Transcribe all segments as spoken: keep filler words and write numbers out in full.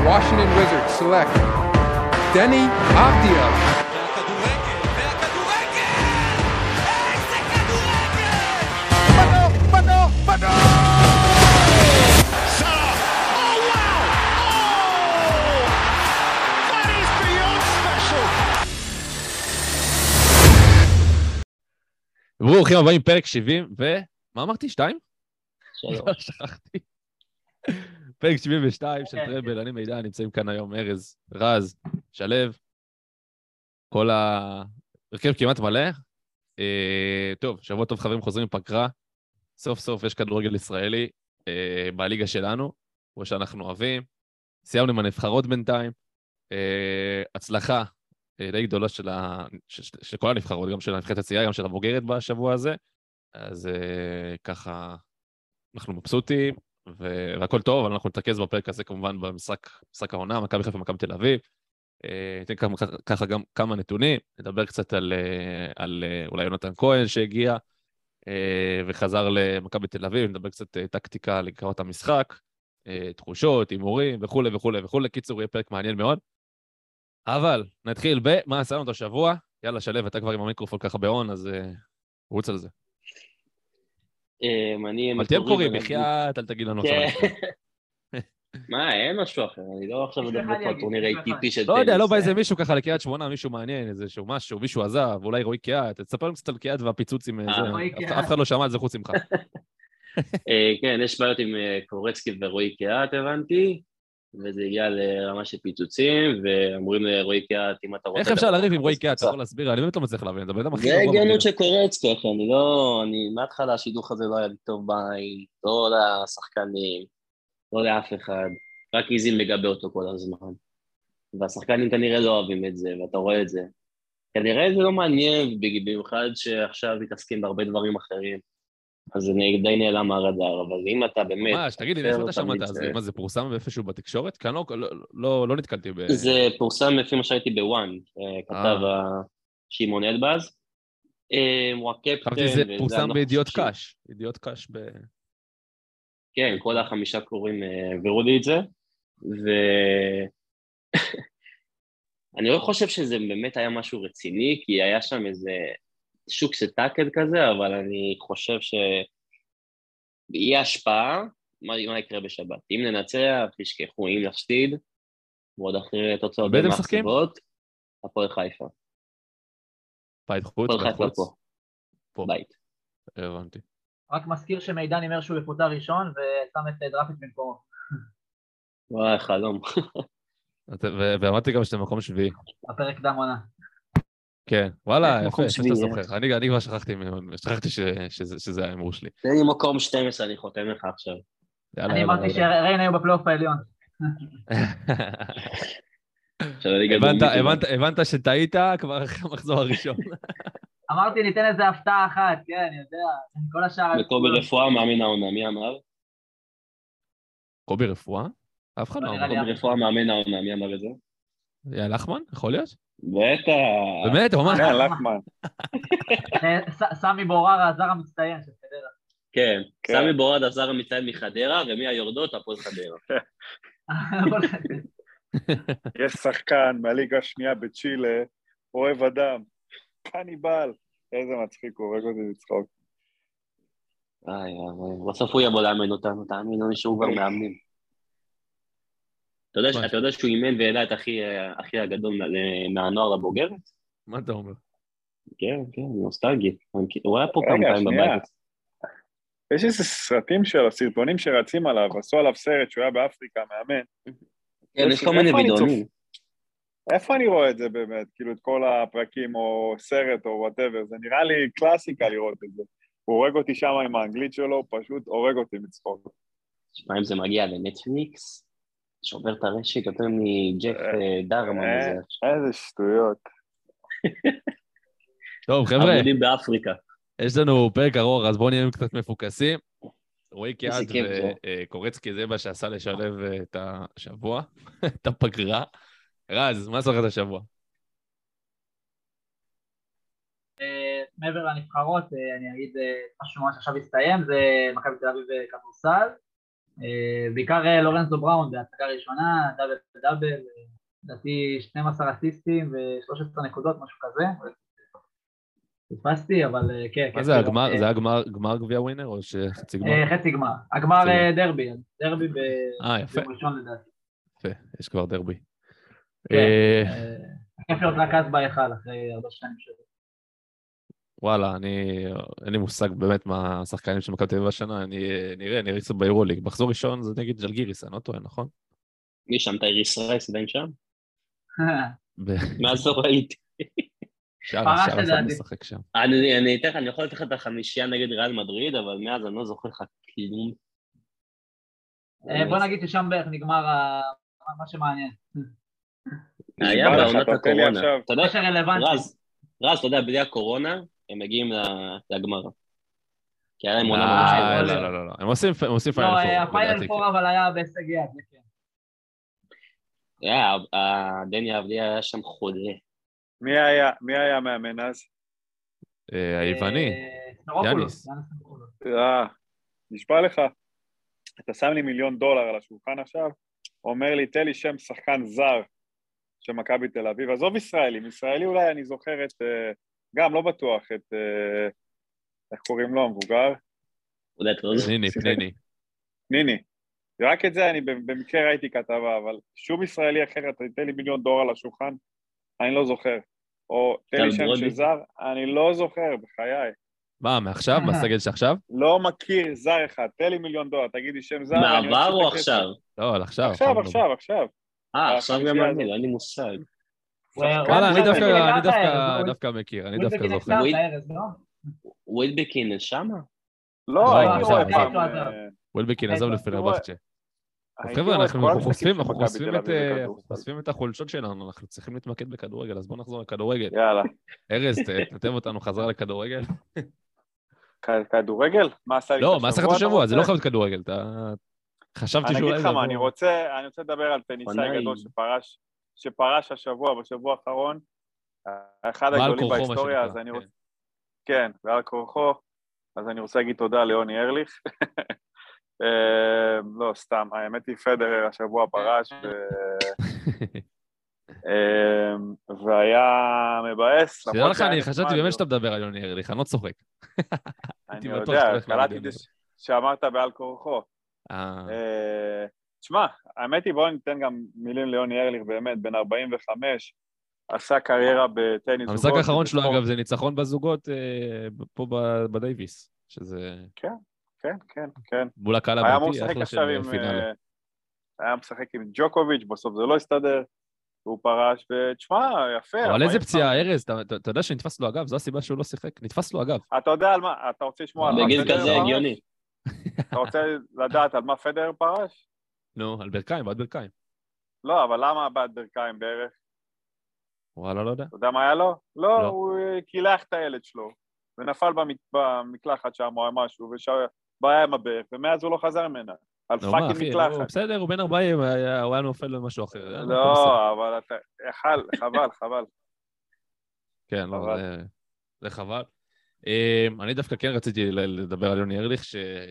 Washington Wizards select Deni Avdija. והכדורגל, והכדורגל! איזה כדורגל! בנו, בנו, בנו! סאלח! Oh wow! Oh! That is beyond special! ברוכים הבאים, פרק שבעים ו... מה אמרתי? שתיים? שלום. שכחתי. פרק שבעים ושתיים של טראבל, אני מידע, נמצאים כאן היום ארז, רז, שלו, כל הרכב כמעט מלא. אה, טוב, שבוע טוב חברים, חוזרים מפגרה. סוף סוף יש כדורגל ישראלי אה, בליגה שלנו, כמו שאנחנו אוהבים. סיימנו עם הנבחרות בינתיים. אה, הצלחה אה, די גדולה של, ה... של, של כל הנבחרות, גם של הנבחרת הצעירה, גם של הבוגרת בשבוע הזה. אז אה, ככה אנחנו מבסוטים. והכל טוב, אבל אנחנו נתרכז בפרק הזה כמובן במשחק, משחק העונה, מכבי חיפה ומכבי תל אביב. ניתן ככה גם כמה נתונים, נדבר קצת על, על אולי יונתן כהן שהגיע וחזר למכבי תל אביב, נדבר קצת טקטיקה לקראת המשחק, תחושות, הימורים וכו' וכו' וכו'. קיצור, יהיה פרק מעניין מאוד. אבל נתחיל במה עשינו את השבוע. יאללה, שלו, אתה כבר עם המיקרופון ככה באון, אז רוץ על זה. אבל תהיה מקורי, בחייאת, אל תגיד לנו עכשיו. מה, אין משהו אחר, אני לא עכשיו מדבר פה על טורניר איי טי פי של טניס. לא יודע, לא בא איזה מישהו ככה לקריית שמונה, מישהו מעניין, איזשהו משהו, מישהו עזב, אולי רועי קיאט, תספר לנו קצת על קיאט והפיצוץ עם זה, אף אחד לא שמע על זה חוץ ממך. כן, יש בעיות עם קורצקי ורועי קיאט, הבנתי, וזה הגיע לרמה של פיצוצים, ואמורים לרועי קיאט, אם אתה רוצה... איך אפשר לריב עם רועי קיאט? אתה יכול להסביר, אני באמת לא מצליח להבין, זה הגיונות שקורצקי, אחי, אני לא... אני מההתחלה השידוך הזה לא היה לי טוב בעין, לא לשחקנים, לא לאף אחד, רק איזין מגבה אותו כל הזמן. והשחקנים כנראה לא אוהבים את זה, ואתה רואה את זה. כנראה זה לא מעניין, במיוחד שעכשיו מתעסקים בהרבה דברים אחרים. אז זה די נעלם מהרדאר, אבל אם אתה באמת... ממש, תגיד לי, איפה אתה שמעת? מה זה פורסם באיפשהו בתקשורת? כי אני לא נתקלתי ב... זה פורסם לפי מה שהייתי בוואן, כתב שמעון אלבז. הוא הקפטן... חשבתי זה פורסם בידיעות קש, ידיעות קש ב... כן, כל החמישה קוראים העבירו לי את זה, ואני לא חושב שזה באמת היה משהו רציני, כי היה שם איזה שוק של טאקל כזה, אבל אני חושב שיהיה השפעה, מה, מה יקרה בשבת. אם ננצח, תשכחו, אם נפסיד, ועוד אחרי תוצאות במחצבות, הפועל חיפה. בית חוץ? הפועל חיפה פה. פה. בית. הבנתי. רק מזכיר שמידן אומר שהוא יפוטר ראשון, ושם את דראפיץ' במקומו. וואי, חלום. ואמרתי גם שאתם מקום שביעי. הפרק דם עונה. כן, וואלה, יפה, שאתה זוכר. אני כבר שכחתי, שכחתי שזה האמור שלי. תן לי מקום שתים עשרה, אני חותם לך עכשיו. אני אמרתי שריין היו בפלייאוף העליון. הבנת שטעית כבר אחרי המחזור הראשון. אמרתי, ניתן איזה הפתעה אחת, כן, אני יודע, כל השאר... וקובי רפואה, מאמין העונה, מי אמר? קובי רפואה? אף אחד לא אמר. קובי רפואה, מאמין העונה, מי אמר את זה? יא לחמן, יכול להיות? בטח. באמת, הוא אמר? כן, לחמן. סמי בורר, הזר המצטיין של חדרה. כן, סמי בורר, הזר המצטיין מחדרה, ומי היורדות? הפועל חדרה. יש שחקן מהליגה השנייה בצ'ילה, אוהב אדם, קניבל, איזה מצחיק, הוא הורג אותי לצחוק. איי, בסוף הוא יבוא לאמן אותנו, תאמין, לא נשארו כבר מאמנים. אתה יודע שהוא אימן והעלה את אחי הגדול מהנוער לבוגרת? מה אתה אומר? כן, כן, נוסטלגי. הוא היה פה כמה פעמים בבית. יש איזה סרטים שלו, סרטונים שרצים עליו, עשו עליו סרט שהוא היה באפריקה, מאמן. כן, יש כל מיני וידאונים. איפה אני רואה את זה באמת? כאילו את כל הפרקים או סרט או whatever, זה נראה לי קלאסיקה לראות את זה. הוא הורג אותי שם עם האנגלית שלו, פשוט הורג אותי מצחוק. שמה אם זה מגיע לנטפליקס, שובר את הרשת יותר מג'ף דרמן הזה. איזה שטויות. טוב חבר'ה, עבודים באפריקה. יש לנו פרק ארוך, אז בואו נהיה קצת מפוקסים. רועי קיאט וקורצקי זה מה שעשה לשלב את השבוע, את הפגרה. רז, מה עושה לך את השבוע? מעבר לנבחרות, אני אגיד משהו ממש עכשיו הסתיים, זה מכבי תל אביב וכדורסל. אה, בעיקר אה, לורנזו בראון בהצגה ראשונה, דאבל דאבל, לדעתי שנים עשר אסיסטים ו-שלוש עשרה נקודות, משהו כזה. תפסתי, אבל אה, כן, מה זה הגמר? זה היה גמר- גמר גביע ווינר או שחצי גמר? אה, חצי גמר. הגמר חצי גמר. אה, דרבי, דרבי אה, יפה. ביום ראשון לדעתי. יפה, יש כבר דרבי. כן, אה, אה, כיף להיות רכז בהיכל אחרי הרבה שנים שלו. וואלה, אני, אין לי מושג באמת מה השחקנים של מכבי תל אביב השנה, אני נראה, נראה קצת ביורוליג. מחזור ראשון זה נגיד ז'לגיריס, אני לא טועה, נכון? מי שם, טייריס רייס עדיין שם? ב- מאז לא ראיתי. שער, פרש שער לדעתי. אחד משחק שם. אני אני אתן לך, אני יכול לתת לך את החמישייה נגד ריאל מדריד, אבל מאז אני לא זוכר לך כלום. אה, בוא נגיד ששם בערך נגמר ה- מה שמעניין. היה נשבע לך, בעונת אתה נותן לי הקורונה. עכשיו. אתה יודע, מה שרלוונטי. רז, רז, אתה יודע, בלי הקורונה, הם מגיעים ל- לגמר. כי היה להם לא, עונה ממש לא, טובה. לא, לא, לא. הם עושים הם עושים לא, פיינל אה, פור, הפיינל לדעתי, פור אבל היה בהישג יד, זה כן. היה, ה- דני אבדיה היה שם חודה. מי היה, מי היה מאמן אז? אה, היווני, אה, סורוקולוס, יאניס. יאניס סורוקולוס. אה, נשבע לך. אתה שם לי מיליון דולר על השולחן עכשיו, אומר לי, תן לי שם שחקן זר של מכבי תל אביב, עזוב ישראלים, ישראלי אולי אני זוכר את, אה, גם לא בטוח, את, אה, איך קוראים לו, המבוגר? אולי אתה לא זוכר. פניני, פניני. ניני. רק את זה אני במקרה ראיתי כתבה, אבל שום ישראלי אחר, אתה תיתן לי מיליון דולר על השולחן, אני לא זוכר. או תן לי טל שם ברודי. של זר, אני לא זוכר, בחיי. מה, מעכשיו? בסגל שעכשיו? לא מכיר זר אחד, תן לי מיליון דולר, תגיד לי שם זר. אני מעבר אוציא את או הכסף. עכשיו? לא, על עכשיו. עכשיו, אנחנו- עכשיו, עכשיו. אה, עכשיו גם החמישייה אני, הזאת. אין לי מושג. שחקן וואלה, אני זר, דווקא, אני- אני דווקא, הוא- דווקא מכיר, אני הוא דווקא בקינג זוכר. סטארט, וויד- הארז, לא? ווידבקין שמה? לא, לא, הייתי עכשיו, רואה עכשיו. פעם. לא עזב. אה, וילבקין אה, עזוב לא, לפנרבחצ'ה. טוב, הייתי חבר'ה, רואה את אנחנו כל אנחנו המשחקים חושפים של אנחנו מכבי חושפים תל את, אביב אה, בכדורסל. אנחנו חושפים את החולשות שלנו, אנחנו צריכים להתמקד בכדורגל, אז בואו נחזור לכדורגל. יאללה. ארז, ת- תנתב אותנו חזרה לכדורגל. כ- כדורגל? מה עשה לי את לא, השבוע? מה עשית אתה השבוע? זה רוצה? לא חייב להיות כדורגל, אתה... חשבתי אני שאולי אגיד לך זה מה, אני יבוא- רוצה אני רוצה לדבר על טניסאי עונה גדול היא- שפרש, שפרש השבוע, בשבוע האחרון, אחד בעל הגדולים כורחו, מה בהיסטוריה, אז שנקרא, אני כן. רוצה... כן, ועל כורחו, אז אני רוצה להגיד תודה ליוני ארליך. אה, לא, סתם, האמת היא פדרר השבוע פרש, ו- אה, והיה מבאס. שתדע למרות לך, שהיה אני נחמד, חשבתי באמת לא. שאתה מדבר על יוני ארליך, אני לא צוחק. הייתי אני בטוח שאתה יודע, הולך להגיד קלטתי יוני את זה ש- שאמרת בעל כורחו. אה, אה, תשמע, האמת היא, בואו ניתן גם מילים ליוני ארליך, באמת, בן ארבעים וחמש, עשה קריירה בטניס המשחק זוגות. האחרון שלו, ובספורט- אגב, זה ניצחון בזוגות אה, פה ב- בדייוויס, שזה כן, כן, כן. מול הקהל היה אמור הביתי, לשחק אחלה עכשיו של עם... פינאלה. אה, היה משחק עם ג'וקוביץ', בסוף זה לא הסתדר, והוא פרש, ותשמע, יפה. אבל ארבעים איזה וחמש. פציעה, ארז, אתה- אתה אתה יודע שנתפס לו אגב, זו הסיבה שהוא לא שיחק, נתפס לו אגב. אתה יודע על מה, אתה רוצה לשמוע על מה בגיל פדרר כזה פרש? הגיוני. אתה רוצה לדעת על מה פדרר פרש? נו, על ברכיים, בעד ברכיים. לא, אבל למה בעד ברכיים בערך? וואלה, לא יודע. אתה יודע מה היה לו? לא, לא. הוא אה, קילח את הילד שלו, ונפל במק- במקלחת שם או משהו, ובעיה עם הברך, ומאז הוא לא חזר ממנה. על נו, מה, פאקינג אחי, הוא מקלחת. בסדר, הוא בן ארבעים, היה- הוא היה נופל למשהו אחר. היה לו הכל בסדר. לא, אבל אתה... יכל, חבל, חבל. כן, לא, חבל. זה- זה חבל. אמ, אני דווקא כן רציתי ל- לדבר על יוני ארליך,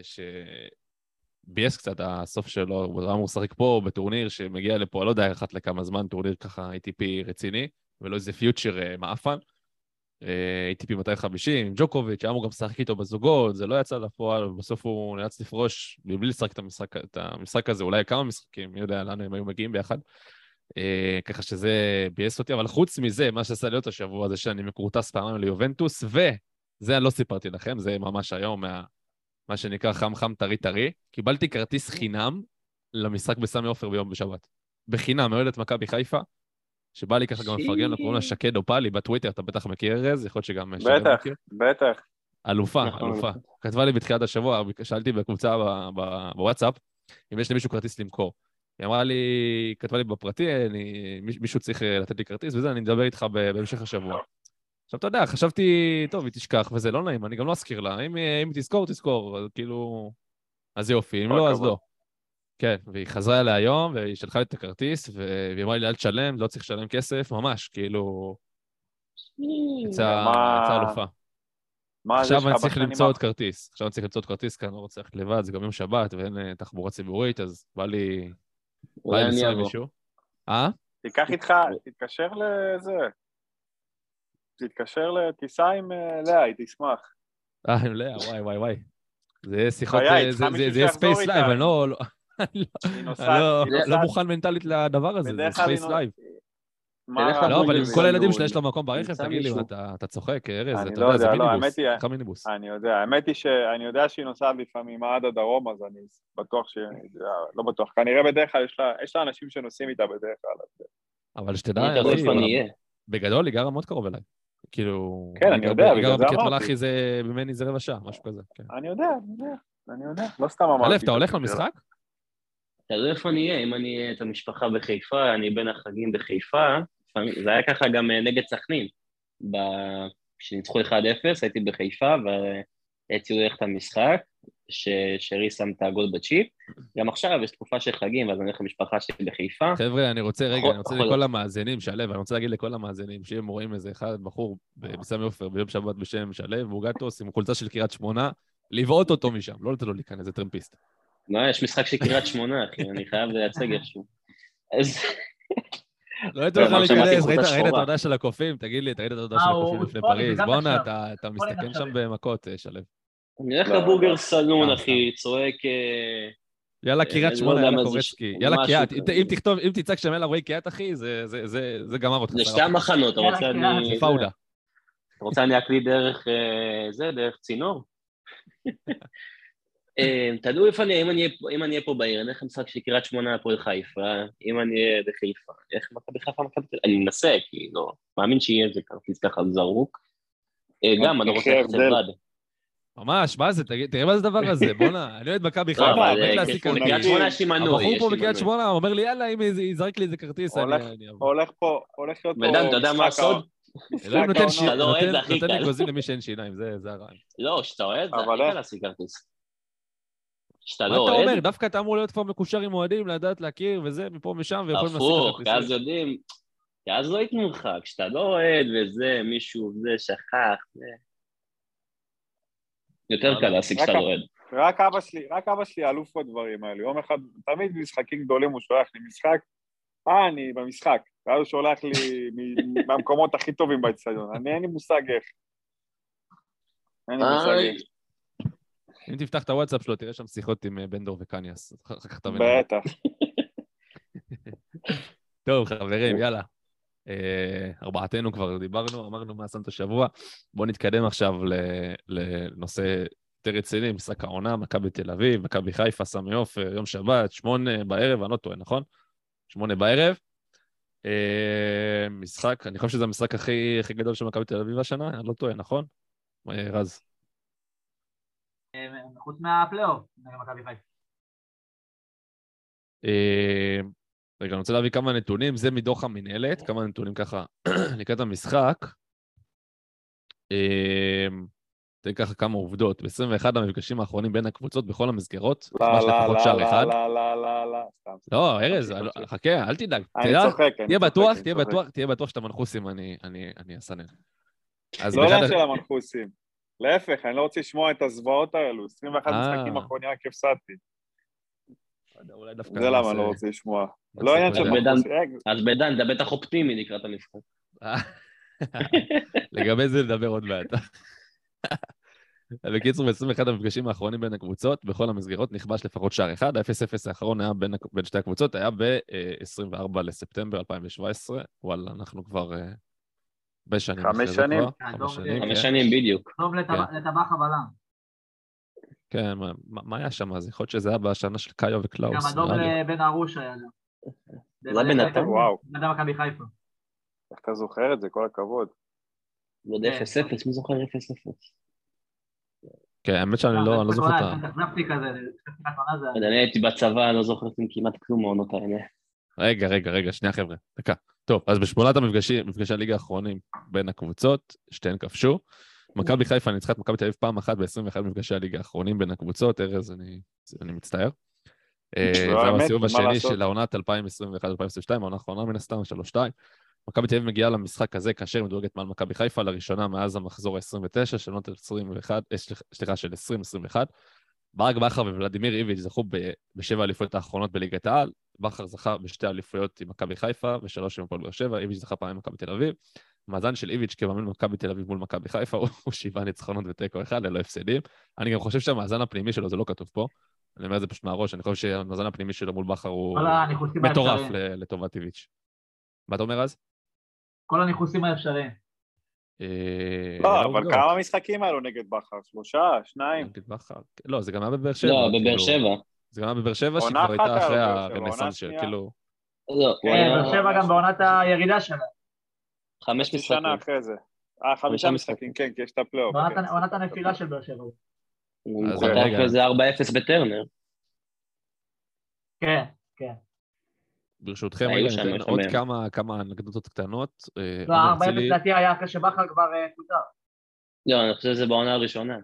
שביאס קצת הסוף שלו, הוא היה אמור לשחק פה בטורניר שמגיע לפה, לא יודע, אחת לכמה זמן, טורניר ככה איי טי פי רציני, ולא איזה פיוטשר אה, מאפן. אה, איי טי פי מאתיים וחמישים, עם ג'וקוביץ', היה אמור גם לשחק איתו בזוגות, זה לא יצא לפועל, ובסוף הוא נאלץ לפרוש, מבלי לשחק את המשחק, את המשחק הזה, אולי כמה משחקים, מי יודע לאן הם היו מגיעים ביחד. אה, ככה שזה ביאס אותי, אבל חוץ מזה, מה שעשה להיות השבוע זה שאני מקורטס פעמיים ליובנטוס, וזה אני לא סיפרתי לכם, זה ממש היום, מה, מה שנקרא חם חם טרי טרי, קיבלתי כרטיס חינם למשחק בסמי עופר ביום בשבת. בחינם, מאוהדת מכבי חיפה, שבא לי ככה גם מפרגן, קוראים לה שקד אופלי, בטוויטר, אתה בטח מכיר ארז, יכול להיות שגם שרן בטח, מכיר. בטח. אלופה, נכון. אלופה. כתבה לי בתחילת השבוע, שאלתי בקבוצה ב- ב- בוואטסאפ, אם יש למישהו כרטיס למכור. היא אמרה לי, כתבה לי בפרטי, אני, מיש- מישהו צריך אה, לתת לי כרטיס, וזה, אני מדבר איתך ב- בהמשך השבוע. עכשיו, אתה יודע, חשבתי, טוב, היא תשכח, וזה לא נעים, אני גם לא אזכיר לה. אם היא אם היא תזכור, תזכור, אז כאילו... אז יופי, אם כל לא, אז הכבוד. לא. כן, והיא חזרה אליה היום, והיא שלחה לי את הכרטיס, והיא אמרה לי, אל תשלם, לא צריך לשלם כסף, ממש, כאילו... יצאה מה- יצאה אלופה. מה זה עכשיו שלך אני צריך בשנים למצוא עוד האחרונות? כרטיס. עכשיו אני צריך למצוא עוד כרטיס, כי אני לא רוצה ללכת לבד, זה גם יום שבת ואין אה, תחבורה ציבורית, אז בא לי... בא אולי לי אני לנסוע עם אבוא. מישהו. אה? תיקח איתך, תתקשר לזה. תתקשר לטיסה עם אה, לאה, היא תשמח. אה, עם לאה, וואי, וואי, וואי. זה יהיה שיחות, חיי, אה, צריכה זה- זה מישהו זה יהיה שיחזור ספייס איתה. לייב, אני לא... לא- אני לא- היא אני נוסעת, לא- היא לא נוסעת, מוכן מנטלית לדבר הזה, זה בדרך כלל היא ספייס נו- לייב. מה תלך רע לא, אבל בזה? עם לבורגר כל הילדים סלון, שלה יש לו מקום ברכב, נמצא תגיד לי, מישהו. אתה אתה צוחק, ארז, אני אתה לא יודע, זה יודע, לא, האמת מיניבוס, היא- איך מיניבוס. אני יודע, האמת היא שאני יודע שהיא נוסעת לפעמים עד הדרום, אז אני בטוח ש... לא בטוח, כנראה בדרך כלל יש לה, יש לה אנשים שנוסעים איתה בדרך כלל. אז- אבל אני שתדע, תלוי אחי, איפה אני אהיה. בגדול היא גרה מאוד קרוב אליי. כאילו... כן, היא אני גרה יודע, ב- היא גרה בגלל זה בקריית אמרתי. מלאכי, זה ממני זה רבע שעה, משהו כזה. כן. אני יודע, אני יודע, אני יודע, לא סתם אמרתי. אלף, אתה הולך למשחק? תלוי איפה אני אהיה, אם אני אהיה את המשפחה בחיפה, אני בין החגים בחיפה, לפעמים- זה היה ככה גם אה, נגד סכנין. ב- כשניצחו אחד אפס, הייתי בחיפה, והייתי הולך את המשחק, ששרי שם את הגול בצ'יפ. גם עכשיו יש תקופה של חגים, אז אני הולך למשפחה שלי בחיפה. חבר'ה, אני רוצה, רגע, יכול- אני רוצה יכול לכל להיות. המאזינים, שלו, אני רוצה להגיד לכל המאזינים, שאם רואים איזה אחד, בחור בסמי עופר ביום שבת בשם שלו, בוגטוס, עם חולצה של קריית שמונה, לבעוט אותו משם, לא לתת לו להיכנס, זה טרמפיסט. מה, יש משחק של קריית שמונה, אחי, אני חייב לייצג איכשהו. אז לא לתת לך אמרת שמעתי להיכנס, חולצה ראית ראית את שחורה. ההודעה של הקופים? תגיד לי, תגיד את ההודעה אה, של הוא- הקופים הוא לפני ספורט, פריז, גם בואנה, עכשיו. אתה אתה ספורט מסתכן עכשיו. שם במכות, אה, שלו. אני הולך לא, לא, לבורגר לא. סלון, סתם, אחי, צועק... אה, יאללה, אה, קריית אני שמונה, לא יודע יאללה, מה זה קורצקי. ש- יאללה, משהו קיאט. אם ת- כזה. אם תכתוב, אם תצעק שם יאללה רועי קיאט, אחי, זה- זה- זה זה גמר אותך. זה שרף שתי אותך. המחנות, אתה יאללה, רוצה קריאה. אני... זה פאודה. אתה רוצה אני אקליט דרך אה, זה, דרך צינור? אה, תדעו איפה אני, אם אני אהיה פה- אם אני אהיה פה בעיר, אני אלך למשחק של קריית שמונה הפועל חיפה, אם אני אהיה בחיפה, איך מכבי חיפה מכבי תל אביב? אני מנסה, כי לא, מאמין שיהיה איזה כרטיס ככה זרוק. אה, גם, אני לא רוצה אחי, ללכת ההבדל. לבד. ממש, מה זה? תגיד- תראה מה זה הדבר הזה, בואנה, אני אוהד מכבי לא, חיפה, אבל מת אה, להשיג הוא קריית כרטיס. נגיד- שמונה יש לי מנוי, הבחור יש פה לי בקריית מנוי. שמונה אומר לי, יאללה, אם יז- יזרק לי איזה כרטיס, אני הולך- אני אבוא. הולך פה, הולך להיות פה ודן, אתה יודע מה משחק הסוד? ה- משחק אלוהים נותן שי- העונות. אתה לא אוהד, נותן- זה הכי נותן קל. אגוזים למי שאין שיניים, זה זה הרעיון. לא, שאתה אוהד, זה אבל הכי איך? קל להשיג כרטיס. שאתה מה לא אתה אומר? אוהד, דווקא אתה אמור להיות כבר מקושר עם אוהדים, לדעת להכיר וזה, מפה משם, ויכולים להשיג הפוך, כי אז כרטיסים. יודעים, כי אז לא ייתנו לך, כשאתה לא אוהד וזה, מישהו זה, שכח, זה... יותר קל להשיג כשאתה רק- לא אוהד. רק אבא שלי, רק אבא שלי אלוף בדברים האלו. יום אחד, תמיד במשחקים גדולים הוא שולח לי משחק, אה, אני במשחק. ואז הוא שולח לי מ- מהמקומות הכי טובים באצטדיון. אני אין לי מושג איך. אין לי מושג איי. איך. אם תפתח את הוואטסאפ שלו, תראה שם שיחות עם אה, בנדור וקניאס. אחר כך תבין. בטח. טוב, חברים, יאללה. אה, ארבעתנו כבר דיברנו, אמרנו מה עשינו את השבוע. בואו נתקדם עכשיו ל- לנושא יותר רציני, משחק העונה, מכבי תל אביב, מכבי חיפה, סמי עופר, יום שבת, שמונה בערב, אני לא טועה, נכון? שמונה בערב. אה, משחק, אני חושב שזה המשחק הכי הכי גדול של מכבי תל אביב השנה, אני לא טועה, נכון? אה, רז. אה, חוץ מהפלייאוף, נגד מכבי חיפה. אה, רגע, אני רוצה להביא כמה נתונים, זה מדוח המנהלת, כמה נתונים ככה לקראת המשחק. אה, תן ככה כמה עובדות, ב-עשרים ואחד המפגשים האחרונים בין הקבוצות בכל המסגרות, לא, נכבש לא, לפחות לא, שער לא, אחד. לא, לא, לא, לא, סתם. לא, ארז, תמשיך, אני לא- תמשיך. חכה, אל תדאג. אני תדע, צוחק, אני תהיה צוחק, בטוח, אני תהיה צוחק. בטוח, תהיה בטוח שאתה מנחוסים, אני- אני אני אסנן. אז לא באחד עניין ה- של המנחוסים. להפך, אני לא רוצה לשמוע את הזוועות האלו. עשרים ואחד אה. משחקים אחרונים רק הפסדתי. אולי דווקא זה למה נעשה- אני לא רוצה לשמוע. נעשה לא עניין של קודם. בדן- מנחוסים. רגע, אז בדן, אתה בטח אופטימי לקראת המשחק. לגבי זה נדבר עוד מעט. בקיצור, ב-עשרים ואחד המפגשים האחרונים בין הקבוצות, בכל המסגרות נכבש לפחות שער אחד, ה-אפס אפס האחרון היה בין, בין שתי הקבוצות, היה ב-עשרים וארבעה לספטמבר אלפיים שבע עשרה, וואלה, אנחנו כבר אה, בשנים. חמש אחרי זה שנים? כבר, אה, חמש דור, שנים, חמש כן. שנים בדיוק. טוב לטבח כן. לטבח הבלם. כן, מה, מה מה היה שם? אז יכול להיות שזה היה בשנה של קאיו וקלאוס. גם אדום נראה לי. לבן ארוש היה גם. זה היה בנתניה? וואו. בנתניה מכבי חיפה. איך אתה זוכר את זה? כל הכבוד. לא יודע, אפס אפס, מי זוכר אפס אפס? כן, האמת שאני לא, אני לא זוכר את ה... התאכזבתי כזה, לפתיחת עונה זה... אני הייתי בצבא, לא זוכר כמעט כלום מהעונות האלה. רגע, רגע, רגע, שנייה חבר'ה, דקה. טוב, אז בשמונת המפגשים, מפגשי הליגה האחרונים בין הקבוצות, שתיהן כבשו. מכבי חיפה ניצחה את מכבי תל אביב פעם אחת ב-עשרים ואחד מפגשי הליגה האחרונים בין הקבוצות, ארז, אני, אני מצטער. אה, זה היה האמת, בסיבוב מה השני לעשות? של העונת אלפיים עשרים ואחת אלפיים עשרים ושתיים, העונה האחרונה מן הסתם, שלוש שתיים. מכבי תל אביב מגיעה למשחק הזה כאשר מדורגת מעל מכבי חיפה, לראשונה מאז המחזור ה-עשרים ותשע של עונת עשרים ואחת, סליחה, של עשרים עשרים ואחת. ברק בכר וולדימיר איביץ' זכו בשבע האליפויות האחרונות בליגת העל, בכר זכה בשתי האליפויות עם מכבי חיפה ושלוש עם הפועל באר שבע, איביץ' זכה פעם עם מכבי תל אביב. המאזן של איביץ' כמאמן מכבי תל אביב מול מכבי חיפה הוא שבעה ניצחונות ותיקו אחד ללא הפסדים. אני גם חושב שהמאזן הפנימי שלו, זה לא כתוב פה, אני אומר את זה פשוט מהראש, אני חושב שהמאזן הפנימי שלו מול בכר הוא מטורף לטובת איביץ'. מה אתה אומר אז? כל הניחוסים האפשריים. לא, אבל כמה משחקים האלו נגד בכר? שלושה, שניים? נגד בכר. לא, זה גם היה בבאר שבע. לא, בבאר שבע. זה גם היה בבאר שבע, שכבר הייתה אחרי הרנסנס של, כאילו... כן, באר שבע גם בעונת הירידה שלה. חמש משחקים. שנה אחרי זה. אה, חמישה משחקים, כן, כי יש את הפלייאוף. בעונת הנפילה של באר שבע. הוא חטף איזה ארבע אפס בטרנר. כן, כן. ברשותכם, רגע, ניתן עוד כמה, כמה אנקדוטות קטנות. לא, ארבע אפס לדעתי היה אחרי שבכר כבר פוטר. לא, אני חושב שזה בעונה הראשונה.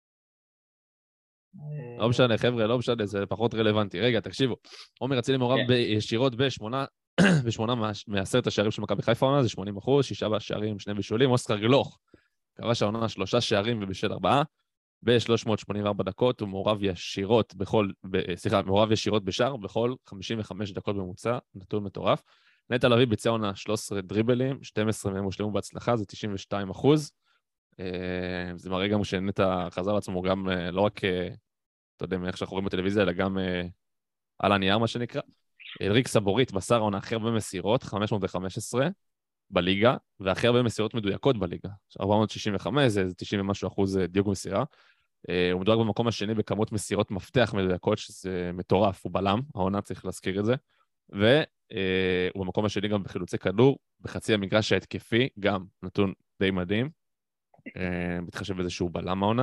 לא משנה, חבר'ה, לא משנה, זה פחות רלוונטי. רגע, תקשיבו. עומר אצילי מעורב בישירות בשמונה, בשמונה מעשרת השערים של מכבי חיפה העונה, זה שמונים אחוז, שישה שערים, שני בישולים. אוסקר גלוך, כבש העונה שלושה שערים ובישל ארבעה. ב-שלוש מאות שמונים וארבע דקות, הוא מעורב ישירות בכל, סליחה, מעורב ישירות בשער, בכל חמישים וחמש דקות בממוצע, נתון מטורף. נטע לביא ביצע עונה שלושה עשר דריבלים, שתים עשרה מהם הושלמו בהצלחה, זה תשעים ושתיים אחוז. זה מראה גם שנטע חזר לעצמו גם, לא רק, אתה יודע, איך שאנחנו רואים בטלוויזיה, אלא גם על הנייר, מה שנקרא. אלריק סבורית בסר העונה הכי הרבה מסירות, חמש מאות וחמש עשרה בליגה, והכי הרבה מסירות מדויקות בליגה. ארבע מאות שישים וחמש, זה תשעים ומשהו אחוז דיוק מסירה. הוא מדויק במקום השני בכמות מסירות מפתח מדויקות, שזה מטורף, הוא בלם, העונה צריך להזכיר את זה. והוא במקום השני גם בחילוצי כדור, בחצי המגרש ההתקפי, גם נתון די מדהים. מתחשב בזה שהוא בלם העונה.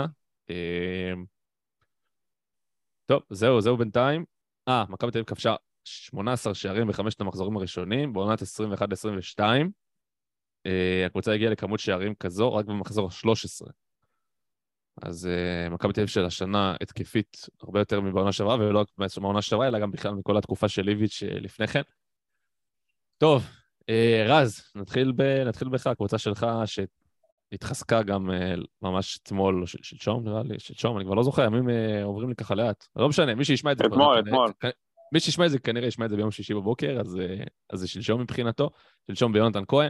טוב, זהו, זהו בינתיים. אה, מכבי תל אביב כבשה שמונה עשר שערים בחמשת המחזורים הראשונים, בעונת עשרים ואחת עשרים ושתיים. הקבוצה הגיעה לכמות שערים כזו רק במחזור ה-שלוש עשרה. אז מכבי תל אביב של השנה התקפית הרבה יותר מבעונה שעברה, ולא רק בעונה שעברה, אלא גם בכלל מכל התקופה של איביץ' לפני כן. טוב, רז, נתחיל, ב, נתחיל בך, הקבוצה שלך שהתחזקה גם ממש אתמול, או שלשום נראה לי, שלשום, אני כבר לא זוכר, ימים עוברים לי ככה לאט. לא משנה, מי שישמע את זה... אתמול, אתמול. מי שישמע את זה כנראה ישמע את זה ביום שישי בבוקר, אז, אז זה שלשום מבחינתו, שלשום ביונתן כהן.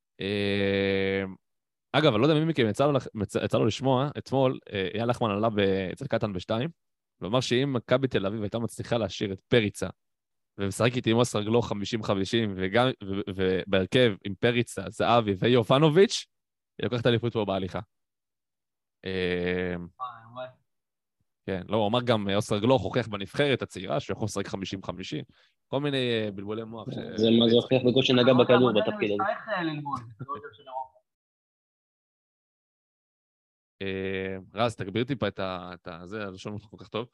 אגב, אני לא יודע מי מכם יצא לו, יצא לו לשמוע, אתמול אייל לחמן עלה אצל קטן בשתיים, ואמר שאם מכבי תל אביב הייתה מצליחה להשאיר את פריצה, ומשחק איתי עם אוסקר גלוך חמישים חמישים, וגם, ובהרכב עם פריצה, זהבי ויופנוביץ', היא לוקחת אליפות פה בהליכה. כן, לא, הוא אמר גם אוסקר גלוך הוכיח בנבחרת הצעירה, שהוא יכול לשחק חמישים חמישים, כל מיני בלבולי מוח. זה מה זה הוכיח בגלל שנגע בכדור בתפקיד הזה. רז, תגביר טיפה את זה, הלשון כל כך טוב.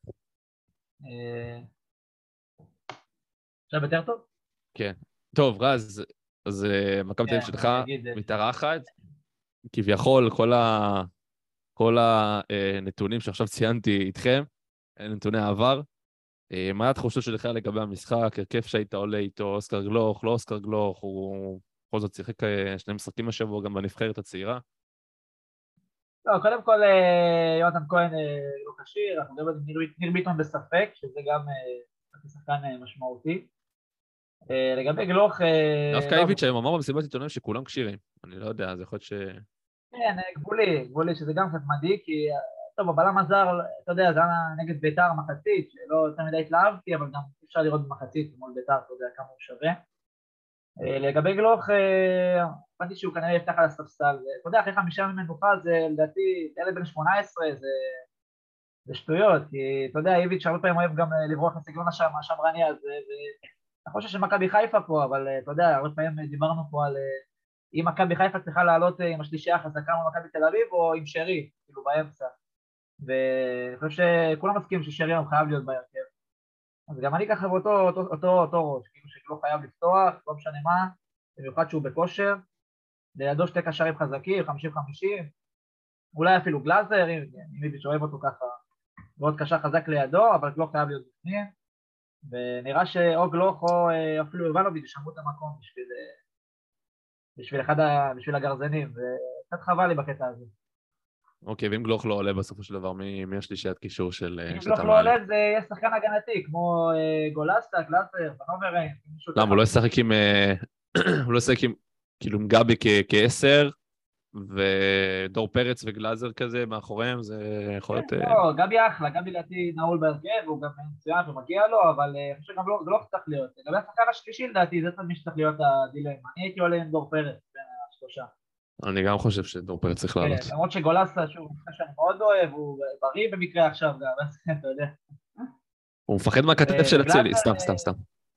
עכשיו יותר טוב? כן. טוב, רז, אז מכבי תל אביב שלך מתארחת, כביכול כל הנתונים שעכשיו ציינתי איתכם, נתוני העבר. מה התחושות שלך לגבי המשחק, הרכב שהיית עולה איתו, אוסקר גלוך, לא אוסקר גלוך, הוא בכל זאת שיחק שני משחקים השבוע גם בנבחרת הצעירה? לא, קודם כל יונתן כהן לא כשיר, אנחנו מדברים על ניר ביטון בספק, שזה גם שחקן משמעותי. לגבי גלוך... דווקא איביץ' היום אמר במסיבת עיתונאים שכולם כשירים, אני לא יודע, זה יכול להיות ש... כן, גבולי, גבולי, שזה גם קצת מדאיג, כי טוב, הבלם הזר, אתה יודע, זה היה נגד ביתר מחצית, שלא יותר מדי התלהבתי, אבל גם אפשר לראות במחצית מול ביתר, אתה יודע כמה הוא שווה. לגבי גלוך, הבנתי שהוא כנראה יפתח על הספסל, אתה יודע, אחרי חמישה ימים מנוחה, זה לדעתי, ילד בן שמונה עשרה, זה שטויות, כי אתה יודע, איביץ' הרבה פעמים אוהב גם לברוח לסגנון השמרני הזה, ואני חושב שמכבי חיפה פה, אבל אתה יודע, הרבה פעמים דיברנו פה על אם מכבי חיפה צריכה לעלות עם השלישייה החזקה מול מכבי תל אביב, או עם שרי, כאילו באמצע, ואני חושב שכולם מסכימים ששרי הוא חייב להיות בהרכב. אז גם אני ככה באותו אותו, אותו, אותו ראש, כאילו שכלו חייב לפתוח, לא משנה מה, במיוחד שהוא בכושר, לידו שתי קשרים חזקים, חמישים חמישים, אולי אפילו גלאזר, אם מישהו שאוהב אותו ככה, ועוד קשר חזק לידו, אבל גלוך חייב להיות בפנים, ונראה שאו גלוך או אפילו יובנוביץ' ישמעו את המקום בשביל, בשביל אחד ה... בשביל הגרזנים, וקצת חבל לי בקטע הזה. אוקיי, ואם גלוך לא עולה בסופו של דבר, מי, מי השלישיית קישור של אם שאתה גלוך לא מעלה? עולה, זה יהיה שחקן הגנתי, כמו גולסטה, גלאסר, פנוברן. למה, הוא לא ישחק עם... הוא לא ישחק עם... כאילו עם גבי כעשר, ודור פרץ וגלאזר כזה מאחוריהם, זה יכול להיות... לא, גבי אחלה, גבי לדעתי נעול בהרכב, הוא גם מצוין ומגיע לו, אבל אני חושב שגם לא צריך להיות. לגבי השחקן השלישי לדעתי, זה מי שצריך להיות הדילמה. אני הייתי עולה עם דור פרץ בין השלושה. אני גם חושב שדור פרץ צריך לעלות. למרות שגולסה, שוב, שאני מאוד אוהב, הוא בריא במקרה עכשיו גם, אתה יודע. הוא מפחד מהכתף של אצילי, סתם, סתם, סתם.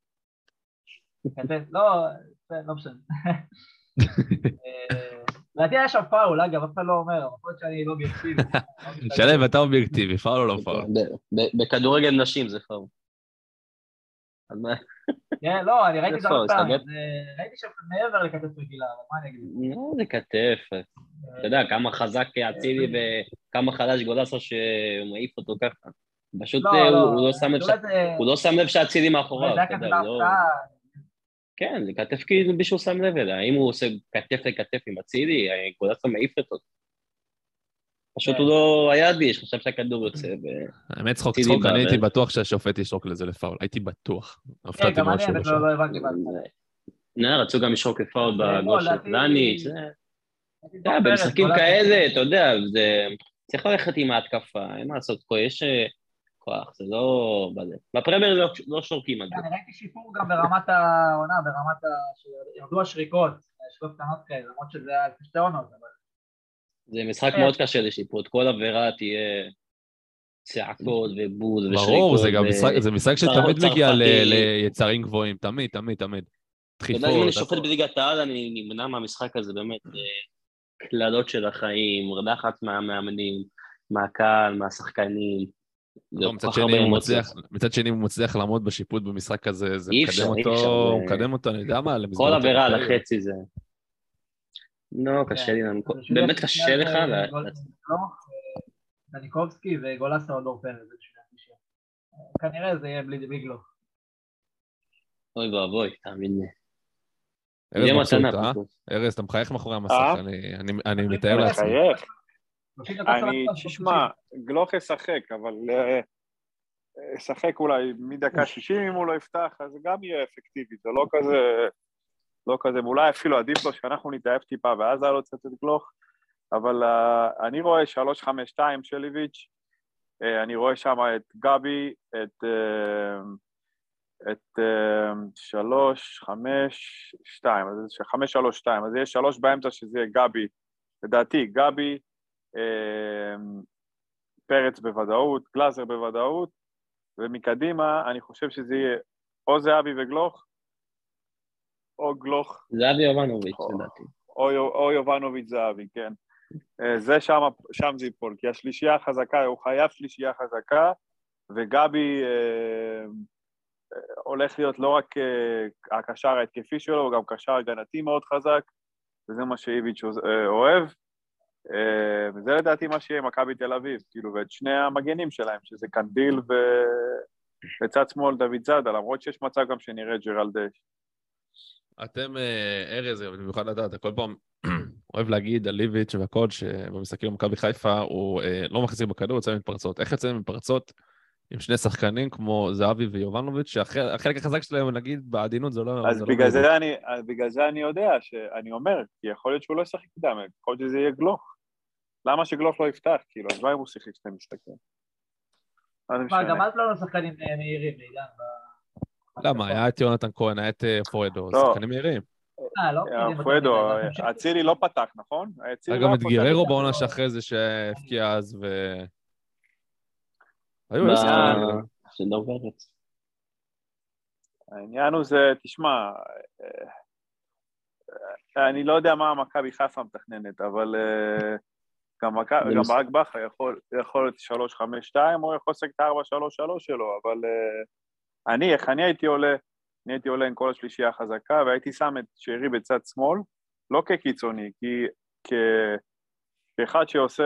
לא, לא משנה. לדעתי היה שם פאול, אגב, אף אחד לא אומר, אבל יכול להיות שאני לא אובייקטיבי. שלב, אתה אובייקטיבי, פאול או לא פאול? בכדורגל נשים זה פאול. כן, לא, אני ראיתי את זה הרבה פעמים, ראיתי שם מעבר לכתף רגילה, אבל מה אני אגיד? לא, זה כתף. אתה יודע, כמה חזק אצילי וכמה חלש גולסה שמעיף אותו ככה. פשוט הוא לא שם לב שאצילי מאחוריו. זה היה כזה בהפתעה. כן, זה כתף כאילו מישהו שם לב אליה. אם הוא עושה כתף לכתף עם אצילי, גולסה מעיף אותו. פשוט הוא לא היה אדיש, חשב שהכדור יוצא. האמת, צחוק צחוק, אני הייתי בטוח שהשופט ישרוק לזה לפאול. הייתי בטוח. כן, גם אני האמת לא הבנתי. נה, רצו גם לשרוק לפאול בגול של דני. במשחקים כאלה, אתה יודע, זה צריך ללכת עם ההתקפה, אין מה לעשות, יש כוח, זה לא... בפרמייר לא שורקים על זה. אני ראיתי שיפור גם ברמת העונה, ברמת שירדו השריקות, שריקות קטנות כאלה, למרות שזה היה שתי עונות, אבל... זה משחק מאוד קשה לשיפוט, כל עבירה תהיה צעקות ובוז ושריקות. ברור, זה משחק שתמיד מגיע ליצרים גבוהים, תמיד, תמיד, תמיד. אתה יודע, אם אני שופט בליגת העל, אני נמנע מהמשחק הזה, באמת, קללות של החיים, לחץ מהמאמנים, מהקהל, מהשחקנים. מצד שני הוא מצליח לעמוד בשיפוט במשחק הזה, זה מקדם אותו, הוא מקדם אותו, אני יודע מה, כל עבירה על החצי זה. לא, קשה לי, באמת קשה לך. דניקובסקי וגולסה או דור פרץ, כנראה זה יהיה בלי גלוך. אוי ואבוי, תאמין לי. ארז מבסוט, אה? ארז, אתה מחייך מאחורי המסך, אני מתאר לעצמי. אני, תשמע, גלוך ישחק, אבל ישחק אולי מדקה שישים אם הוא לא יפתח, אז זה גם יהיה אפקטיבי, זה לא כזה, לא כזה, ואולי אפילו עדיף לו שאנחנו נתאהב טיפה, ואז היה לו קצת את גלוך, אבל אני רואה שלוש חמש שתיים של ליביץ', אני רואה שם את גבי, את... את שלוש, חמש, שתיים, אז חמש, שלוש, שתיים, אז יש שלוש באמצע שזה יהיה גבי, לדעתי גבי, פרץ בוודאות, גלאזר בוודאות, ומקדימה אני חושב שזה יהיה או זהבי וגלוך, או גלוך. זהבי יובנוביץ', לדעתי. או יובנוביץ' זהבי, כן. זה שם, שם זה ייפול, כי השלישייה החזקה, הוא חייב שלישייה חזקה, וגבי... הולך להיות לא רק הקשר ההתקפי שלו, הוא גם קשר הגנתי מאוד חזק, וזה מה שאיביץ' אוהב, וזה לדעתי מה שיהיה עם מכבי תל אביב, כאילו, ואת שני המגנים שלהם, שזה קנדיל ובצד שמאל דוד זאדה, למרות שיש מצב גם שנראה את ג'רלדש. אתם, ארז, במיוחד לדעת, כל פעם אוהב להגיד על איביץ' והקוד שבמשחקים במכבי חיפה הוא לא מחזיק בכדור, יוצא מתפרצות. איך יוצא מתפרצות? עם שני שחקנים כמו זהבי ויובנוביץ', שהחלק החזק שלהם, נגיד, בעדינות זה לא... אז בגלל זה אני, בגלל זה אני יודע, שאני אומר, כי יכול להיות שהוא לא ישחק איתם, יכול להיות שזה יהיה גלוך. למה שגלוך לא יפתח? כאילו, אז מה אם הוא שיחק שני משחקים? מה, גם אז לא שחקנים מהירים, לעידן. למה? היה את יונתן כהן, היה את פואדו, שחקנים מהירים. אה, לא? פואדו, אצילי לא פתח, נכון? היה גם את גיררו בעונה שאחרי זה שהפקיע אז ו... העניין הוא זה, תשמע, אני לא יודע מה מכבי חיפה מתכננת, אבל גם ברק בכר יכול להיות שלוש חמש שתיים, או יכול לשחק את ארבע שלוש שלוש שלו, אבל אני, איך אני הייתי עולה, אני הייתי עולה עם כל השלישייה החזקה, והייתי שם את שרי בצד שמאל, לא כקיצוני, כי כאחד שעושה,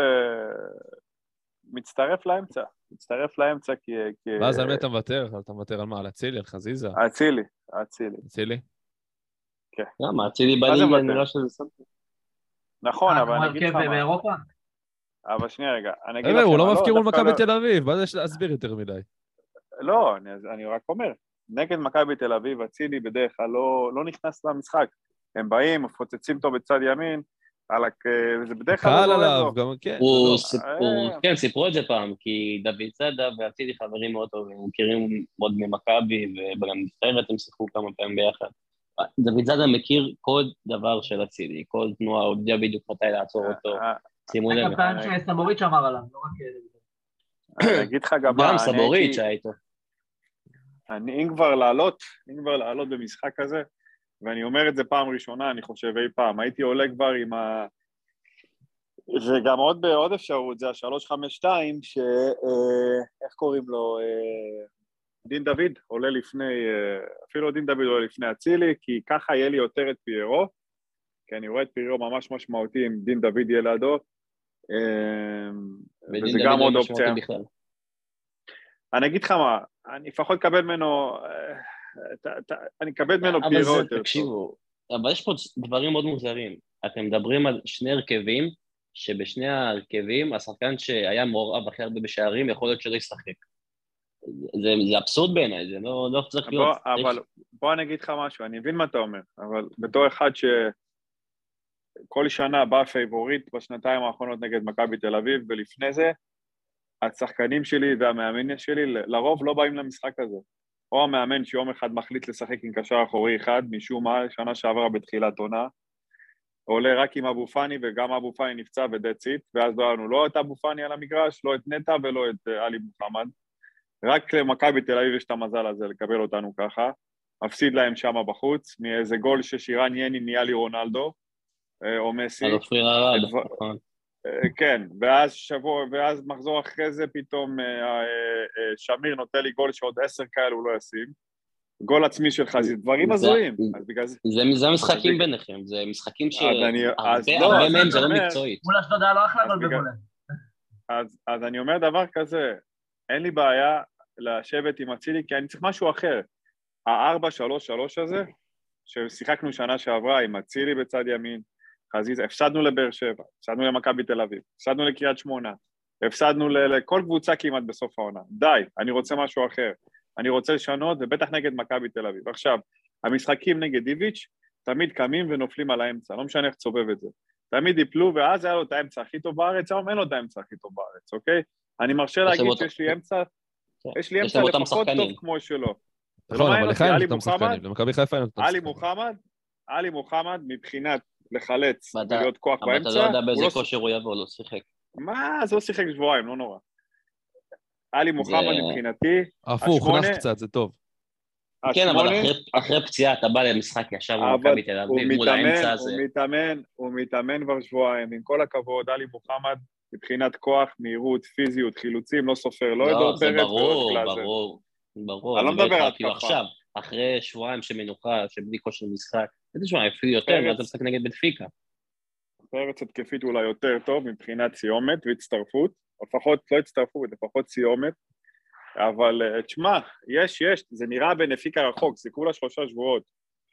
מצטרף לאמצע. מצטרף לאמצע כי... ואז על מי אתה מוותר? אתה מוותר על מה? על אצילי? על חזיזה? אצילי, אצילי. אצילי? כן. למה, אצילי מה זה בליגה מוותר? נראה שזה סנטר. נכון, אה, אבל כמו אני אגיד לך הרכב מה, באירופה? אבל שנייה רגע, אני אגיד חבר'ה, לכם, הוא לא מה, מפקיר מול דווקא מכבי לא- תל אביב, מה זה יש להסביר יותר מדי? לא, אני, אני רק אומר, נגד מכבי תל אביב, אצילי בדרך כלל לא, לא נכנס למשחק. הם באים, מפוצצים אותו בצד ימין, על הכ... וזה בדרך כלל לא קהל זורם עליו, לו. גם כן, זה הוא, לא. סיפ... אה, הוא, כן, סיפרו את זה פעם, כי דוד זאדה ואצילי חברים מאוד טובים, הם מכירים מאוד ממכבי, וגם נבחרת הם שיחקו כמה פעמים ביחד. דוד זאדה מכיר כל דבר של אצילי, כל תנועה, הוא יודע בדיוק מתי לעצור אותו, אה, שימו היה לב. גם פעמים שסבוריץ' אמר עליו, לא רק... אני אגיד לך גם גם מה, אני סבוריץ' הייתי, היה איתו. אני, אם כבר לעלות, אם כבר לעלות במשחק הזה, ואני אומר את זה פעם ראשונה, אני חושב אי פעם, הייתי עולה כבר עם ה... וגם עוד בעוד אפשרות, זה ה-שלוש חמש שתיים, ש... אה, איך קוראים לו? אה, דין דוד עולה לפני, אה, אפילו דין דוד עולה לפני אצילי, כי ככה יהיה לי יותר את פיירו, כי אני רואה את פיירו ממש משמעותי עם דין דוד יהיה לידו, אה, וזה גם עוד אופציה. בכלל. אני אגיד לך מה, אני לפחות אקבל ממנו, אני אקבל ממנו פיירו אבל זה, יותר טוב. תקשיבו, אבל יש פה דברים מאוד מוזרים. אתם מדברים על שני הרכבים, שבשני ההרכבים, השחקן שהיה מעורב הכי הרבה בשערים, יכול להיות שלא ישחק. זה, זה אבסורד בעיניי, זה לא, לא צריך בוא, להיות. אבל צריך... בוא אני אגיד לך משהו, אני מבין מה אתה אומר, אבל בתור אחד שכל שנה בא פייבוריט בשנתיים האחרונות נגד מכבי תל אביב, ולפני זה, השחקנים שלי והמאמנים שלי לרוב לא באים למשחק הזה. או המאמן שיום אחד מחליט לשחק עם קשר אחורי אחד, משום מה, שנה שעברה בתחילת עונה, עולה רק עם אבו פאני, וגם אבו פאני נפצע ודציט, ואז לא היה לנו לא את אבו פאני על המגרש, לא את נטע ולא את עלי מוחמד. רק למכבי בתל אביב יש את המזל הזה לקבל אותנו ככה, מפסיד להם שם בחוץ, מאיזה גול ששירן יני נהיה לי רונלדו, או מסי. על אופיר ארד, נכון. כן, ואז שבוע, ואז מחזור אחרי זה פתאום שמיר נותן לי גול שעוד עשר כאלה הוא לא ישים. גול עצמי שלך, זה דברים הזויים. זה משחקים ביניכם, זה משחקים שהרבה מהם זה לא מקצועית. מול אשדוד היה לא אחלה גול בגולה. אז אני אומר דבר כזה, אין לי בעיה לשבת עם אצילי, כי אני צריך משהו אחר. ה-ארבע שלוש שלוש הזה, ששיחקנו שנה שעברה עם אצילי בצד ימין, חזיזה, הפסדנו לבאר שבע, הפסדנו למכבי תל אביב, הפסדנו לקריית שמונה, הפסדנו לכל קבוצה כמעט בסוף העונה. די, אני רוצה משהו אחר. אני רוצה לשנות, ובטח נגד מכבי תל אביב. עכשיו, המשחקים נגד איביץ' תמיד קמים ונופלים על האמצע, לא משנה איך צובב את זה. תמיד ייפלו, ואז היה לו את האמצע הכי טוב בארץ, היום אין לו את האמצע הכי טוב בארץ, אוקיי? אני מרשה להגיד שיש לי אמצע, יש לי אמצע לפחות טוב כמו שלו. נכון, אבל לך אין אותם שחקנים, למכבי חיפה אין אותם שחקנים. עלי מוחמד, עלי מוחמד מבחינת לחלץ ולהיות כוח באמצע. אבל אתה לא יודע באיזה כושר הוא יבוא, לא שיחק. מה? זה לא שיחק שבועיים, לא נורא. עלי מוחמד מבחינתי, הפוך, נח קצת, זה טוב. כן, אבל אחרי פציעה אתה בא למשחק ישר במכבי תל אביב מול האמצע הזה. הוא מתאמן, הוא מתאמן כבר שבועיים, עם כל הכבוד, עלי מוחמד, מבחינת כוח, מהירות, פיזיות, חילוצים, לא סופר, לא ידור פרץ. זה ברור, ברור, ברור. אני לא מדבר על התקפה. עכשיו, אחרי שבועיים שמנוחה, שבלי כושר משחק, איזה שבועיים, אפילו יותר, מה אתה משחק נגד בדפיקה. פרץ התקפית אולי יותר טוב מבחינת סיומת והצטרפות, לפחות לא הצטרפות, לפחות סיומת, אבל תשמע, יש, יש, זה נראה בנפיקה רחוק, זה כולה שלושה שבועות,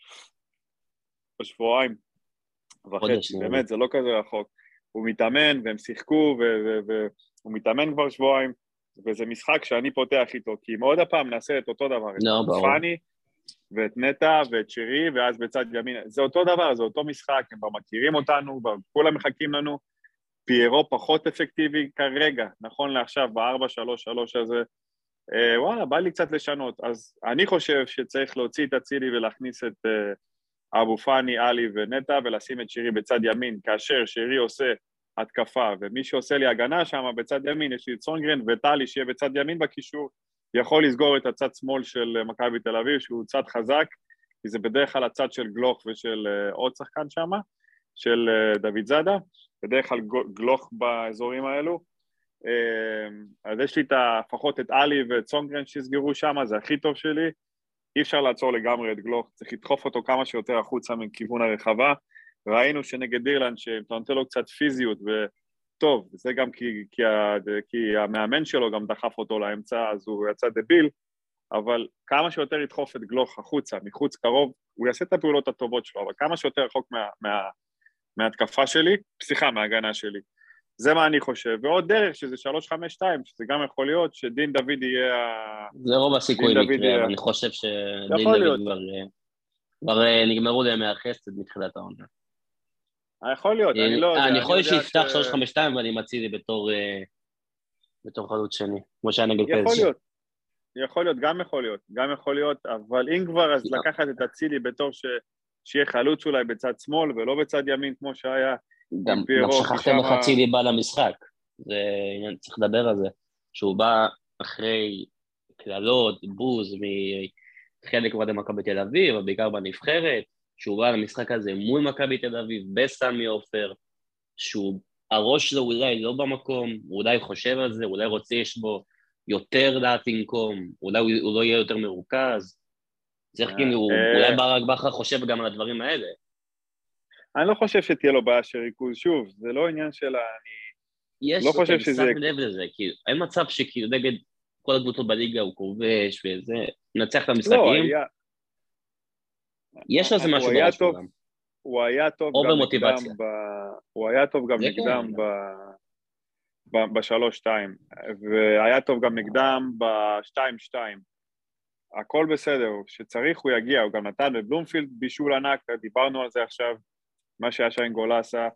בשבועיים וחצי, באמת, זה לא כזה רחוק. הוא מתאמן והם שיחקו, והוא מתאמן כבר שבועיים, וזה משחק שאני פותח איתו, כי אם עוד הפעם נעשה את אותו דבר, את פאני ואת נטע ואת שירי, ואז בצד ימין, זה אותו דבר, זה אותו משחק, הם כבר מכירים אותנו, כולם מחכים לנו, פיירו פחות אפקטיבי כרגע, נכון לעכשיו, ב-ארבע שלוש שלוש הזה, אה, וואלה, בא לי קצת לשנות, אז אני חושב שצריך להוציא את אצילי ולהכניס את אה, אבו פאני, עלי ונטע, ולשים את שירי בצד ימין, כאשר שירי עושה התקפה, ומי שעושה לי הגנה שם בצד ימין, יש לי את סונגרן וטלי שיהיה בצד ימין בקישור, יכול לסגור את הצד שמאל של מכבי תל אביב, שהוא צד חזק, כי זה בדרך כלל הצד של גלוך ושל uh, עוד שחקן שם, של uh, דוד זאדה, בדרך כלל גלוך באזורים האלו, uh, אז יש לי את לפחות את עלי ואת סונגרן שיסגרו שם, זה הכי טוב שלי, אי אפשר לעצור לגמרי את גלוך, צריך לדחוף אותו כמה שיותר החוצה מכיוון הרחבה, ראינו שנגד אירלנד שאתה נותן לו קצת פיזיות, וטוב, זה גם כי, כי, כי המאמן שלו גם דחף אותו לאמצע, אז הוא יצא דביל, אבל כמה שיותר ידחוף את גלוך החוצה, מחוץ קרוב הוא יעשה את הפעולות הטובות שלו, אבל כמה שיותר רחוק מה, מה, מההתקפה שלי, סליחה, מההגנה שלי. זה מה אני חושב. ועוד דרך שזה שלוש חמש שתיים, שזה גם יכול להיות שדין דוד יהיה... זה רוב הסיכוי דין דוד מקרה, יהיה- אבל אני חושב שדין יכול דוד להיות. כבר, כבר אה, נגמרו להם מהחסד מתחילת העונה. יכול להיות, אני לא יודע. אה, אני יכול יודע שיפתח ש- שלוש חמש שתיים ואני מצידי בתור אה, בתור חלוץ שני, כמו שהיה נגד יכול פסג'. להיות. יכול להיות, גם יכול להיות, גם יכול להיות, אבל אם כבר, אז לא. לקחת את אצילי בתור ש... שיהיה חלוץ אולי בצד שמאל, ולא בצד ימין כמו שהיה. גם, פיירו, גם שכחתם כי איך שמה- אצילי בא למשחק, זה עניין, צריך לדבר על זה, שהוא בא אחרי קללות, בוז מחלק ועד מכבי תל אביב, אבל בעיקר בנבחרת, שהוא בא למשחק הזה מול מכבי תל אביב, בסמי עופר, שהוא, הראש שלו אולי לא במקום, הוא אולי חושב על זה, אולי רוצה יש בו יותר דעת לנקום, אולי הוא, הוא לא יהיה יותר מרוכז, צריך כאילו, אה, אולי ברק בכר חושב גם על הדברים האלה. אני לא חושב שתהיה לו בעיה של ריכוז, שוב, זה לא עניין של ה... יש, לא חושב אוקיי, שזה- שם לב לזה, כאילו, אין מצב שכאילו נגד כל הקבוצות בליגה הוא כובש וזה, מנצח את לא, המשחקים, היה... יש לזה הוא משהו היה בראש טוב, שלו גם. הוא היה טוב אובר גם מוטיבציה. נגדם ב... הוא היה טוב גם זה נגדם כן. ב... ב- בשלוש שתיים, והיה טוב גם נגדם בשתיים שתיים. הכל בסדר, שצריך הוא יגיע, הוא גם נתן בבלומפילד בישול ענק, דיברנו על זה עכשיו, מה שהיה שיין גולסה.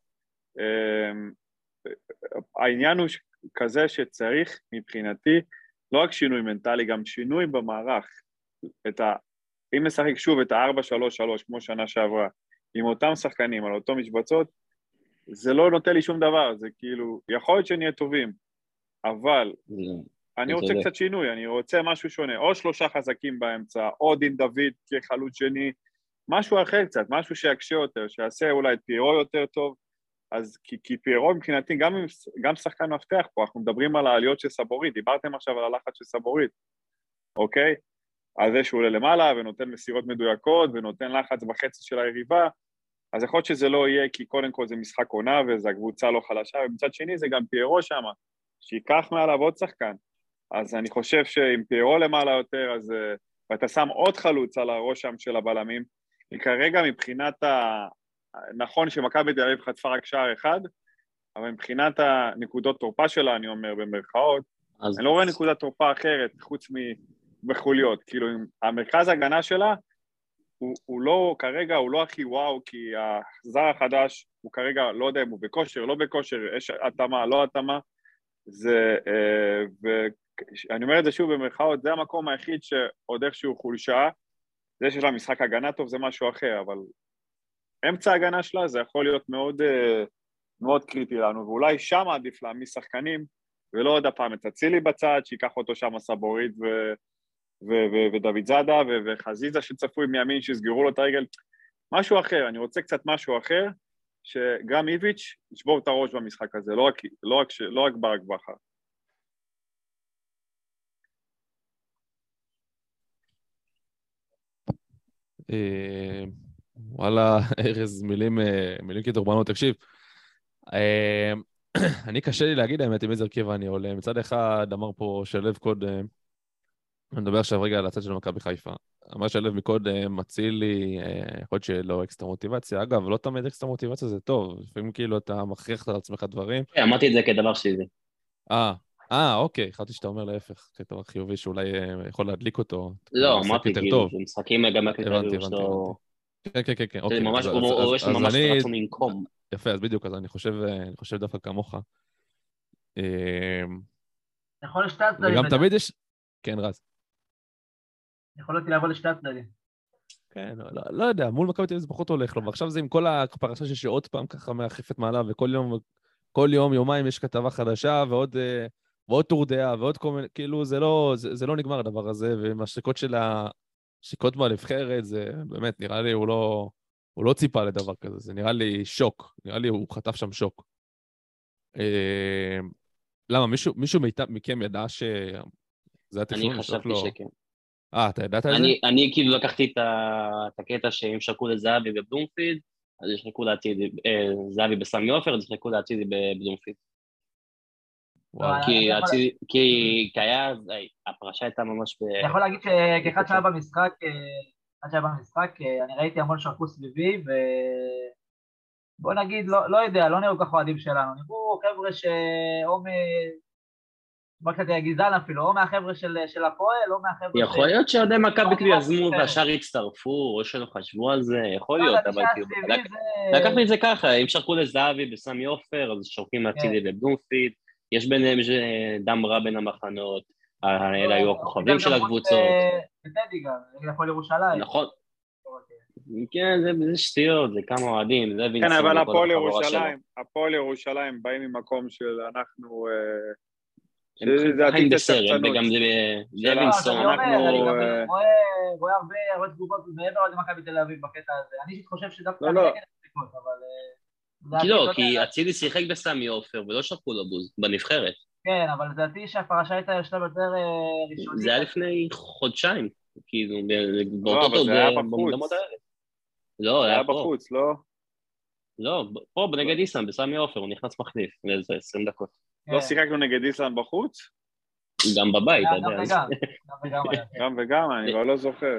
העניין הוא כזה שצריך מבחינתי, לא רק שינוי מנטלי, גם שינוי במערך. את ה... אם נשחק שוב את ה-ארבע שלוש שלוש, כמו שנה שעברה, עם אותם שחקנים, על אותו משבצות, זה לא נותן לי שום דבר, זה כאילו, יכול להיות שנהיה טובים, אבל זה- אני אתה רוצה צודק. קצת שינוי, אני רוצה משהו שונה, או שלושה חזקים באמצע, או דין דוד כחלוץ שני, משהו אחר קצת, משהו שיקשה יותר, שיעשה אולי את פיירו יותר טוב, אז כי, כי פיירו מבחינתי גם, גם שחקן מפתח פה, אנחנו מדברים על העליות של סבורית, דיברתם עכשיו על הלחץ של סבורית, אוקיי? על זה שהוא עולה למעלה ונותן מסירות מדויקות ונותן לחץ בחצי של היריבה, אז יכול להיות שזה לא יהיה, כי קודם כל זה משחק עונה וזו הקבוצה לא חלשה, ומצד שני זה גם פיירו שם, שיקח מעליו עוד שחקן. אז אני חושב שאם פיירו למעלה יותר, אז, ואתה שם עוד חלוץ על הראש שם של הבלמים, כרגע מבחינת ה... נכון שמכבי תל אביב חטפה רק שער אחד, אבל מבחינת הנקודות תורפה שלה, אני אומר במרכאות, אז אני לא רואה נקודת תורפה אחרת, חוץ מבחוליות. כאילו, המרכז ההגנה שלה, הוא, הוא לא, כרגע הוא לא הכי וואו, כי הזר החדש, הוא כרגע, לא יודע אם הוא בכושר, לא בכושר, יש התאמה, לא התאמה, זה, ואני אומר את זה שוב במרכאות, זה המקום היחיד שעוד איכשהו חולשה, זה שיש לה משחק הגנה טוב, זה משהו אחר, אבל אמצע ההגנה שלה זה יכול להיות מאוד, מאוד קריטי לנו, ואולי שם עדיף להעמיד שחקנים, ולא עוד הפעם את אצילי בצד, שיקח אותו שם סבורית ו... ו- ו- ודוד זאדה ו- וחזיזה שצפוי מימין שסגרו לו את הרגל, משהו אחר, אני רוצה קצת משהו אחר, שגם איביץ' ישבור את הראש במשחק הזה, לא רק, לא רק, ש- לא רק ברק בכר. אה, וואלה, ארז, מילים, אה, מילים כדורבנות, תקשיב. אה, אני קשה לי להגיד האמת עם איזה הרכב אני עולה. מצד אחד אמר פה שלב קודם, אני מדבר עכשיו רגע על הצד של מכבי חיפה. אמר שלב מקודם, אצילי, אה, יכול להיות שלא אקסטרה מוטיבציה. אגב, לא תמיד אקסטרה מוטיבציה זה טוב. לפעמים כאילו אתה מכריח על עצמך דברים. כן, אמרתי את זה כדבר שלי. אה, אה, אוקיי, חשבתי שאתה אומר להפך, כדבר חיובי שאולי אה, יכול להדליק אותו. לא, לשחק אמרתי יותר כאילו, טוב. זה משחקים גם מכבי תל הבנתי, אביב, יש הבנתי, לו... כן, כן, כן, כן, זה אוקיי. ממש, אז- הוא- אז- הוא- אז- יש לו אז ממש אני- רצון לנקום. יפה, אז בדיוק, אז אני חושב, אני חושב דווקא כמוך. אה, יכול לשתי הצדדים. וגם לדעתי. תמיד יש... כן, רז. יכול אותי לעבור לשתי הצדדים. כן, לא, לא, לא יודע, מול מכבי תל אביב זה פחות הולך לו, ועכשיו זה עם כל הפרשה שעוד פעם ככה מאחפת מעליו, וכל יום, כל יום, יומיים יש כתבה חדשה, ועוד, אה, ועוד טור דעה, ועוד כל מיני, כאילו זה לא, זה, זה לא נגמר הדבר הזה, ועם השקות של השקות בנבחרת, זה באמת, נראה לי הוא לא, הוא לא ציפה לדבר כזה, זה נראה לי שוק, נראה לי הוא חטף שם שוק. אה, למה, מישהו, מישהו מיתה, מכם ידע שזה התכנון? אני לשלוח חשבתי לו- שכן. אה, אתה ידעת את זה? אני, אני כאילו לקחתי את, ה, את הקטע שהם שרקו לזהבי בבלומפילד, אז ישחקו לעתידי, אה, זהבי בסמי עופר, אז ישחקו לעתידי בבלומפילד. וואו. אני כי, יכול- עתידי, כי, כי היה, הפרשה הייתה ממש ב... אני יכול להגיד שכאחד שהיה במשחק, אה, עד שהיה במשחק, אני ראיתי המון שרקו סביבי, ו... בוא נגיד, לא, לא יודע, לא נראו כך אוהדים שלנו, נראו חבר'ה שאו מ... בוא קצת גזען אפילו, או מהחבר'ה של, של הפועל, או מהחבר'ה יכול להיות שאוהדי מכבי כאילו יזמו כן. והשאר הצטרפו, או שלא חשבו על זה, יכול לא, להיות, מי אבל שהיה כאילו, סביבי לק- זה... לקחתי את זה ככה, אם שרקו לזהבי בסמי עופר, אז שורקים מהצידי לבלומפילד, יש ביניהם דם רע בין המחנות, האלה היו הכוכבים של הקבוצות. בטדי גם, נגד הפועל ירושלים. נכון. כן, זה זה שטויות, זה כמה אוהדים, זה כן, וינסון אבל וכל הפועל החבורה שלו. ירושלים, הפועל ירושלים באים ממקום של אנחנו... אה, הם שזה חיים עתיד בסרט, השחצנות. וגם זה של לוינסון. אני אומר, אנחנו, אני גם אה, רואה רואה הרבה הרבה תגובות מעבר למכבי תל אביב בקטע הזה. אני אישית חושב שדווקא לא, לא. נגד הפסיקות, אבל... אה, כי לדעתי, לא, אתה כי יודע, אצילי שיחק בסמי עופר ולא שרקו לו בוז בנבחרת. כן, אבל לדעתי שהפרשה הייתה בשלב יותר אה, ראשוני. זה היה לפני חודשיים, כאילו, לא, באותו אבל טוב, זה היה במוקדמות בחוץ. האלה. לא, זה היה היה פה. בחוץ, לא? לא, פה בנגד איסלאם, בסמי עופר, הוא נכנס מחליף, לאיזה עשרים דקות. כן. לא שיחקנו נגד איסלנד בחוץ? גם בבית, אתה גם יודע. אז- וגם, גם וגם היה. כן. גם וגם, אני כבר לא זוכר.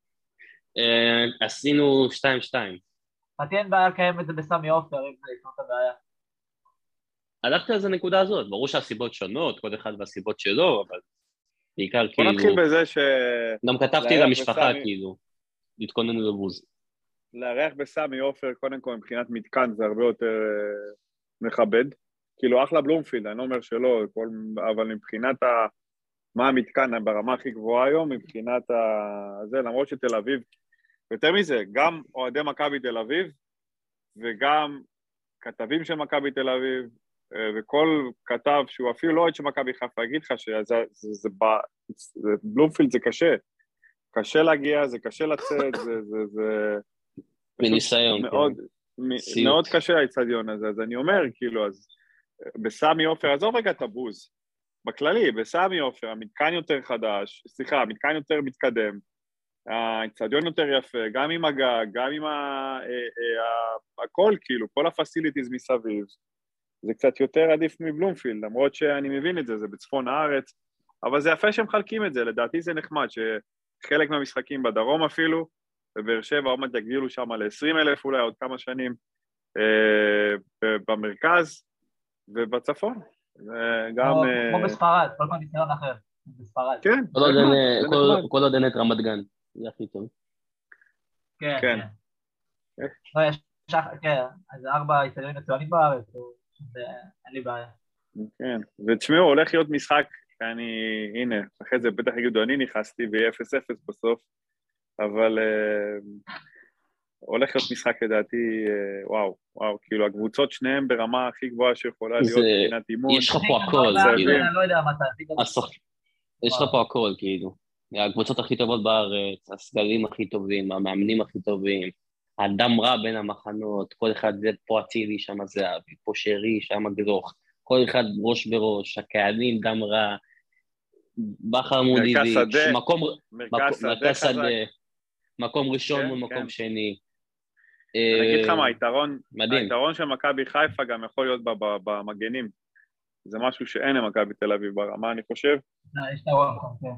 אה, עשינו שתיים שתיים. לדעתי אין בעיה לקיים את זה בסמי עופר, אם זה יפתור את הבעיה. הלכתי על זה נקודה הזאת, ברור שהסיבות שונות, כל אחד והסיבות שלו, אבל בעיקר בוא כאילו, נתחיל בזה ש... גם כתבתי לארח למשפחה בסמי- כאילו, להתכונן לבוז. לארח בסמי עופר, קודם כל מבחינת מתקן זה הרבה יותר אה, מכבד. כאילו אחלה בלומפילד, אני לא אומר שלא, כל... אבל מבחינת ה... מה המתקן ברמה הכי גבוהה היום, מבחינת ה... זה, למרות שתל אביב, יותר מזה, גם אוהדי מכבי תל אביב, וגם כתבים של מכבי תל אביב, אה, וכל כתב שהוא אפילו לא אוהד של מכבי חיפה, יגיד לך שזה זה, זה, זה, זה, בלומפילד זה קשה, קשה להגיע, זה קשה לצאת, זה, זה, זה מניסיון, מאוד, כן. מ, סיוט. מאוד קשה האצטדיון הזה, אז אני אומר, כאילו, אז בסמי עופר, עזוב רגע את הבוז, בכללי, בסמי עופר, המתקן יותר חדש, סליחה, המתקן יותר מתקדם, האצטדיון יותר יפה, גם עם הגג, גם עם ה, ה, ה, הכל, כאילו, כל הפסיליטיז מסביב, זה קצת יותר עדיף מבלומפילד, למרות שאני מבין את זה, זה בצפון הארץ, אבל זה יפה שמחלקים את זה, לדעתי זה נחמד, שחלק מהמשחקים בדרום אפילו, בבאר שבע עוד מעט יגדילו שם ל-עשרים אלף אולי עוד כמה שנים, אה, במרכז ובצפון. גם... כמו- אה, כמו בספרד, כל פעם ניסיון אחר. בספרד. כן, כל עוד זה אין, נחמד, אה, זה כל- נחמד. כל עוד אין את רמת גן, זה הכי טוב. כן, כן. כן. לא, יש, שח- כן, אז ארבע ישראלים מצוינים בארץ, או- זה- אין לי בעיה. כן, ותשמעו, הולך להיות משחק, אני, הנה, אחרי זה בטח יגידו, אני נכנסתי ויהיה אפס אפס בסוף, אבל אה, הולך להיות משחק לדעתי, אה, וואו, וואו, כאילו הקבוצות שניהם ברמה הכי גבוהה שיכולה להיות זה- מבחינת אימון. יש לך אני פה גם הכל, לא יודע, כאילו. אני לא יודע מתי. הכי גדול. הסוכ... יש לך פה הכל, כאילו. הקבוצות הכי טובות בארץ, הסגלים הכי טובים, המאמנים הכי טובים, הדם רע בין המחנות, כל אחד זה פה אצילי, שם זהבי, פה שרי, שם גלוך, כל אחד ראש בראש, הקהלים דם רע, בכר מול מרכז איביץ', שדה, מקום, מרכז מקום, שדה מרכז חזק. שדה, מקום ראשון כן, מול כן. מקום שני. אני אגיד לך אה, מה, היתרון, מדהים. היתרון של מכבי חיפה גם יכול להיות ב- ב- במגנים. זה משהו שאין למכבי תל אביב ברמה, אני חושב. לא, יש את הוואקום, כן.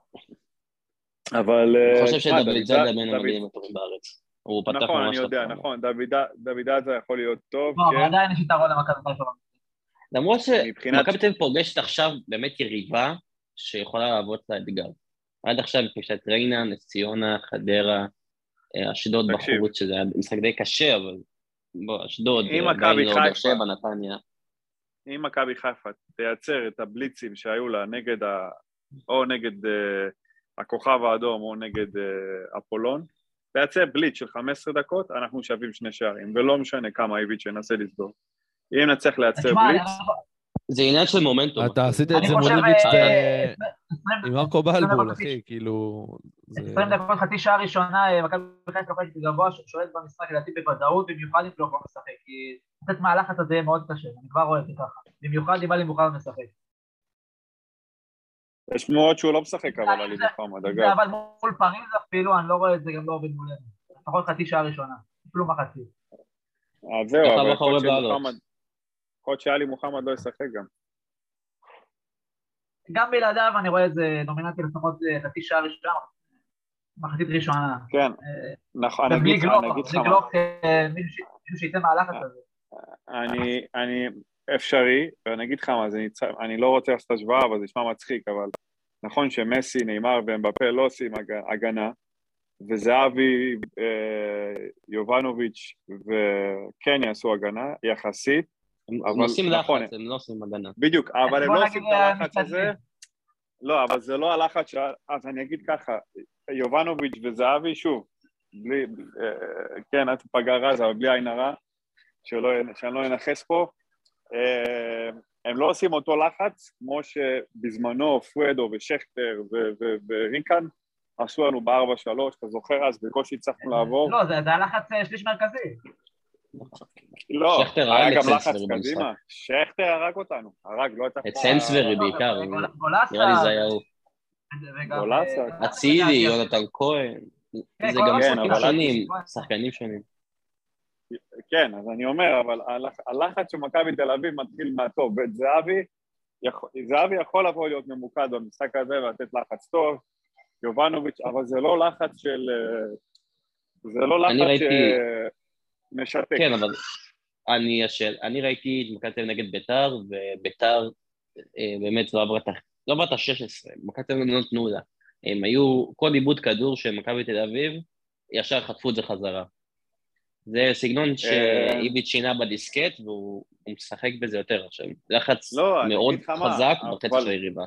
אבל... אני אה, חושב תשמע, שדוד דוד- זאדה בין דוד- המגנים הטובים בארץ. הוא פתח נכון, ממש אני יודע, טוב. נכון, דוד- דוד עזה יכול להיות טוב, לא, אבל כן. עדיין יש יתרון למכבי חיפה. מבחינת- למרות שמכבי תל אביב פוגשת עכשיו באמת יריבה שיכולה לעבוד לאתגר. עד עכשיו פגשת ריינה, נס ציונה, חדרה, אה, אשדוד תקשיב. בחוץ, שזה היה משחק די קשה, אבל בוא, אשדוד, אם אה, מכבי עדיין לא באר חיפה- שבע, נתניה. אם מכבי חיפה תייצר את הבליצים שהיו לה נגד ה... או נגד uh, הכוכב האדום או נגד uh, אפולון, תייצר בליץ של חמש עשרה דקות, אנחנו שווים שני שערים, ולא משנה כמה איביץ' ינסה לסגור. אם נצליח לייצר תשמע, בליץ, זה עניין של מומנטום. אתה עשית את אני זה חושב... מול איביץ' אה, ב- עשרים- עם מרקו עשרים בלבול, דקות אחי, כאילו... זה- עשרים דקות, חצי שעה ראשונה, אה, מכבי חיפה לוחצת גבוה, ששולט במשחק לדעתי בוודאות, במיוחד אם לא יכול לשחק, כי לתת מהלחץ הזה יהיה מאוד קשה, אני כבר רואה את זה ככה. במיוחד אם בא לי מוכן לשחק. יש שמועות שהוא לא משחק, אבל עלי מוחמד, זה אגב. אבל מול פריז אפילו, אני לא רואה את זה, גם לא עובד מולנו. לפחות חצי שעה ראשונה, אפילו מחצית. אז זהו, ככה אבל לא יכול להיות חורב לעלות. שמוחמד, יכול להיות שעלי מוחמד לא ישחק גם. גם בלעדיו אני רואה את זה נומינטי לפחות אה, חצי שעה ראשונה. מחצית ראשונה. כן, נכון, אני אגיד לך, אני אגיד לך מה. ובלי גלוך, מישהו שייתן מהלחץ הזה. אני, אני, אפשרי, ואני אגיד לך מה, זה, אני לא רוצה לעשות השוואה, אבל זה נשמע מצחיק, אבל נכון שמסי, נאמר ואמבפה לא עושים הגנה, וזהבי, יובנוביץ' וכן יעשו הגנה, יחסית. הם עושים לחץ, הם לא עושים הגנה. בדיוק, אבל הם לא עושים את הלחץ הזה. לא, אבל זה לא הלחץ, אז אני אגיד ככה, יובנוביץ' וזהבי, שוב, בלי, כן, את פגע רז, אבל בלי עין הרע, שאני לא אנחס פה, הם לא עושים אותו לחץ, כמו שבזמנו פרדו ושכטר וריקן, עשו לנו ב-ארבע שלוש, אתה זוכר אז, בקושי הצלחנו לעבור. לא, זה היה לחץ שליש מרכזי. לא, היה גם לחץ קדימה. שכטר הרג אותנו, הרג, לא הייתה... את סנסברי בעיקר, נראה לי זה היה הוא. גולסה. אצילי, יונתן כהן, זה גם שחקנים שונים, שחקנים שונים. כן, אז אני אומר, אבל הלחץ של מכבי תל אביב מתחיל מהטוב, ואת זהבי, זהבי יכול לבוא להיות ממוקד במשחק הזה ולתת לחץ טוב, יובנוביץ', אבל זה לא לחץ של... זה לא לחץ שמשתק. כן, אבל אני, אני ראיתי את מכבי תל אביב נגד ביתר, וביתר באמת לא עברה, לא עברה את ה-שש עשרה, מכבי תל אביב לא נתנו לה. הם היו, כל איבוד כדור של מכבי תל אביב, ישר חטפו את זה חזרה. זה סגנון שאיביץ' שינה בדיסקט, והוא משחק בזה יותר עכשיו. לחץ מאוד חזק בקטע של היריבה.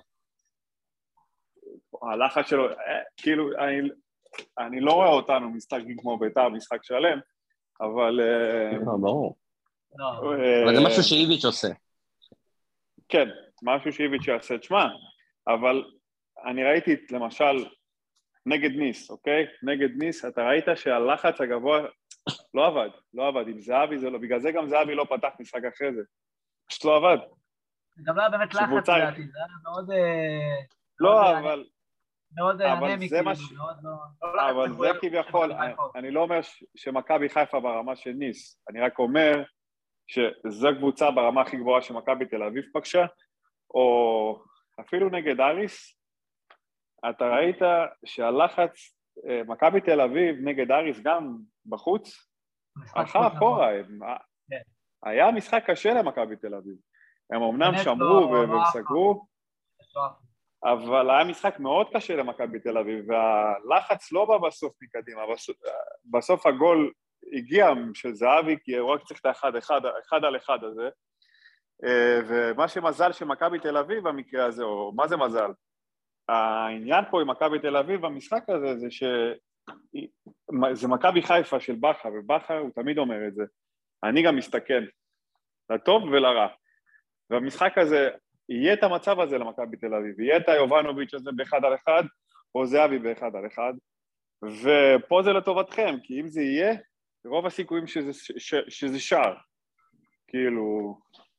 הלחץ שלו, כאילו, אני לא רואה אותנו משחקים כמו ביתר, משחק שלם, אבל... ברור. אבל זה משהו שאיביץ' עושה. כן, משהו שאיביץ' יעשה. תשמע, אבל אני ראיתי, למשל, נגד ניס, אוקיי? נגד ניס, אתה ראית שהלחץ הגבוה לא עבד, לא עבד. עם זהבי זה לא, בגלל זה גם זהבי לא פתח משחק אחרי זה. פשוט לא עבד. גם לא היה באמת לחץ לדעתי, זה היה מאוד... לא, אבל... מאוד אנמי, אבל זה כביכול, אני לא אומר שמכבי חיפה ברמה של ניס, אני רק אומר שזו קבוצה ברמה הכי גבוהה שמכבי תל אביב פגשה, או אפילו נגד אריס, אתה ראית שהלחץ, מכבי תל אביב נגד אריס גם בחוץ, הלכה אחורה, היה משחק קשה למכבי תל אביב, הם אמנם שמרו וסגרו, אבל היה משחק מאוד קשה למכבי תל אביב, והלחץ לא בא בסוף מקדימה, בסוף, בסוף הגול הגיע של זהבי, כי הוא רק צריך את האחד, אחד, אחד על אחד הזה, ומה שמזל של מכבי תל אביב במקרה הזה, או מה זה מזל? העניין פה עם מכבי תל אביב במשחק הזה, זה שזה מכבי חיפה של בכר, ובכר הוא תמיד אומר את זה, אני גם מסתכן, לטוב ולרע, והמשחק הזה, יהיה את המצב הזה למכבי תל אביב, יהיה את היובנוביץ' הזה באחד על אחד, או זהבי באחד על אחד, ופה זה לטובתכם, כי אם זה יהיה, רוב הסיכויים שזה, ש, שזה שער, כאילו,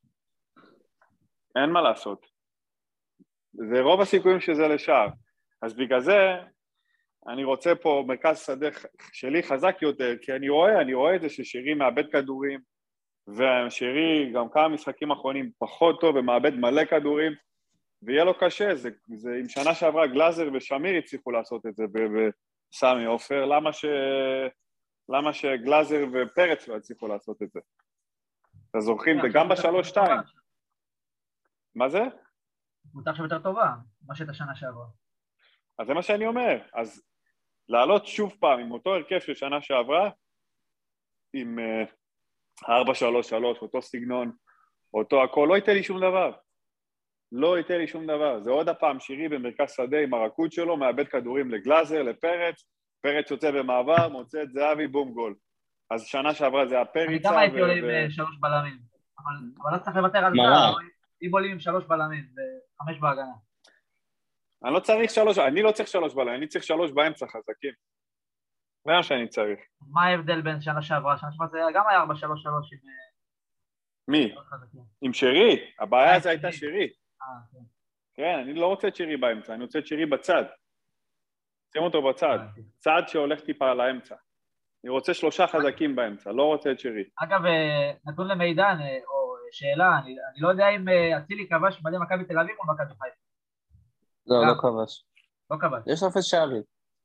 אין מה לעשות, זה רוב הסיכויים שזה לשער, אז בגלל זה, אני רוצה פה מרכז שדה שלי חזק יותר, כי אני רואה, אני רואה את זה ששירי מאבד כדורים, והשירי גם כמה משחקים אחרונים פחות טוב ומאבד מלא כדורים, ויהיה לו קשה, זה, זה עם שנה שעברה גלאזר ושמיר הצליחו לעשות את זה בסמי עופר, למה, ש, למה שגלאזר ופרץ לא הצליחו לעשות את זה? אתה זוכרים, זה גם בשלוש שתיים. מה זה? מותר שם יותר טובה, מה שהייתה שנה שעברה. אז זה מה שאני אומר, אז לעלות שוב פעם עם אותו הרכב של שנה שעברה, עם... ארבע שלוש שלוש, אותו סגנון, אותו הכל, לא ייתן לי שום דבר. לא ייתן לי שום דבר. זה עוד הפעם שירי במרכז שדה עם הרקוד שלו, מאבד כדורים לגלאזר, לפרץ, פרץ יוצא במעבר, מוצא את זהבי, בום גול. אז שנה שעברה זה הפריצה. אני גם הייתי עולה עם שלוש בלמים, אבל לא צריך לוותר על זה, אם עולים עם שלוש בלמים, וחמש בהגנה. אני לא צריך שלוש, אני לא צריך שלוש בלמים, אני צריך שלוש באמצע חזקים. זה מה שאני צריך. מה ההבדל בין שנה שעברה? שנה שעברה זה גם היה ארבע שלוש שלוש עם... מי? עם שירי. הבעיה הזו הייתה שירי. כן, אני לא רוצה את שירי באמצע, אני רוצה את שירי בצד. שים אותו בצד. צד שהולך טיפה על האמצע. אני רוצה שלושה חזקים באמצע, לא רוצה את שירי. אגב, נתון למידן, או שאלה, אני לא יודע אם אצילי כבש מדי מכבי תל אביב או מכבי חיפה. לא, לא כבש. לא כבש. יש אפס שערים.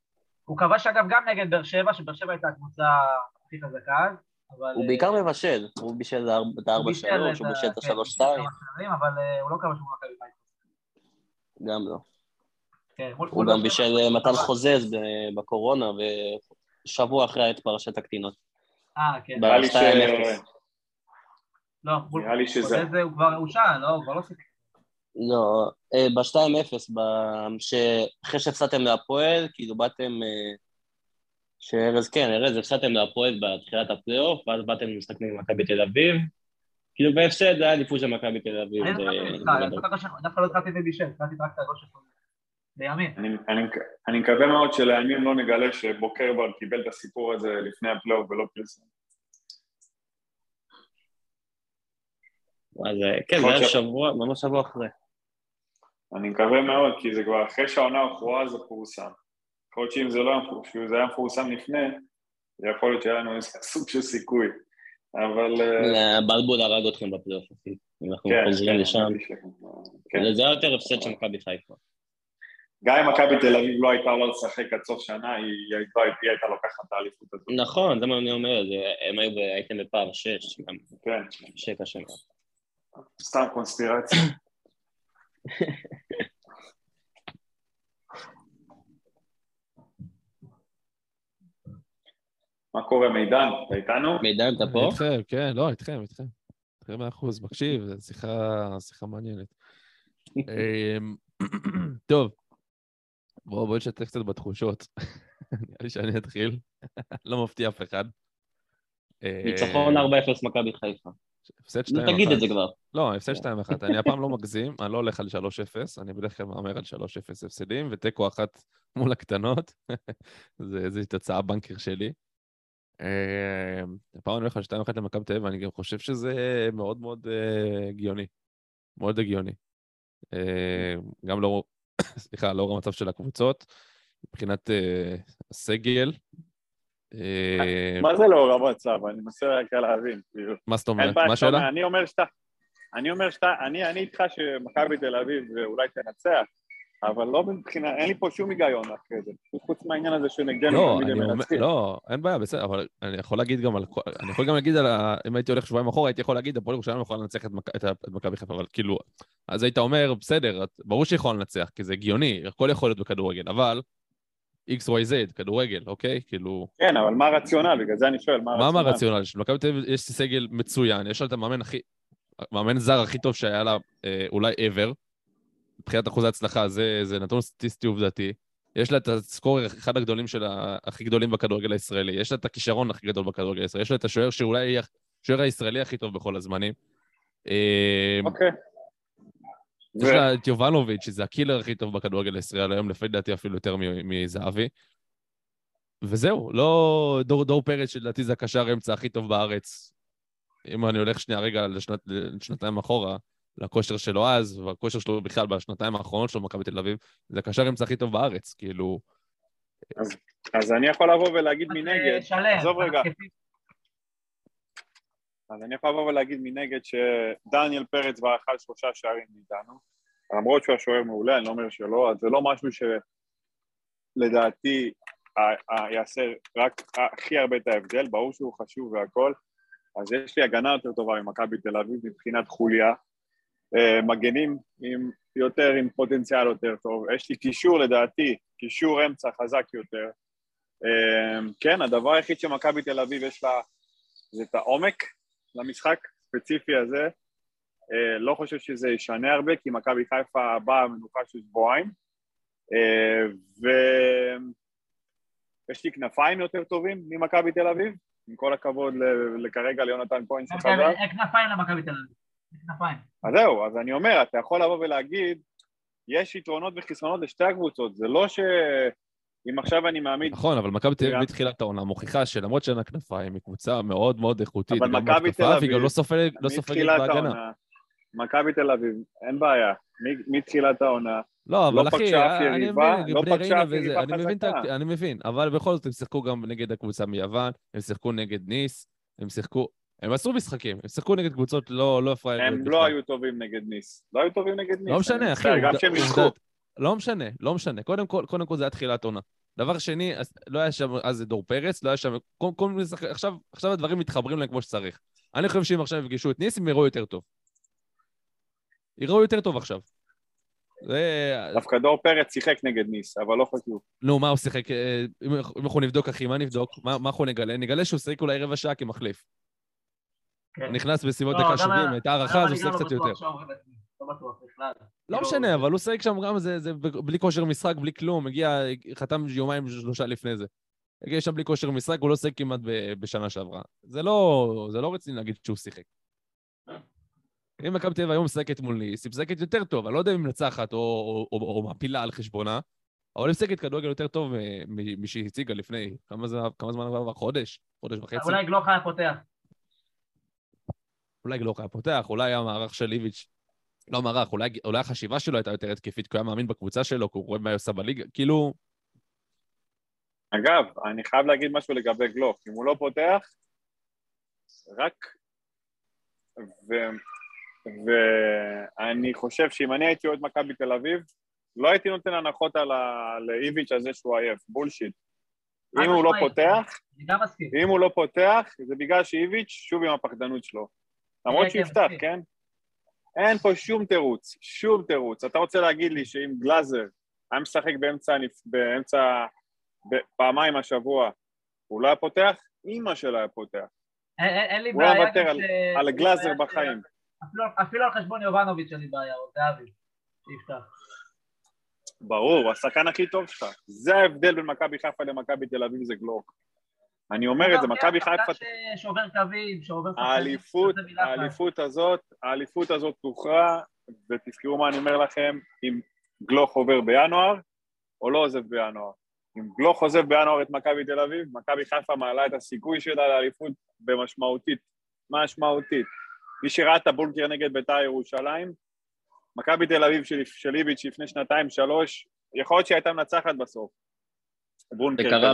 הוא כבש אגב גם נגד באר שבע, שבאר שבע הייתה הקבוצה הכי חזקה אז, אבל... הוא בעיקר מבשל, הוא בישל את ה-ארבע שלוש, הוא בישל את ה-שלוש שתיים. אבל הוא לא כבש במכבי חיפה. גם לא. כן, הוא גם בישל מתן חוזז בקורונה, ושבוע אחרי את פרשת הקטינות. אה, כן. ב-שתיים אפס. לא, חוזז הוא כבר הושע, לא, הוא כבר לא סיפק. לא, ב-שתיים אפס, אחרי שהפסדתם להפועל, כאילו באתם, שארז, כן, ארז, הפסדתם להפועל בתחילת הפלייאוף, ואז באתם למשחק נגד מכבי תל אביב, כאילו בהפסד, זה היה ניפוש של מכבי תל אביב. דווקא לא התחלתי בבישל, התחלתי רק את הגול שלו. לימין. אני מקווה מאוד שלימים לא נגלה שבוקר בר קיבל את הסיפור הזה לפני הפלייאוף ולא פרסם. כן, זה היה שבוע, ממש שבוע אחרי. אני מקווה מאוד, כי זה כבר אחרי שהעונה האחרונה זה פורסם. יכול להיות שאם זה לא היה מפורסם לפני, זה יכול להיות שהיה לנו איזה סוג של סיכוי. אבל... בלבול הרג אתכם בפלייאוף, אם אנחנו חוזרים לשם. זה היה יותר הפסד של מכבי חיפה. גם אם מכבי תל אביב לא הייתה לא לשחק עד סוף שנה, היא הייתה לוקחת את האליפות הזאת. נכון, זה מה אני אומר, הייתם בפער שש, גם שקע שנה. סתם קונספירציה. מה קורה, מידן? אתה איתנו? מידן, אתה פה? איתכם, כן, לא, איתכם, איתכם. איתכם מאה אחוז, מקשיב, זו שיחה מעניינת. טוב, בואו נשתף קצת בתחושות. נראה לי שאני אתחיל. לא מפתיע אף אחד. ניצחון ארבע אפס מכבי חיפה. הפסד שתיים אחת. תגיד את זה כבר. לא, הפסד שתיים אחת. אני הפעם לא מגזים, אני לא הולך על שלוש אפס, אני בדרך כלל מאמר על שלוש אפס הפסדים, ותיקו אחת מול הקטנות. זה תוצאה בנקר שלי. הפעם אני הולך על שתיים אחת למכבי תל אביב, ואני גם חושב שזה מאוד מאוד הגיוני. מאוד הגיוני. גם לא, סליחה, לאור המצב של הקבוצות, מבחינת הסגל. מה זה לאור המצב? אני מנסה רק להבין. מה זאת אומרת? מה השאלה? אני אומר שאתה, אני אומר שאתה, אני איתך שמכבי תל אביב אולי תנצח, אבל לא מבחינה, אין לי פה שום היגיון אחרי זה, חוץ מהעניין הזה שנגדנו תמיד הם מנצחים. לא, אין בעיה, בסדר, אבל אני יכול להגיד גם על, אני יכול גם להגיד על, אם הייתי הולך שבועיים אחורה, הייתי יכול להגיד, הפועל ירושלים יכולה לנצח את מכבי חיפה, אבל כאילו, אז היית אומר, בסדר, ברור שיכול לנצח, כי זה הגיוני, הכל יכול להיות בכדורגל, אבל אקס וואי זד, כדורגל, אוקיי? כאילו... כן, אבל מה הרציונל? בגלל זה אני שואל, מה הרציונל? מה הרציונל? במכבי תל אביב יש סגל מצוין, יש לה את המאמן הכי, המאמן זר הכי טוב שהיה לה, אולי ever, מבחינת אחוז ההצלחה, זה, זה נתון סטטיסטי עובדתי. יש לה את הסקורר אחד הגדולים של הכי גדולים בכדורגל הישראלי, יש לה את הכישרון הכי גדול בכדורגל הישראלי, יש לה את השוער שאולי יהיה השוער הישראלי הכי טוב בכל הזמנים. אוקיי. יש לה את יובנוביץ', שזה הקילר הכי טוב בכדורגל הישראלי, היום לפי דעתי אפילו יותר מזהבי. וזהו, לא דור, דור פרץ שלדעתי זה הקשר האמצע הכי טוב בארץ. אם אני הולך שנייה רגע לשנת, לשנתיים אחורה, לכושר שלו אז, והכושר שלו בכלל בשנתיים האחרונות שלו במכבי תל אביב, זה הקשר אמצע הכי טוב בארץ, כאילו... אז, אז אני יכול לבוא ולהגיד מנגד, עזוב רגע. אז אני יכול לבוא ולהגיד מנגד שדניאל פרץ כבר אכל שלושה שערים מאיתנו, למרות שהוא השוער מעולה, אני לא אומר שלא, אז זה לא משהו שלדעתי יעשה רק הכי הרבה את ההבדל, ברור שהוא חשוב והכל, אז יש לי הגנה יותר טובה ממכבי תל אביב מבחינת חוליה, מגנים עם יותר, עם פוטנציאל יותר טוב, יש לי קישור לדעתי, קישור אמצע חזק יותר, כן, הדבר היחיד שמכבי תל אביב יש לה, זה את העומק למשחק ספציפי הזה, לא חושב שזה ישנה הרבה, כי מכבי חיפה הבאה מנוחה של שבועיים, ויש לי כנפיים יותר טובים ממכבי תל אביב, עם כל הכבוד לכרגע ליונתן כהן שחזר. כנפיים למכבי תל אביב. אז זהו, אז אני אומר, אתה יכול לבוא ולהגיד, יש יתרונות וחסרונות לשתי הקבוצות, זה לא שאם עכשיו אני מעמיד... נכון, אבל מכבי תל אביב מתחילת העונה מוכיחה שלמרות שאין הכנפיים, היא קבוצה מאוד מאוד איכותית, אבל מכבי תל אביב, והיא גם לא סופגת בהגנה. מכבי תל אביב, אין בעיה, מתחילת העונה, לא, אבל אחי, אני מבין, אני מבין, אבל בכל זאת הם שיחקו גם נגד הקבוצה מיוון, הם שיחקו נגד ניס, הם שיחקו... הם עשו משחקים, הם שיחקו נגד קבוצות לא לא אפראיות. הם לא היו טובים נגד ניס. לא היו טובים נגד ניס. לא משנה, אחי. גם שהם ניצחו. לא משנה, לא משנה. קודם כל, קודם כל זה היה תחילת עונה. דבר שני, אז לא היה שם אז דור פרץ, לא היה שם... כל, כל מיני שחק... עכשיו, עכשיו הדברים מתחברים להם כמו שצריך. אני חושב שאם עכשיו יפגשו את ניס, הם יראו יותר טוב. יראו יותר טוב עכשיו. זה... דווקא דור פרץ שיחק נגד ניס, אבל לא חשוב. נו, מה הוא שיחק? אם אנחנו נבדוק, אחי, מה נבדוק? מה, מה אנחנו נגלה? נגלה שהוא שיחק אולי רבע שעה כמחליף. הוא נכנס בסביבות דקה שבעים, הייתה הערכה, אז הוא שיחק קצת יותר. לא בטוח בכלל. לא משנה, אבל הוא שיחק שם גם, זה בלי כושר משחק, בלי כלום, הגיע, חתם יומיים שלושה לפני זה. הגיע שם בלי כושר משחק, הוא לא שיחק כמעט בשנה שעברה. זה לא, זה לא רציני להגיד שהוא שיחק. אם מכבי תל אביב היום משחקת מול ניס, היא משחקת יותר טוב, אני לא יודע אם מנצחת או מפילה על חשבונה, אבל היא משחקת כדורגל יותר טוב משהיא הציגה לפני, כמה זמן עבר? חודש? חודש וחצי? אולי גלוך היה פותח. אולי גלוך היה פותח, אולי המערך של איביץ' לא מערך, אולי, אולי החשיבה שלו הייתה יותר התקפית, כי הוא היה מאמין בקבוצה שלו, כי הוא רואה מה היא עושה בליגה, כאילו... אגב, אני חייב להגיד משהו לגבי גלוך, אם הוא לא פותח, רק... ו... ואני חושב שאם אני הייתי עוד מכבי בתל אביב, לא הייתי נותן הנחות על ה... לאיביץ' הזה שהוא עייף, בולשיט. אם הוא לא פותח, אם הוא לא פותח, זה בגלל שאיביץ' שוב עם הפחדנות שלו. למרות שהוא יפתח, כן? אין פה שום תירוץ, שום תירוץ. אתה רוצה להגיד לי שאם גלאזר היה משחק באמצע, באמצע, פעמיים השבוע, הוא לא היה פותח? אמא שלו היה פותח. אין לי בעיה. הוא גם לא מוותר על גלאזר בחיים. אפילו על חשבון יובנוביץ' אין לי בעיה, או זהבי, שיפתח. ברור, השחקן הכי טוב שלך. זה ההבדל בין מכבי חיפה למכבי תל אביב, זה גלוק. אני אומר את זה, מכבי חיפה... שעובר קווים, שעובר... האליפות הזאת, האליפות הזאת תוכרע, ותזכרו מה אני אומר לכם, אם גלוך עובר בינואר, או לא עוזב בינואר. אם גלוך עוזב בינואר את מכבי תל אביב, מכבי חיפה מעלה את הסיכוי שלה לאליפות במשמעותית. משמעותית. מי שראה את הבונקר נגד בית"ר ירושלים, מכבי תל אביב של איביץ' לפני שנתיים, שלוש, יכול להיות שהייתה מנצחת בסוף. זה קרה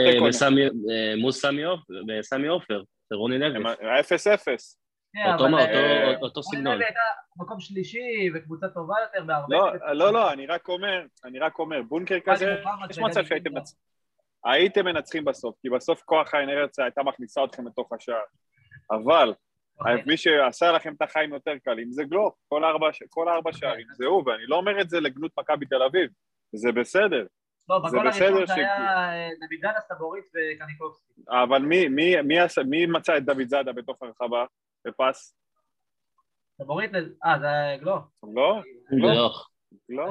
מול סמי עופר, רוני לוי. אפס אפס. אותו סגנון. רוני לוי הייתה מקום שלישי וקבוצה טובה יותר בהרבה. לא, לא, אני רק אומר, אני רק אומר, בונקר כזה, יש מצב שהייתם מנצחים. הייתם מנצחים בסוף, כי בסוף כוח האנרציה הייתה מכניסה אתכם לתוך השער. אבל מי שעשה לכם את החיים יותר קלים זה גלוך, כל ארבע שערים, זהו, ואני לא אומר את זה לגנות מכבי בתל אביב, זה בסדר. לא, בגול הראשון זה היה דוד זאדה, סבורית וקניקובסקי. אבל מי מצא את דוד זאדה בתוך הרחבה בפס? סבורית, אה, זה גלוך. לא? גלוך. גלוך?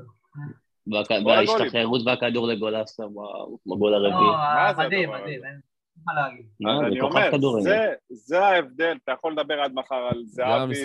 וההשתחררות והכדור לגולסה בגול הרביעי. מדהים, מדהים, אין מה להגיד. אני אומר, זה ההבדל, אתה יכול לדבר עד מחר על זהבי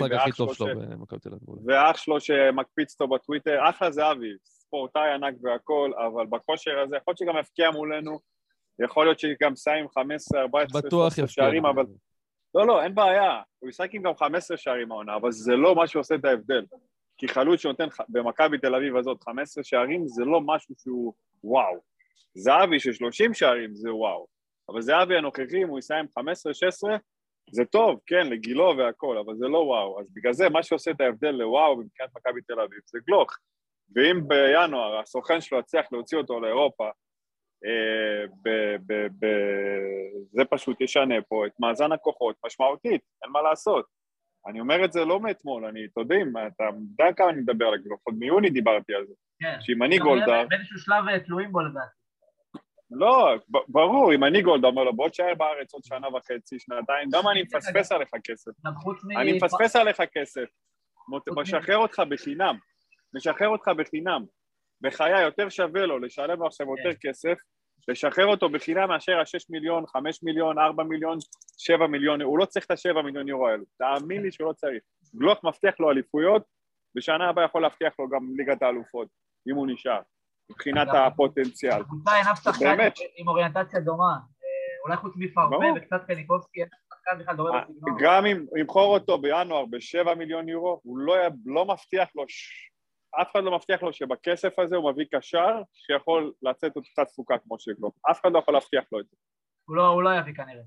ואח שלו שמקפיץ אותו בטוויטר, אחלה זהבי, ספורטאי ענק והכל, אבל בכושר הזה, יכול להיות שגם יפקיע מולנו, יכול להיות שגם סיים חמש עשרה ארבע עשרה שערים, אבל... לא, לא, אין בעיה, הוא ישחק עם גם חמש עשרה שערים העונה, אבל זה לא מה שעושה את ההבדל, כי חלוץ שנותן במכבי תל אביב הזאת חמש עשרה שערים, זה לא משהו שהוא וואו. זהבי של שלושים שערים זה וואו, אבל זהבי הנוכחים, הוא יסיים חמש עשרה שש עשרה, זה טוב, כן, לגילו והכל, אבל זה לא וואו, אז בגלל זה מה שעושה את ההבדל לוואו במקנת מכבי תל אביב, זה גלוך. ואם בינואר הסוכן שלו הצליח להוציא אותו לאירופה, זה פשוט ישנה פה את מאזן הכוחות משמעותית, אין מה לעשות. אני אומר את זה לא מאתמול, אני, אתה יודעים, אתה יודע כמה אני מדבר על הגלוך, עוד מיוני דיברתי על זה. שאם אני גולדהר... באיזשהו שלב תלויים בו לדעתי. לא, ברור, אם אני גולדהר אומר לו, בוא תשאר בארץ עוד שנה וחצי, שנתיים, גם אני מפספס עליך כסף. אני מפספס עליך כסף. משחרר אותך בחינם. משחרר אותך בחינם. בחיי יותר שווה לו לשלם לו עכשיו יותר כסף, לשחרר אותו בחינם מאשר ה-שש מיליון, חמש מיליון, ארבע מיליון, שבע מיליון, הוא לא צריך את ה-שבע מיליון יורו האלו, תאמין לי שהוא לא צריך. גלוך מבטיח לו אליפויות, בשנה הבאה יכול להבטיח לו גם ליגת האלופות, אם הוא נשאר, מבחינת הפוטנציאל. הקבוצה אין אף שחקן עם אוריינטציה דומה, אולי חוץ מפרפה וקצת קניקובסקי, שחקן בכלל דומה בסגנון. גם אם ימכור אותו בינואר ב-שבע מיליון יורו, הוא לא מבטיח לו, אף אחד לא מבטיח לו שבכסף הזה הוא מביא קשר שיכול לצאת את קצת תפוקה כמו שגלוך. אף אחד לא יכול להבטיח לו את זה. הוא לא יביא כנראה.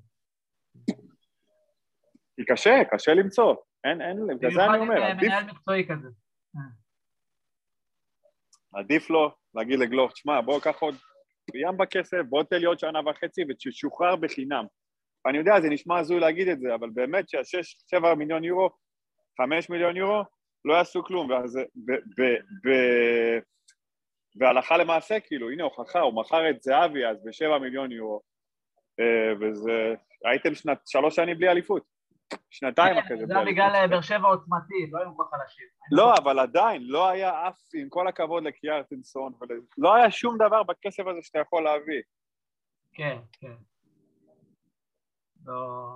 כי קשה, קשה למצוא. אין, אין, בגלל אני אומר. במיוחד מנהל מקצועי כזה. עדיף לו להגיד לגלוך, תשמע, בוא קח עוד ים בכסף, בוא תן לי עוד שנה וחצי ותשוחרר בחינם. אני יודע, זה נשמע הזוי להגיד את זה, אבל באמת שהשש, שבע מיליון יורו, חמש מיליון יורו, לא יעשו כלום, ואז, ו, ו, ו, והלכה למעשה, כאילו, הנה הוכחה, הוא מכר את זהבי אז בשבע מיליון יורו, וזה, הייתם שנת, שלוש שנים בלי אליפות, שנתיים כזה. זה היה בגלל באר שבע עוצמתי, לא היו כל כך חלשים. לא, אבל עדיין, לא היה אף, עם כל הכבוד לקיארטנסון, לא היה שום דבר בכסף הזה שאתה יכול להביא. כן, כן. לא...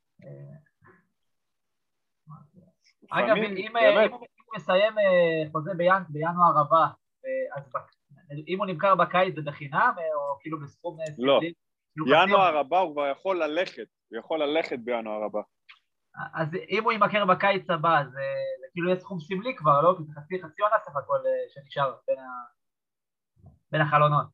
אגב, אם הוא מסיים חוזה בינואר הבא, אז אם הוא נמכר בקיץ זה בחינם, או כאילו בסכום... לא, ינואר הבא הוא כבר יכול ללכת, הוא יכול ללכת בינואר הבא. אז אם הוא ימכר בקיץ הבא, זה כאילו יהיה סכום סמלי כבר, לא? כי זה חצי חצי עונה סך הכל שנשאר בין החלונות.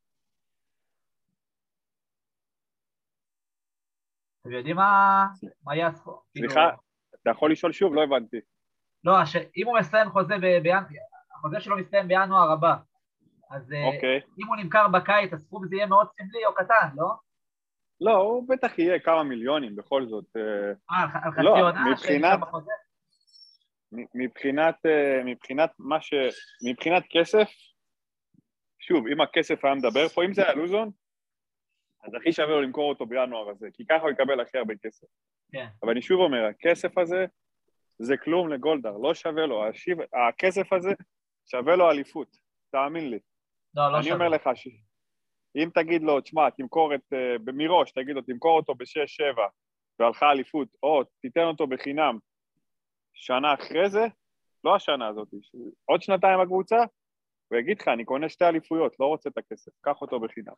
אתם יודעים מה יהיה הסכום? סליחה, אתה יכול לשאול שוב? לא הבנתי. לא, אם הוא מסיים חוזה בינואר, החוזה שלו מסיים בינואר הבא, אז אם הוא נמכר בקיץ, הסכום זה יהיה מאוד סמלי או קטן, לא? לא, הוא בטח יהיה כמה מיליונים בכל זאת. אה, על חצי עונה שנשאר בחוזה? מבחינת, מבחינת מה ש... מבחינת כסף, שוב, אם הכסף היה מדבר פה, אם זה היה לוזון, אז הכי שווה לו למכור אותו בינואר הזה, כי ככה הוא יקבל הכי הרבה כסף. כן. אבל אני שוב אומר, הכסף הזה זה כלום לגולדהר, לא שווה לו, השיב... הכסף הזה שווה לו אליפות, תאמין לי. לא, לא אני שווה. אומר לך ש... אם תגיד לו, תשמע, תמכור את, מראש, תגיד לו, תמכור אותו בשש שבע, והלכה אליפות, או תיתן אותו בחינם שנה אחרי זה, לא השנה הזאת, עוד שנתיים הקבוצה, הוא יגיד לך, אני קונה שתי אליפויות, לא רוצה את הכסף, קח אותו בחינם.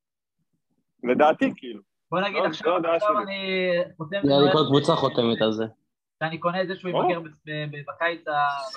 לדעתי, כאילו. בוא נגיד, לא, עכשיו, לא עכשיו אני חותם... נראה לי כל קבוצה חותמת על זה. שאני קונה את זה שהוא ימכר בקיץ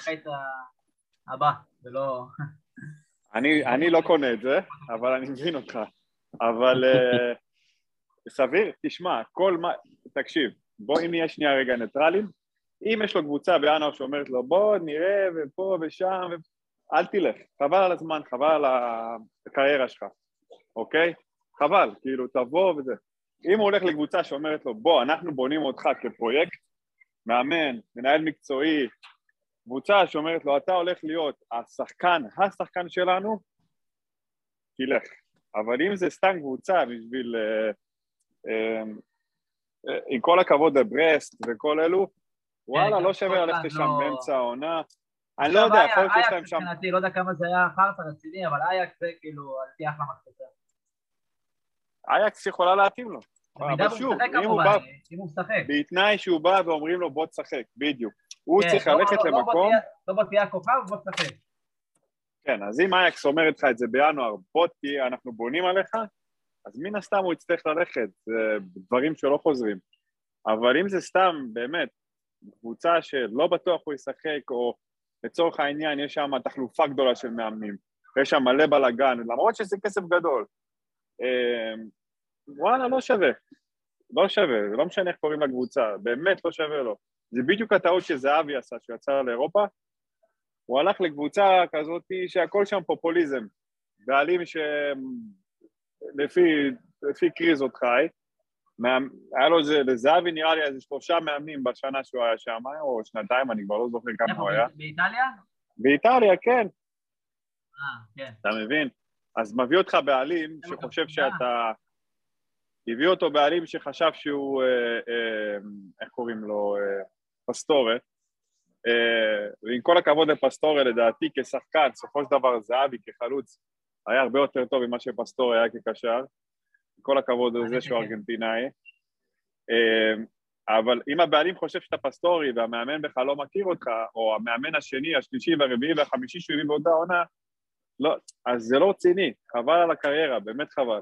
הבא, ולא... אני, אני לא קונה את זה, אבל אני מבין אותך. אבל uh, סביר, תשמע, כל מה... תקשיב, בוא אם נהיה שנייה רגע ניטרלים, אם יש לו קבוצה בינואר שאומרת לו, בוא נראה ופה ושם, ו... אל תלך, חבל על הזמן, חבל על הקריירה שלך, אוקיי? חבל, כאילו, תבוא וזה. אם הוא הולך לקבוצה שאומרת לו, בוא, אנחנו בונים אותך כפרויקט, מאמן, מנהל מקצועי, קבוצה שאומרת לו, אתה הולך להיות השחקן, השחקן שלנו, תלך. אבל אם זה סתם קבוצה בשביל, אה, אה, אה, עם כל הכבוד לברסט וכל אלו, וואלה, לא שווה ללכת לשם באמצע העונה. אני לא יודע, יכול להיות שיש להם שם... אני לא יודע כמה זה היה חרטה רציני, אבל אייקס זה כאילו, על פי אחלה מקצוצה. אייקס יכולה להתאים לו. אבל שוב, אם הוא בא... אם הוא משחק. בתנאי שהוא בא ואומרים לו, בוא תשחק, בדיוק. הוא צריך ללכת למקום... לא בוא תהיה הכוכב, בוא תשחק. כן, אז אם אייקס אומר לך את זה בינואר, בוא תהיה, אנחנו בונים עליך, אז מן הסתם הוא יצטרך ללכת, זה דברים שלא חוזרים. אבל אם זה סתם, באמת, קבוצה שלא בטוח הוא ישחק, או לצורך העניין יש שם תחלופה גדולה של מאמנים, ויש שם מלא בלגן, למרות שזה כסף גדול. וואלה, לא שווה. לא שווה, לא משנה איך קוראים לקבוצה, באמת לא שווה לו. זה בדיוק הטעות שזהבי עשה, שהוא יצא לאירופה, הוא הלך לקבוצה כזאת שהכל שם פופוליזם, בעלים שלפי קריזות חי, היה לו זה, לזהבי נראה לי איזה שלושה מאמנים בשנה שהוא היה שם, או שנתיים, אני כבר לא זוכר כמה הוא היה. באיטליה? באיטליה, כן. אה, כן. אתה מבין? אז מביא אותך בעלים שחושב שאתה... הביא אותו בעלים שחשב שהוא, איך קוראים לו, פסטורה, ועם כל הכבוד לפסטורה, לדעתי כשחקן, סופו של דבר זהבי כחלוץ, היה הרבה יותר טוב ממה שפסטורה היה כקשר, עם כל הכבוד לזה שהוא ארגנטינאי, אבל אם הבעלים חושב שאתה פסטורי והמאמן בכלל לא מכיר אותך, או המאמן השני, השלישי והרביעי והחמישי שהוא הביא באותה עונה, לא, אז זה לא רציני, חבל על הקריירה, באמת חבל.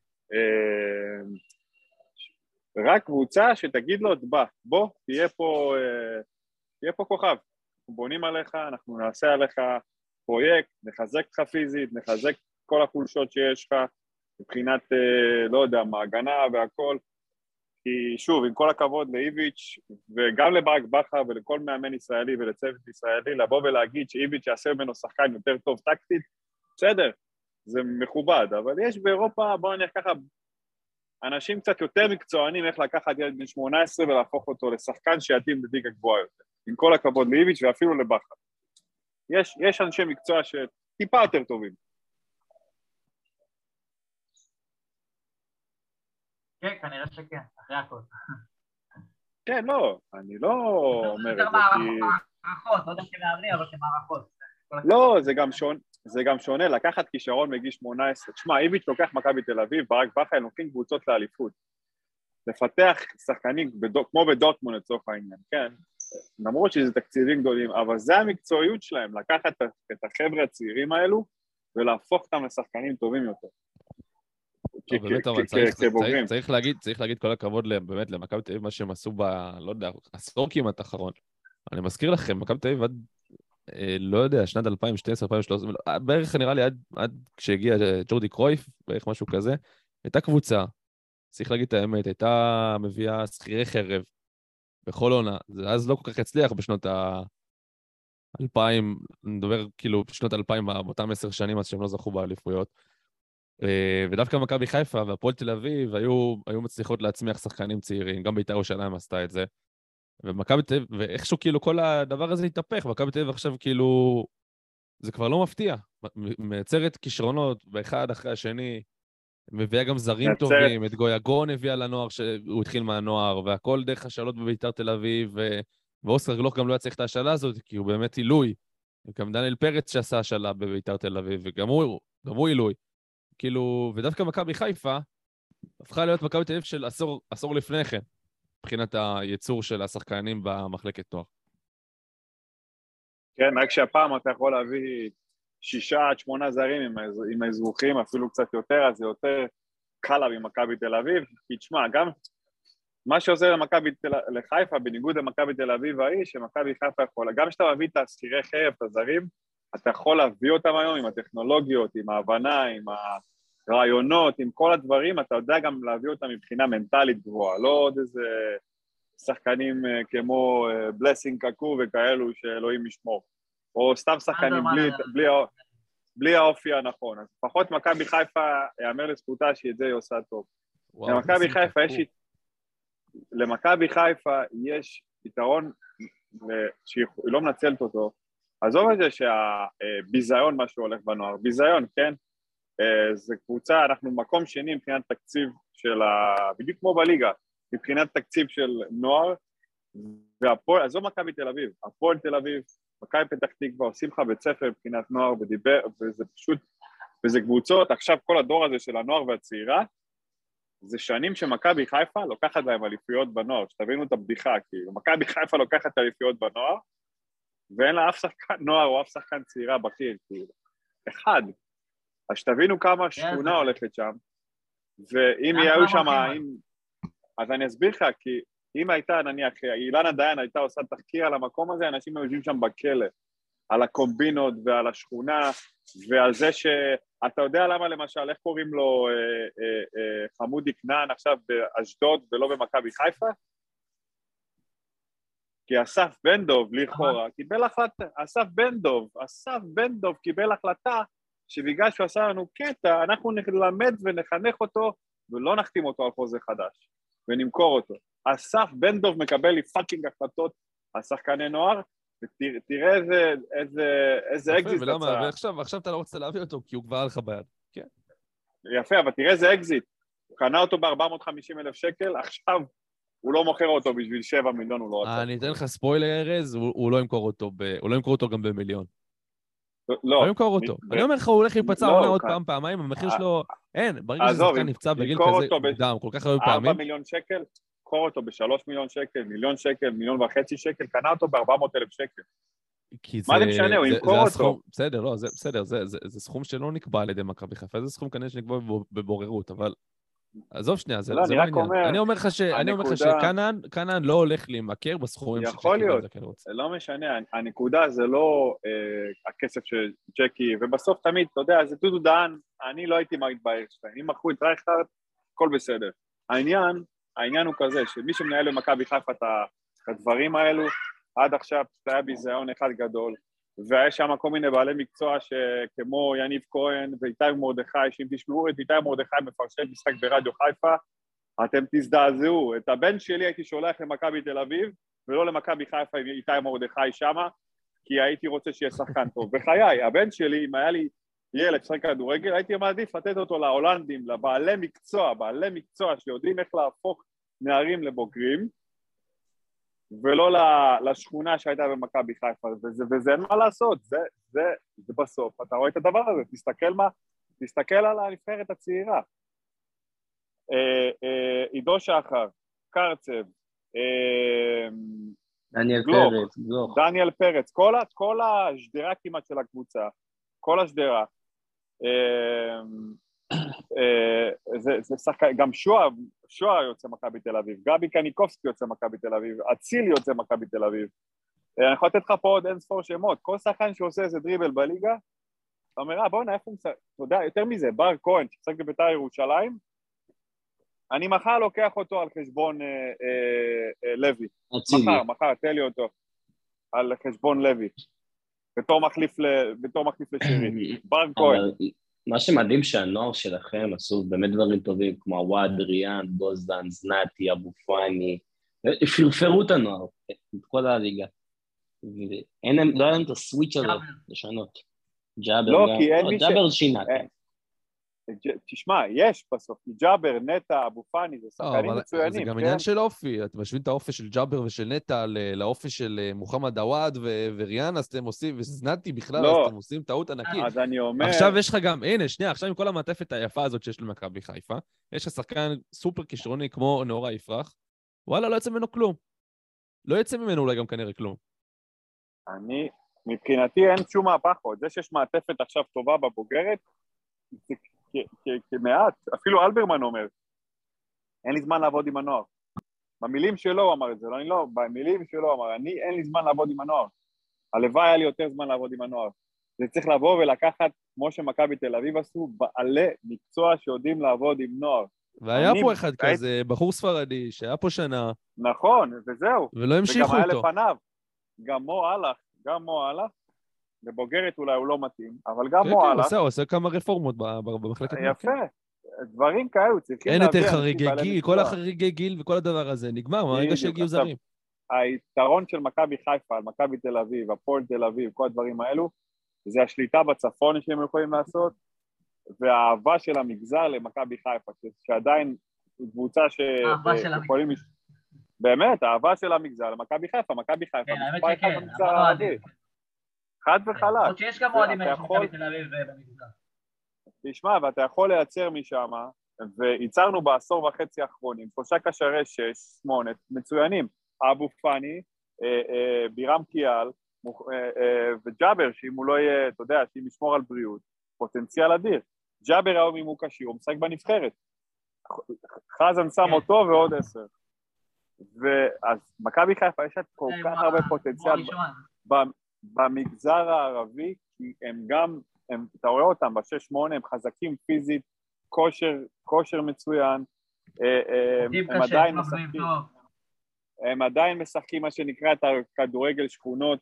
רק קבוצה שתגיד לו, בא, בוא, תהיה פה, תהיה פה כוכב, אנחנו בונים עליך, אנחנו נעשה עליך פרויקט, נחזק לך פיזית, נחזק כל החולשות שיש לך, מבחינת, לא יודע, מהגנה והכל, כי שוב, עם כל הכבוד לאיביץ' וגם לברק בכר ולכל מאמן ישראלי ולצוות ישראלי, לבוא ולהגיד שאיביץ' יעשה ממנו שחקן יותר טוב טקטית, בסדר, זה מכובד, אבל יש באירופה, בואו נראה ככה, אנשים קצת יותר מקצוענים איך לקחת ילד בן שמונה עשרה ולהפוך אותו לשחקן שיתאים בליגה גבוהה יותר. עם כל הכבוד לאיביץ' ואפילו לבכר. יש, יש אנשי מקצוע שטיפה יותר טובים. כן, כנראה שכן, אחרי הכל. כן, לא, אני לא אומר את זה, כי... מערכות, לא יודע כמאמנים, אבל כמערכות. לא, זה גם שונה, זה גם שונה, לקחת כישרון מגיל שמונה עשרה. תשמע, איביץ' לוקח מכבי תל אביב, ברק בכר, הם לוקחים קבוצות לאליפות. לפתח שחקנים בדוק, כמו בדורטמונד לצורך העניין, כן? למרות שזה תקציבים גדולים, אבל זה המקצועיות שלהם, לקחת את החבר'ה הצעירים האלו ולהפוך אותם לשחקנים טובים יותר. באמת, אבל צריך להגיד, צריך להגיד כל הכבוד באמת למכבי תל אביב, מה שהם עשו ב, לא יודע, עשור כמעט האחרון. אני מזכיר לכם, מכבי תל אביב עד, לא יודע, שנת אלפיים ושתים עשרה אלפיים ושלוש עשרה, בערך נראה לי עד כשהגיע ג'ורדי קרויף, בערך משהו כזה, הייתה קבוצה, צריך להגיד את האמת, הייתה מביאה שכירי חרב בכל עונה, אז לא כל כך הצליח בשנות האלפיים, נדבר כאילו בשנות האלפיים, באותם עשר שנים, אז שהם לא זכו באליפויות, ודווקא מכבי חיפה והפועל תל אביב היו, היו מצליחות להצמיח שחקנים צעירים, גם בית"ר ירושלים עשתה את זה, ומכבי תל אביב, ואיכשהו כאילו כל הדבר הזה התהפך, מכבי תל אביב עכשיו כאילו, זה כבר לא מפתיע, מייצרת כישרונות באחד אחרי השני, מביאה גם זרים מייצרת. טובים, את גויגון הביאה לנוער שהוא התחיל מהנוער, והכל דרך השאלות בבית"ר תל אביב, ו... ואוסקר גלוך גם לא יצריך את השאלה הזאת, כי הוא באמת עילוי, גם דניאל פרץ שעשה השאלה בבית"ר תל אביב, וגם הוא, גם הוא עילוי. כאילו, ודווקא מכבי חיפה, הפכה להיות מכבי תל אביב של עשור, עשור לפני כן, מבחינת הייצור של השחקנים במחלקת נוער. כן, רק שהפעם אתה יכול להביא שישה עד שמונה זרים עם, עם האזרוחים, אפילו קצת יותר, אז זה יותר קל לה ממכבי תל אביב, כי תשמע, גם מה שעושה למכבי לחיפה, בניגוד למכבי תל אביב ההיא, שמכבי חיפה יכולה, גם כשאתה מביא את הסחירי חרב, את הזרים, אתה יכול להביא אותם היום עם הטכנולוגיות, עם ההבנה, עם הרעיונות, עם כל הדברים, אתה יודע גם להביא אותם מבחינה מנטלית גבוהה, לא עוד איזה שחקנים כמו בלסינג קקו וכאלו שאלוהים ישמור, או סתם שחקנים בלי, בלי, בלי האופי הנכון. אז פחות מכבי חיפה, יאמר לזכותה שאת זה היא עושה טוב. למכבי חיפה יש, למכבי חיפה יש יתרון שהיא לא מנצלת אותו, עזוב את זה שהביזיון מה שהולך בנוער, ביזיון, כן? זה קבוצה, אנחנו מקום שני מבחינת תקציב של ה... בדיוק כמו בליגה, מבחינת תקציב של נוער, והפועל, עזוב מכבי תל אביב, הפועל תל אביב, מכבי פתח תקווה, עושים לך בית ספר מבחינת נוער ודיבר, וזה פשוט, וזה קבוצות, עכשיו כל הדור הזה של הנוער והצעירה, זה שנים שמכבי חיפה לוקחת להם אליפויות בנוער, שתבינו את הבדיחה, כאילו, מכבי חיפה לוקחת אליפויות בנוער, ואין לה אף שחקן נוער או אף שחקן צעירה בכיר, כאילו, אחד. אז שתבינו כמה שכונה הולכת שם, ואם יהיו שם, אז אני אסביר לך, כי אם הייתה, נניח, אילנה דיין הייתה עושה תחקיר על המקום הזה, אנשים יושבים שם בכלא, על הקומבינות ועל השכונה, ועל זה שאתה יודע למה למשל, איך קוראים לו אה, אה, אה, חמודי כנען עכשיו באשדוד ולא במכבי חיפה? כי אסף בן דוב, לכאורה, קיבל החלטה, אסף בן דוב, אסף בן דוב קיבל החלטה, שבגלל שהוא עשה לנו קטע, אנחנו נלמד ונחנך אותו, ולא נחתים אותו על חוזה חדש, ונמכור אותו. אסף בן דוב מקבל לי פאקינג החלטות על שחקני נוער, ותראה איזה, איזה, איזה אקזיט יפה, ולמה? ועכשיו, עכשיו אתה לא רוצה להביא אותו, כי הוא כבר על לך ביד. כן. יפה, אבל תראה איזה אקזיט. הוא קנה אותו ב-ארבע מאות וחמישים אלף שקל, עכשיו הוא לא מוכר אותו בשביל שבע מיליון, הוא לא רוצה. אני אתן לך ספוילר, ארז, הוא לא ימכור אותו, הוא לא ימכור אותו גם במיליון. לא. לא ימכור אותו. אני אומר לך, הוא הולך להיפצע עונה עוד פעם, פעמיים, המחיר שלו, אין, ברגע ששחקן נפצע בגיל כזה, דם, כל כך הרבה פעמים. ארבע מיליון שקל, קור אותו בשלוש מיליון שקל, מיליון שקל, מיליון וחצי שקל, קנה אותו ב-ארבע מאות אלף שקל. מה זה משנה, הוא ימכור אותו. בסדר, לא, בסדר, זה סכום שלא נקבע על ידי מכבי חיפה, זה סכום כנראה שנקבע בבוררות, אבל עזוב שנייה, זה לא עניין. אני אומר לך שקנן לא הולך להימכר בסכומים יכול להיות, לא משנה, הנקודה זה לא הכסף של ג'קי, ובסוף תמיד, אתה יודע, זה דודו דהן, אני לא הייתי מרית בערך שלהם, אם מכרו את רייכטארט, הכל בסדר. העניין, העניין הוא כזה, שמי שמנהל במכבי חיפה את הדברים האלו, עד עכשיו היה ביזיון אחד גדול, והיה שם כל מיני בעלי מקצוע שכמו יניב כהן ואיתי מרדכי, שאם תשמעו את איתי מרדכי מפרשן משחק ברדיו חיפה, אתם תזדעזעו. את הבן שלי הייתי שולח למכבי תל אביב, ולא למכבי חיפה עם איתי מרדכי שמה, כי הייתי רוצה שיהיה שחקן טוב. בחיי, הבן שלי, אם היה לי ילד שחק כדורגל, הייתי מעדיף לתת אותו להולנדים, לבעלי מקצוע, בעלי מקצוע שיודעים איך להפוך נערים לבוגרים, ולא לשכונה שהייתה במכבי חיפה, וזה, וזה אין מה לעשות, זה, זה, זה בסוף. אתה רואה את הדבר הזה, תסתכל מה, תסתכל על הנבחרת הצעירה. עידו שחר, קרצב, דניאל גלוך, פרץ, גלוך. דניאל פרץ, כל, כל השדרה כמעט של הקבוצה, כל השדרה. זה, זה שחק... גם שועה, שועה יוצא מכבי תל אביב, גבי קניקובסקי יוצא מכבי תל אביב, אצילי יוצא מכבי תל אביב. אני יכול לתת לך פה עוד אין ספור שמות, כל שחקן שעושה איזה דריבל בליגה, אתה אומר, אה, בוא'נה, איפה הוא משחק? אתה יודע, יותר מזה, בר כהן, שמשחק בבית"ר ירושלים, אני מחר לוקח אותו על חשבון אה, אה, אה, לוי. אצילי. מחר, מחר, תן לי אותו על חשבון לוי. בתור מחליף, ל... בתור מחליף לשירי. בר כהן. מה שמדהים שהנוער שלכם עשו באמת דברים טובים, כמו הוואד, ריאן, גוזדן, זנתי, אבו פאני, פרפרו את הנוער, את כל הליגה. ואין להם, לא היה להם את הסוויץ' הזה לשנות. ג'אבר לא, גם, כי אין לא, מי ש... ג'אבר שינה. תשמע, יש בסוף, ג'אבר, נטע, אבו פאני, זה שחקנים מצוינים. זה גם עניין של אופי, אתם משווים את האופי של ג'אבר ושל נטע לאופי של מוחמד עוואד וריאן, אז אתם עושים, וזנתי בכלל, אז אתם עושים טעות ענקית. אז אני אומר... עכשיו יש לך גם, הנה, שנייה, עכשיו עם כל המעטפת היפה הזאת שיש למכבי חיפה, יש לך שחקן סופר כישרוני כמו נאורה יפרח, וואלה, לא יצא ממנו כלום. לא יצא ממנו אולי גם כנראה כלום. אני, מבחינתי אין שום מהפך עוד. זה שיש מעטפת עכשיו טובה בבוגרת, זה כמעט, אפילו אלברמן אומר, אין לי זמן לעבוד עם הנוער. במילים שלו הוא אמר את זה, לא, אני לא, במילים שלו הוא אמר, אני אין לי זמן לעבוד עם הנוער. הלוואי היה לי יותר זמן לעבוד עם הנוער. זה צריך לבוא ולקחת, כמו שמכבי תל אביב עשו, בעלי מקצוע שיודעים לעבוד עם נוער. והיה אני, פה אחד היית... כזה, בחור ספרדי, שהיה פה שנה. נכון, וזהו. ולא המשיכו וגם אותו. היה לפניו. גם מו הלך, גם מו הלך. לבוגרת אולי הוא לא מתאים, אבל גם הוא הלך. כן, הוא עושה כמה רפורמות במחלקת... יפה, דברים כאלו צריכים להביא. אין יותר חריגי גיל, כל החריגי גיל וכל הדבר הזה נגמר, מהרגע שהגיעו זרים. היתרון של מכבי חיפה, על מכבי תל אביב, הפועל תל אביב, כל הדברים האלו, זה השליטה בצפון שהם יכולים לעשות, והאהבה של המגזר למכבי חיפה, שעדיין קבוצה שיכולים... באמת, האהבה של המגזר למכבי חיפה, מכבי חיפה, האמת שכן, אבל לא עדיף. חד וחלק. עוד שיש גם אוהדים מכבי תל אביב במגזר. תשמע, ואתה יכול לייצר משם, וייצרנו בעשור וחצי האחרונים, שלושה קשרי שש, שמונה, מצוינים, אבו פאני, בירם קיאל, וג'אבר, שאם הוא לא יהיה, אתה יודע, שאם ישמור על בריאות, פוטנציאל אדיר. ג'אבר היום אם הוא קשיר, הוא משחק בנבחרת. חזן שם אותו ועוד עשר. ואז מכבי חיפה יש כל כך הרבה פוטנציאל במגזר הערבי, כי הם גם, הם, אתה רואה אותם בשש שמונה, הם חזקים פיזית, כושר, כושר מצוין, הם עדיין משחקים, הם עדיין משחקים מה שנקרא את הכדורגל שכונות,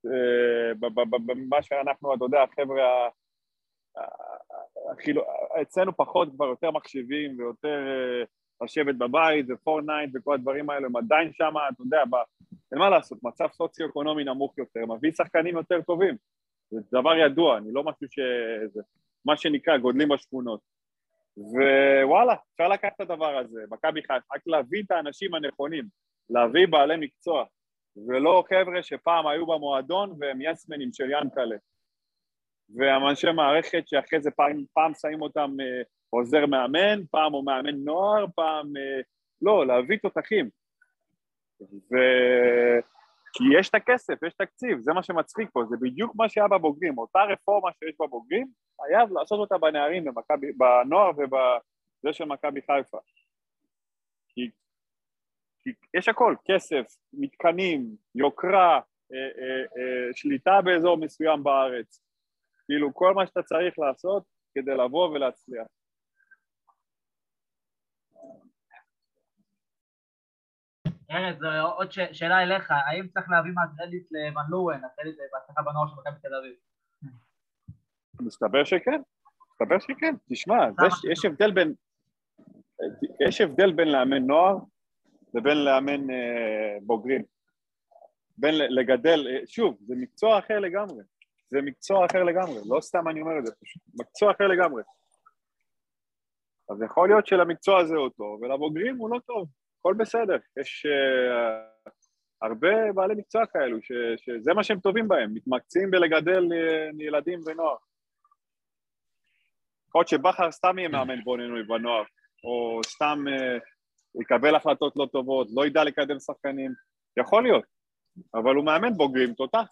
במה שאנחנו, אתה יודע, החבר'ה, אצלנו פחות כבר יותר מחשבים ויותר לשבת בבית ופורנייט וכל הדברים האלה, הם עדיין שם, אתה יודע, אין מה לעשות, מצב סוציו-אקונומי נמוך יותר, מביא שחקנים יותר טובים, זה דבר ידוע, אני לא משהו שזה, מה שנקרא, גודלים בשכונות. ווואלה, אפשר לקחת את הדבר הזה, מכבי חיפה, רק להביא את האנשים הנכונים, להביא בעלי מקצוע, ולא חבר'ה שפעם היו במועדון והם יסמנים של ינקלה. והאנשי מערכת שאחרי זה פעם, פעם שמים אותם אה, עוזר מאמן, פעם הוא מאמן נוער, פעם... אה, לא, להביא תותחים. ו... כי יש את הכסף, יש תקציב, זה מה שמצחיק פה, זה בדיוק מה שהיה בבוגרים, אותה רפורמה שיש בבוגרים, חייב לעשות אותה בנערים, במכבי, בנוער ובזה של מכבי חיפה. כי, כי יש הכל, כסף, מתקנים, יוקרה, אה, אה, אה, שליטה באזור מסוים בארץ, כאילו כל מה שאתה צריך לעשות כדי לבוא ולהצליח. ארז, זו עוד ש- שאלה אליך, האם צריך להביא מהקרדיט לבן לואן, הקרדיט בהצלחה בנוער של מכבי תל אביב? מסתבר שכן, מסתבר שכן. תשמע, זה ש- יש הבדל בין, יש הבדל בין לאמן נוער לבין לאמן אה, בוגרים. בין ל- לגדל, אה, שוב, זה מקצוע אחר לגמרי. זה מקצוע אחר לגמרי, לא סתם אני אומר את זה, פשוט מקצוע אחר לגמרי. אז יכול להיות שלמקצוע הזה הוא טוב, ולבוגרים הוא לא טוב, הכל בסדר. יש uh, הרבה בעלי מקצוע כאלו, ש, שזה מה שהם טובים בהם, מתמקצעים בלגדל uh, ילדים ונוער. יכול להיות שבחר סתם יהיה מאמן בוננוי בנוער, או סתם uh, יקבל החלטות לא טובות, לא ידע לקדם שחקנים, יכול להיות, אבל הוא מאמן בוגרים תותח.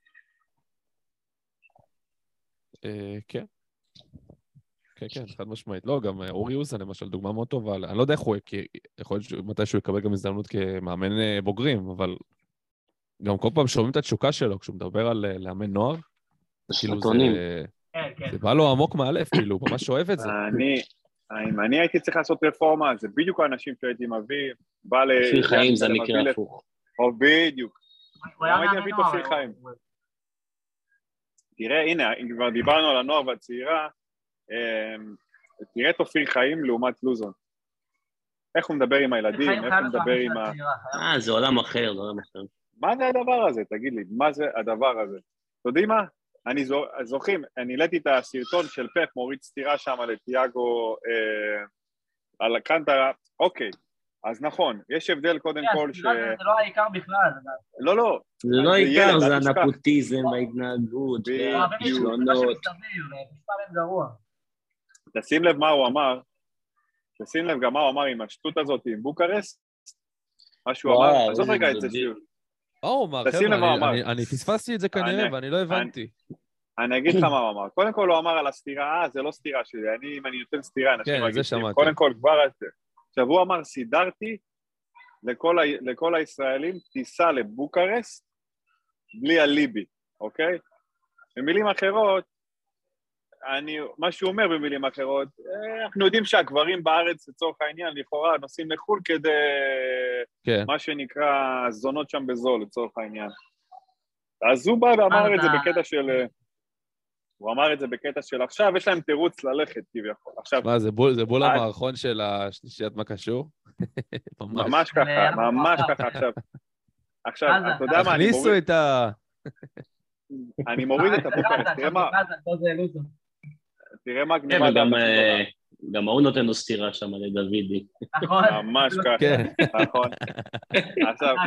אה, כן. כן, כן, חד משמעית. לא, גם אורי אוזן, למשל, דוגמה מאוד טובה. אני לא יודע איך הוא, כי יכול להיות שמתי שהוא יקבל גם הזדמנות כמאמן אה, בוגרים, אבל גם כל פעם שומעים את התשוקה שלו, כשהוא מדבר על אה, לאמן נוער, כאילו זה, סרטונים. כן, כן. זה בא לו עמוק מהלב, כאילו, הוא ממש אוהב את זה. אני, אם אני הייתי צריך לעשות רפורמה, זה בדיוק האנשים שהייתי מביא, בא ל... אופיר חיים זה המקרה מביא ל- הפוך. או בדיוק. הוא היה למה הייתי מאמן מביא את נוער, אופיר חיים? הוא- תראה, הנה, אם כבר דיברנו על הנוער והצעירה, אמ, תראה את אופיר חיים לעומת לוזון. איך הוא מדבר עם הילדים, חיים איך חייב הוא מדבר לשחק עם של ה... הצעירה, חייב. אה, זה עולם אחר, זה עולם אחר. מה זה הדבר הזה? תגיד לי, מה זה הדבר הזה? אתה יודעים מה? אני זו- זוכרים, אני העליתי את הסרטון של פפ, מוריד סתירה שם לתיאגו אה, על הקנטרה, אוקיי, אז נכון, יש הבדל קודם כן, כל ש... הסתירה זה- זה לא העיקר בכלל. לא, לא, זה לא זה העיקר, ילד, זה אל תשכח. הנפוטיזם, ההתנהגות, בדיוק. אוהבים לשמוע, זה לא והכישלונות. שמסביב, מספר אין גרוע. תשים לב מה הוא אמר, תשים לב גם מה הוא אמר עם השטות הזאת עם בוקרסט, מה שהוא וואו, אמר, עזוב רגע את זה זה- שוב. מה הוא אמר, תשים לב מה חבר'ה, הוא אמר. אני- אני- אני פספסתי את זה כנראה, אני- ואני לא הבנתי. אני אגיד לך מה הוא אמר. קודם כל הוא אמר על הסתירה, אה, זה לא סתירה שלי, אני, אם אני נותן סתירה, אנשים כן, זה מרגישים. שמעתי. קודם כל כבר על זה. עכשיו הוא אמר, סידרתי לכל, ה... לכל הישראלים טיסה לבוקרסט בלי הליבי, אוקיי? במילים אחרות, אני, מה שהוא אומר במילים אחרות, אה, אנחנו יודעים שהגברים בארץ, לצורך העניין, לכאורה, נוסעים לחו"ל כדי, כן. מה שנקרא, זונות שם בזול, לצורך העניין. אז הוא בא ואמר את זה בקטע של... הוא אמר את זה בקטע של עכשיו, יש להם תירוץ ללכת, כביכול. עכשיו, מה, זה בול זה בול אה, המערכון של השלישיית מה קשור? ממש. ממש ככה, ממש ככה עכשיו. עכשיו, אתה יודע מה, אני תכניסו מוריד, את ה... אני מוריד את הבוקרסט, תראה מה, תראה מה גניבה. גם, אה, גם ההוא נותן לו סתירה שם לדוידי. נכון. ממש ככה, כן. נכון. עכשיו,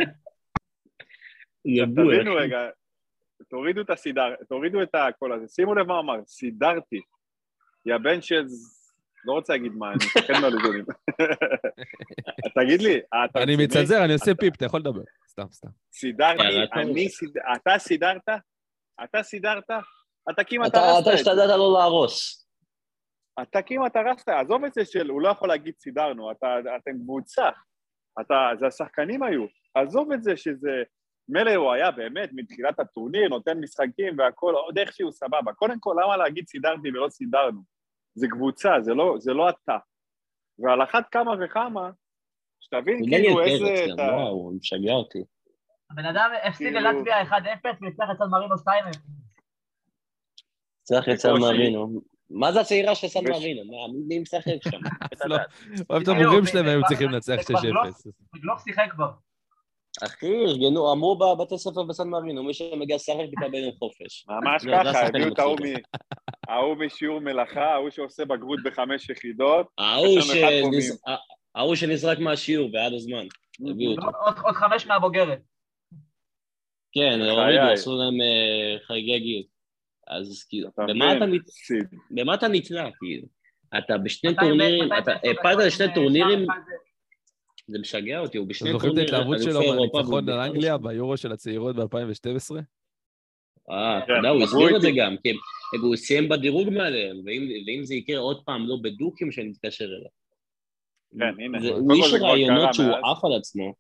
זה בול. תבינו רגע, תורידו את הסידר, תורידו את הכל הזה, שימו לב מה אמר, סידרתי, יא בן של, לא רוצה להגיד מה, אני מפחד מהלוזונים. תגיד לי, אתה אני מצנזר, אני עושה פיפ, אתה יכול לדבר. סתם, סתם. סידרתי, יאללה, אתה אני סיד... אתה סידרת? אתה סידרת? אתה כמעט אתה הרסת אתה את זה. השתדלת לא להרוס. אתה כמעט הרסת, עזוב את זה של, הוא לא יכול להגיד סידרנו, אתה, אתם קבוצה, אתה, זה השחקנים היו, עזוב את זה שזה, מלא הוא היה באמת מתחילת הטורניר, נותן משחקים והכל, עוד איכשהו סבבה. קודם כל, למה להגיד סידרתי ולא סידרנו? זה קבוצה, זה לא, זה לא אתה. ועל אחת כמה וכמה, שתבין כאילו איזה... דניאל את פרץ ה- גם, וואו, הוא משגע אותי. הבן אדם הפסיד כאילו- ללטביה אחד אפס והצלח את סן מרינו שתיים אפס. צריך את סן בקושי. מרינו. מה זה הצעירה של סן בש- מרינו? מה, מי משחק שם? לא, אוהב את בדיוק, הבוגרים זה- שלהם, זה היו כבר- צריכים לנצח זה שש כבר לא- אפס. גלוך שיחק כבר. אחי, ארגנו, אמרו בבתי ספר בסן מרינו, מי שמגיע לשחק יקבל יום חופש. ממש לא, זה ככה, השחקנים הביאו את ההוא מצחיקים. מ- ההוא משיעור מלאכה, ההוא שעושה בגרות בחמש יחידות, ההוא יש לנו אחד פה שנז- ההוא שנזרק מהשיעור בעד הזמן. הביאו אותו. עוד עוד חמש מהבוגרת. כן, בחיי. הורידו, עשו להם אה, חריגי גיל. אז כאילו, אתה במה אתה מבין? מת- סיד. במה אתה נתלה, כאילו? אתה בשני מאתיים ו- טורנירים, מאתיים אתה ועשר הפלת דקות לשני עם, טורנירים, שער אחד זה- זה משגע אותי, הוא אתם בשני זוכרים את טורנירים, ההתלהבות אלופי שלו אירופה, מהניצחון והוא על בכלל אנגליה שם. ביורו של הצעירות ב-אלפיים ושתים עשרה? אה, אתה כן, יודע, הוא דברו הסביר את זה איתי. גם, כי הוא סיים בדירוג מעליהם, ואם ואם זה יקרה עוד פעם לא בדוקים שאני מתקשר אליו. כן, הנה. זה- קודם הוא כל איש זה כבר רעיונות קרה שהוא מאז. עף על עצמו.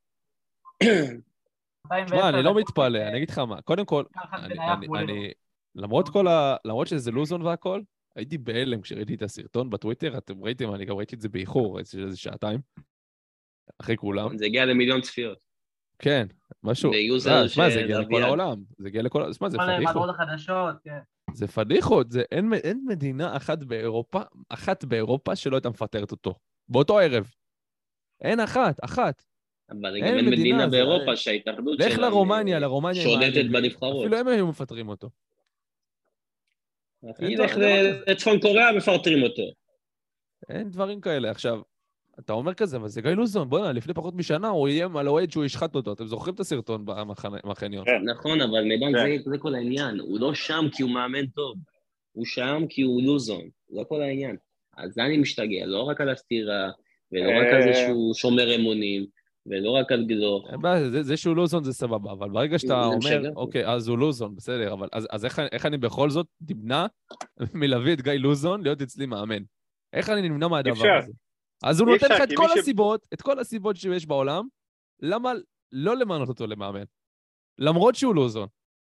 מאתיים ועשר שמע, אני לא דקות, מתפלא, אה, אני אגיד לך מה. קודם כל, ככה אני- בנייח אני- מולנו. אני... למרות כל ה... למרות שזה לוזון והכל, הייתי בהלם כשראיתי את הסרטון בטוויטר, אתם ראיתם, אני גם ראיתי את זה באיחור, איזה איזה שעתיים. אחרי כולם. זה הגיע למיליון צפיות. כן, משהו. ויוזר שמע, זה הגיע של לכל אביעד. העולם. זה הגיע לכל... שמע, זה כל פדיחות. מהדורות החדשות, כן. זה פדיחות. זה... אין, אין מדינה אחת באירופה, אחת באירופה שלא הייתה מפטרת אותו. באותו ערב. אין אחת, אחת. אבל אין גם אין מדינה, מדינה זה- באירופה שההתאחדות לך שלהם, לרומניה, אה, לרומניה עם שולטת האנגלים. בנבחרות. אפילו הם היו מפטרים אותו. אין ילך דבר- אין דבר כזה. לצפון קוריאה מפטרים אותו. אין דברים כאלה. עכשיו, אתה אומר כזה, אבל זה גיא לוזון, בוא'נה, לפני פחות משנה הוא איים על אוהד שהוא ישחט אותו. אתם זוכרים את הסרטון בחניון? כן. נכון, אבל מידן, כן. זה- זה כל העניין. הוא לא שם כי הוא מאמן טוב. הוא שם כי הוא לוזון. זה כל העניין. אז זה אני משתגע, לא רק על הסתירה, ולא רק על זה שהוא שומר אמונים, ולא רק על גלוך. אין בעיה, זה- זה שהוא לוזון זה סבבה, אבל ברגע שאתה זה אומר, משגע. אוקיי, אז הוא לוזון, בסדר, אבל אז אז איך איך אני בכל זאת נמנע מלהביא את גיא לוזון להיות אצלי מאמן? איך אני נמנע מהדבר אפשר. הזה? אז הוא אי נותן אפשר, לך את כי כל מי ש- הסיבות, את כל הסיבות שיש בעולם, למה לא למנות אותו למאמן? למרות שהוא לוזון.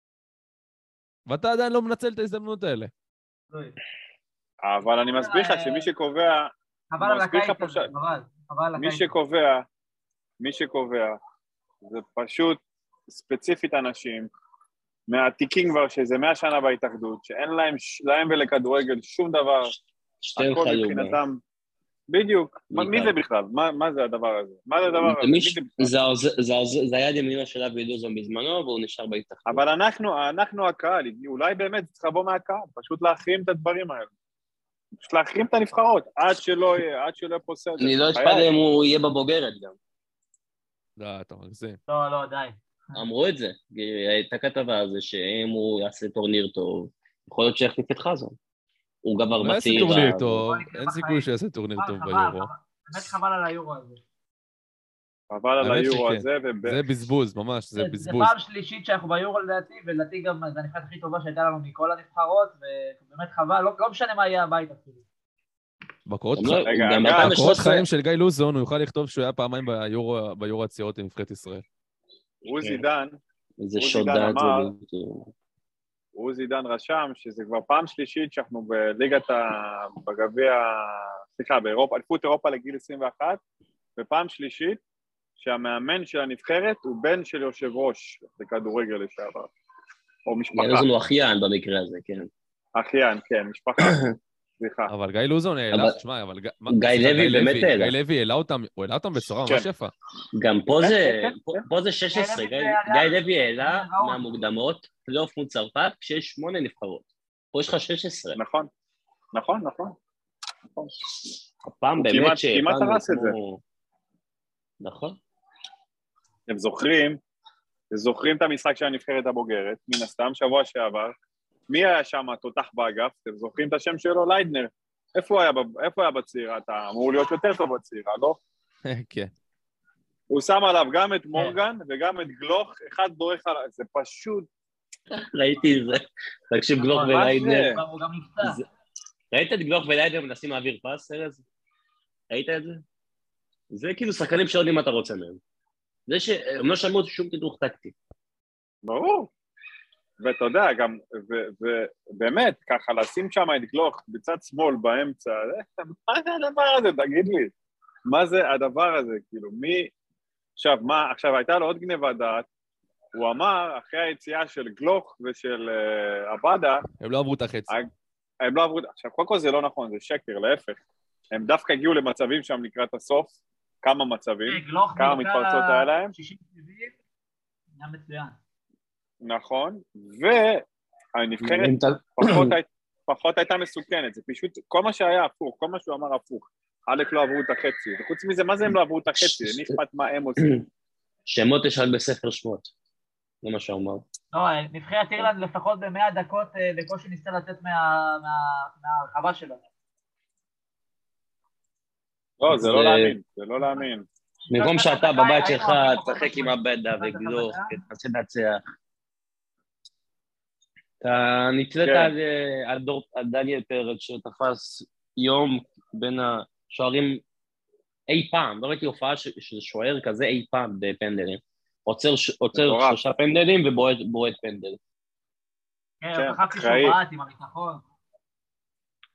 ואתה עדיין לא מנצל את ההזדמנות האלה. לא יודע. אבל אני מסביר לך שמי שקובע, חבל על מסביר לך הקיץ פה הזה, ש- חבל. חבל על מי הקיץ. שקובע, מי שקובע, זה פשוט ספציפית אנשים, מהעתיקים כבר שזה מאה שנה בהתאחדות, שאין להם, להם ולכדורגל שום דבר, שתיהם הכל חיו בה. מבחינתם, בדיוק, מה- מי זה בכלל? מה מה זה הדבר הזה? מה זה הדבר הזה? מי מיש- זה בכלל? זה העוז- זה העוז- זה היה יד ימינו של אבי לוזון בזמנו, והוא נשאר בהתאחדות. אבל אנחנו, אנחנו הקהל, אולי באמת צריך לבוא מהקהל, פשוט להחרים את הדברים האלה. פשוט להחרים את הנבחרות, עד שלא יהיה, עד שלא יהיה פה סדר. אני לא בחיי. אתפלא אם הוא יהיה בבוגרת גם. לא, אתה מגזים. לא, לא, די. אמרו את זה, הייתה כתבה על זה שאם הוא יעשה טורניר טוב, יכול להיות שיחליף את חזון. הוא גם לא כבר יעשה בצעיר. טורניר ה- טוב, בוא נקרא אין בחיים. סיכוי שיעשה טורניר חבל, טוב חבל, ביורו. חבל. באמת חבל על היורו הזה. חבל על האמת היורו שכן. הזה, וב... זה בזבוז, ממש, זה זה זה בזבוז. פעם שלישית שאנחנו ביורו לדעתי, ולדעתי גם זו הנבחרת הכי טובה שהייתה לנו מכל הנבחרות, ובאמת חבל, לא לא משנה מה יהיה הבית אפילו. בקורות גם ח- לא- רגע, גם אגב, ב-אלפיים בקורות ושלוש עשרה חיים של גיא לוזון, הוא יוכל לכתוב שהוא היה פעמיים ביורו ביורו הצעירות עם נבחרת ישראל. עוזי דן, זה עוזי שוד דן דעת. אמר- זה בדיוק. עוזי דן רשם שזה כבר פעם שלישית שאנחנו בליגת ה... בגביע, סליחה, באירופה, אליפות אירופה לגיל עשרים ואחת, ופעם שלישית שהמאמן של הנבחרת הוא בן של יושב ראש לכדורגל לשעבר, או גיא משפחה, לוזון הוא אחיין במקרה הזה, כן. אחיין, כן, משפחה, סליחה. אבל גיא לוזון העלה, אבל- תשמע, אבל ג- מה- גיא סליחה, לוי באמת העלה. גיא לוי העלה אותם, הוא העלה אותם בצורה כן. ממש יפה. גם פה כן, זה, כן, פה- כן. פה זה שש עשרה, גיא גיא לוי זה היה- גיא לוי העלה זה ראוי. מהמוקדמות, פלייאוף מול צרפת, כשיש שמונה נבחרות. פה יש לך שש עשרה. נכון, נכון, נכון. נכון. הפעם הוא באמת כמעט- שהפעם כמעט זה הרס את זה. כמו- נכון. אתם זוכרים, אתם זוכרים את המשחק של הנבחרת הבוגרת, מן הסתם, שבוע שעבר, מי היה שם התותח באגף? אתם זוכרים את השם שלו? ליידנר. איפה הוא היה, ב- איפה הוא היה בצעירה? אתה אמור להיות יותר טוב בצעירה, לא? כן. הוא שם עליו גם את מורגן וגם את גלוך, אחד דורך עליו, זה פשוט... ראיתי את זה. תקשיב, גלוך מה זה? וליידנר. כבר הוא גם נפצע. זה- ראית את גלוך וליידנר מנסים להעביר פס, ארז? ראית את זה? זה כאילו שחקנים שלא יודעים מה אתה רוצה מהם. זה שהם לא שמעו שום תדרוך טקטי. ברור. ואתה יודע, גם, ו- ובאמת, ככה, לשים שם את גלוך בצד שמאל באמצע, זה- מה זה הדבר הזה? תגיד לי. מה זה הדבר הזה? כאילו, מי... עכשיו, מה, עכשיו, הייתה לו עוד גניבת דעת, הוא אמר, אחרי היציאה של גלוך ושל uh, עבדה, הם לא עברו את החצי. הם לא עברו... עכשיו, קודם כל זה לא נכון, זה שקר, להפך. הם דווקא הגיעו למצבים שם לקראת הסוף, כמה מצבים, גלוך כמה בדקה מתפרצות היה להם. שישים שבעים, היה מצוין. נכון, והנבחרת פחות, הי... פחות הייתה מסוכנת, זה פשוט, כל מה שהיה הפוך, כל מה שהוא אמר הפוך, אלף לא עברו את החצי, וחוץ מזה, מה זה הם לא עברו את החצי? אני אכפת מה הם עושים. שמות יש רק בספר שמות. זה מה שהוא אמר. לא, נבחרת אירלנד לפחות במאה דקות בקושי ניסה לצאת מה- מה- מהרחבה שלו. לא, זה לא זה- להאמין, זה לא להאמין. במקום שאתה היינו- בבית שלך, היינו- תשחק עם הבדה היינו- וגלוך, היינו- תנסה לנצח. אתה נתלית כן. על, אה, על דור- על דניאל פרץ שתפס יום בין השוערים אי פעם, לא ראיתי הופעה ש- של שוער כזה אי פעם בפנדלים. עוצר ש- עוצר מטורף. שלושה פנדלים ובועט בועט פנדל. כן, כן, הוא חצי אחראי. שהוא בעט עם הביטחון.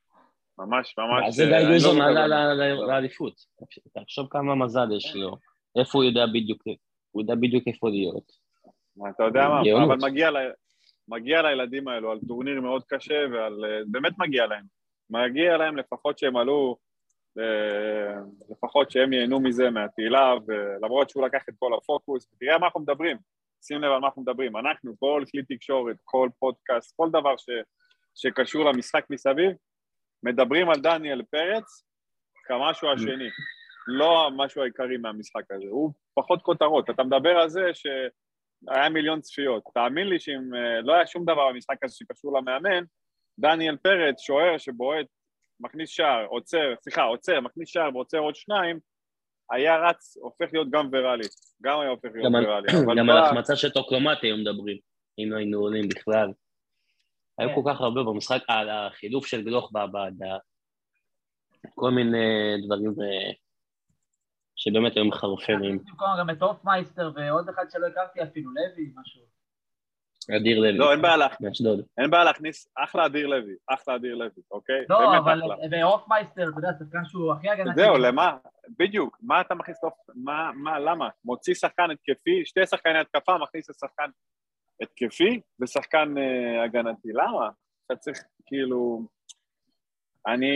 ממש, ממש... אז זה אה, גיא אני לא לוזון זוכר. עלה ל- ל- לאליפות. תחשוב כמה מזל יש לו. איפה הוא יודע בדיוק, הוא יודע בדיוק איפה להיות. מה, אתה יודע מה, גאונות. אבל מגיע, ל... מגיע לילדים האלו על טורניר מאוד קשה, ועל... באמת מגיע להם. מגיע להם לפחות שהם עלו, לפחות שהם ייהנו מזה מהתהילה, ולמרות שהוא לקח את כל הפוקוס, תראה מה אנחנו מדברים, שים לב על מה אנחנו מדברים, אנחנו, כל כלי תקשורת, כל פודקאסט, כל דבר ש... שקשור למשחק מסביב, מדברים על דניאל פרץ כמשהו השני, לא משהו העיקרי מהמשחק הזה, הוא פחות כותרות, אתה מדבר על זה שהיה מיליון צפיות, תאמין לי שאם לא היה שום דבר במשחק הזה שקשור למאמן, דניאל פרץ, שוער שבועט, מכניס שער, עוצר, סליחה, עוצר, מכניס שער ועוצר עוד שניים, היה רץ, הופך להיות גם ויראלי, גם היה הופך להיות ויראלי. גם על החמצה של טוקלומטי היום מדברים, אם היינו עולים בכלל. היו כל כך הרבה במשחק, על החילוף של גלוך בעדה, כל מיני דברים שבאמת היו מחרפנים. גם את אופמייסטר ועוד אחד שלא הכרתי אפילו, לוי, משהו. אדיר לוי. לא, אין בעיה להכניס. מאשדוד. אין בעיה להכניס, אחלה אדיר לוי, אחלה אדיר לוי, אוקיי? לא, אבל ואופמייסטר, אתה יודע, שחקן שהוא הכי הגנתי. זהו, למה? בדיוק, מה אתה מכניס, מה, מה, למה? מוציא שחקן התקפי, שתי שחקני התקפה, מכניס לשחקן התקפי ושחקן uh, הגנתי. למה? אתה צריך, כאילו, אני,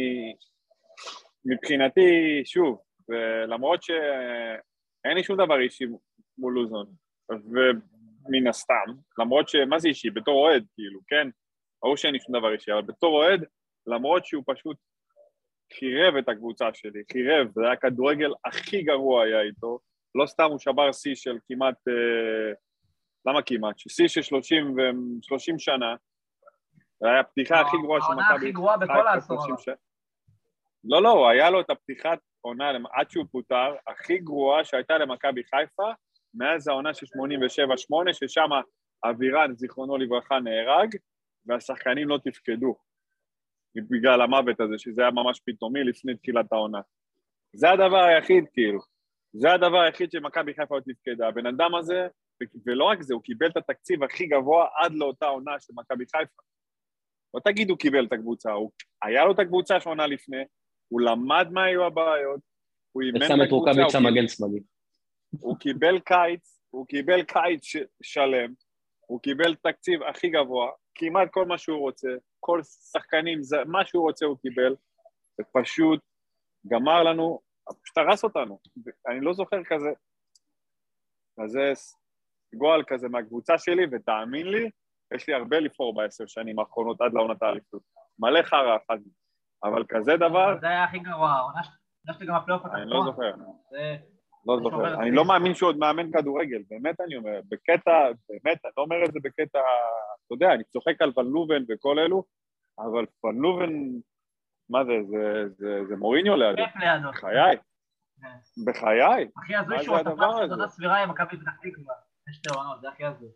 מבחינתי, שוב, ולמרות שאין לי שום דבר אישי מול לוזון, ומן הסתם, למרות שמה זה אישי? בתור אוהד, כאילו, כן? ברור שאין לי שום דבר אישי, אבל בתור אוהד, למרות שהוא פשוט חירב את הקבוצה שלי, חירב, זה היה כדורגל הכי גרוע היה איתו, לא סתם הוא שבר שיא של כמעט, אה, למה כמעט? שיא של שלושים שנה, זה היה הפתיחה הכי גרועה של מכבי. העונה הכי גרועה בכל העשור. לא, לא, היה לו את הפתיחת עונה, עד שהוא פוטר, הכי גרועה שהייתה למכבי חיפה, מאז העונה של שמונים ושבע שמונה, ששם אבירן, זיכרונו לברכה, נהרג, והשחקנים לא תפקדו, בגלל המוות הזה, שזה היה ממש פתאומי לפני תחילת העונה. זה הדבר היחיד, כאילו. זה הדבר היחיד שמכבי חיפה לא תפקדה. הבן אדם הזה, ולא רק זה, הוא קיבל את התקציב הכי גבוה עד לאותה עונה של מכבי חיפה. לא תגיד הוא קיבל את הקבוצה, הוא... היה לו את הקבוצה שעונה לפני, הוא למד מה היו הבעיות, הוא אימן את הקבוצה, הוא, קיבל... הוא קיבל קיץ, הוא קיבל קיץ ש... שלם, הוא קיבל תקציב הכי גבוה, כמעט כל מה שהוא רוצה, כל שחקנים, זה... מה שהוא רוצה הוא קיבל, ופשוט גמר לנו, פשוט הרס אותנו, אני לא זוכר כזה, כזה גועל כזה מהקבוצה שלי, ותאמין לי, יש לי הרבה לפור בעשר שנים האחרונות עד לעונת האליפות. מלא חרא אחד. אבל כזה דבר... זה היה הכי גרוע, העונה שלי גם הפלייאוף התחתון. אני לא זוכר. לא זוכר. אני לא מאמין שהוא עוד מאמן כדורגל, באמת אני אומר, בקטע, באמת, אני לא אומר את זה בקטע, אתה יודע, אני צוחק על ון לובן וכל אלו, אבל ון לובן, מה זה, זה מוריניו לידו. בחיי. בחיי. הכי הזוי שהוא עושה עבודה סבירה עם מכבי פתח תקווה. יש שתי עונות, זה הכי הזוי.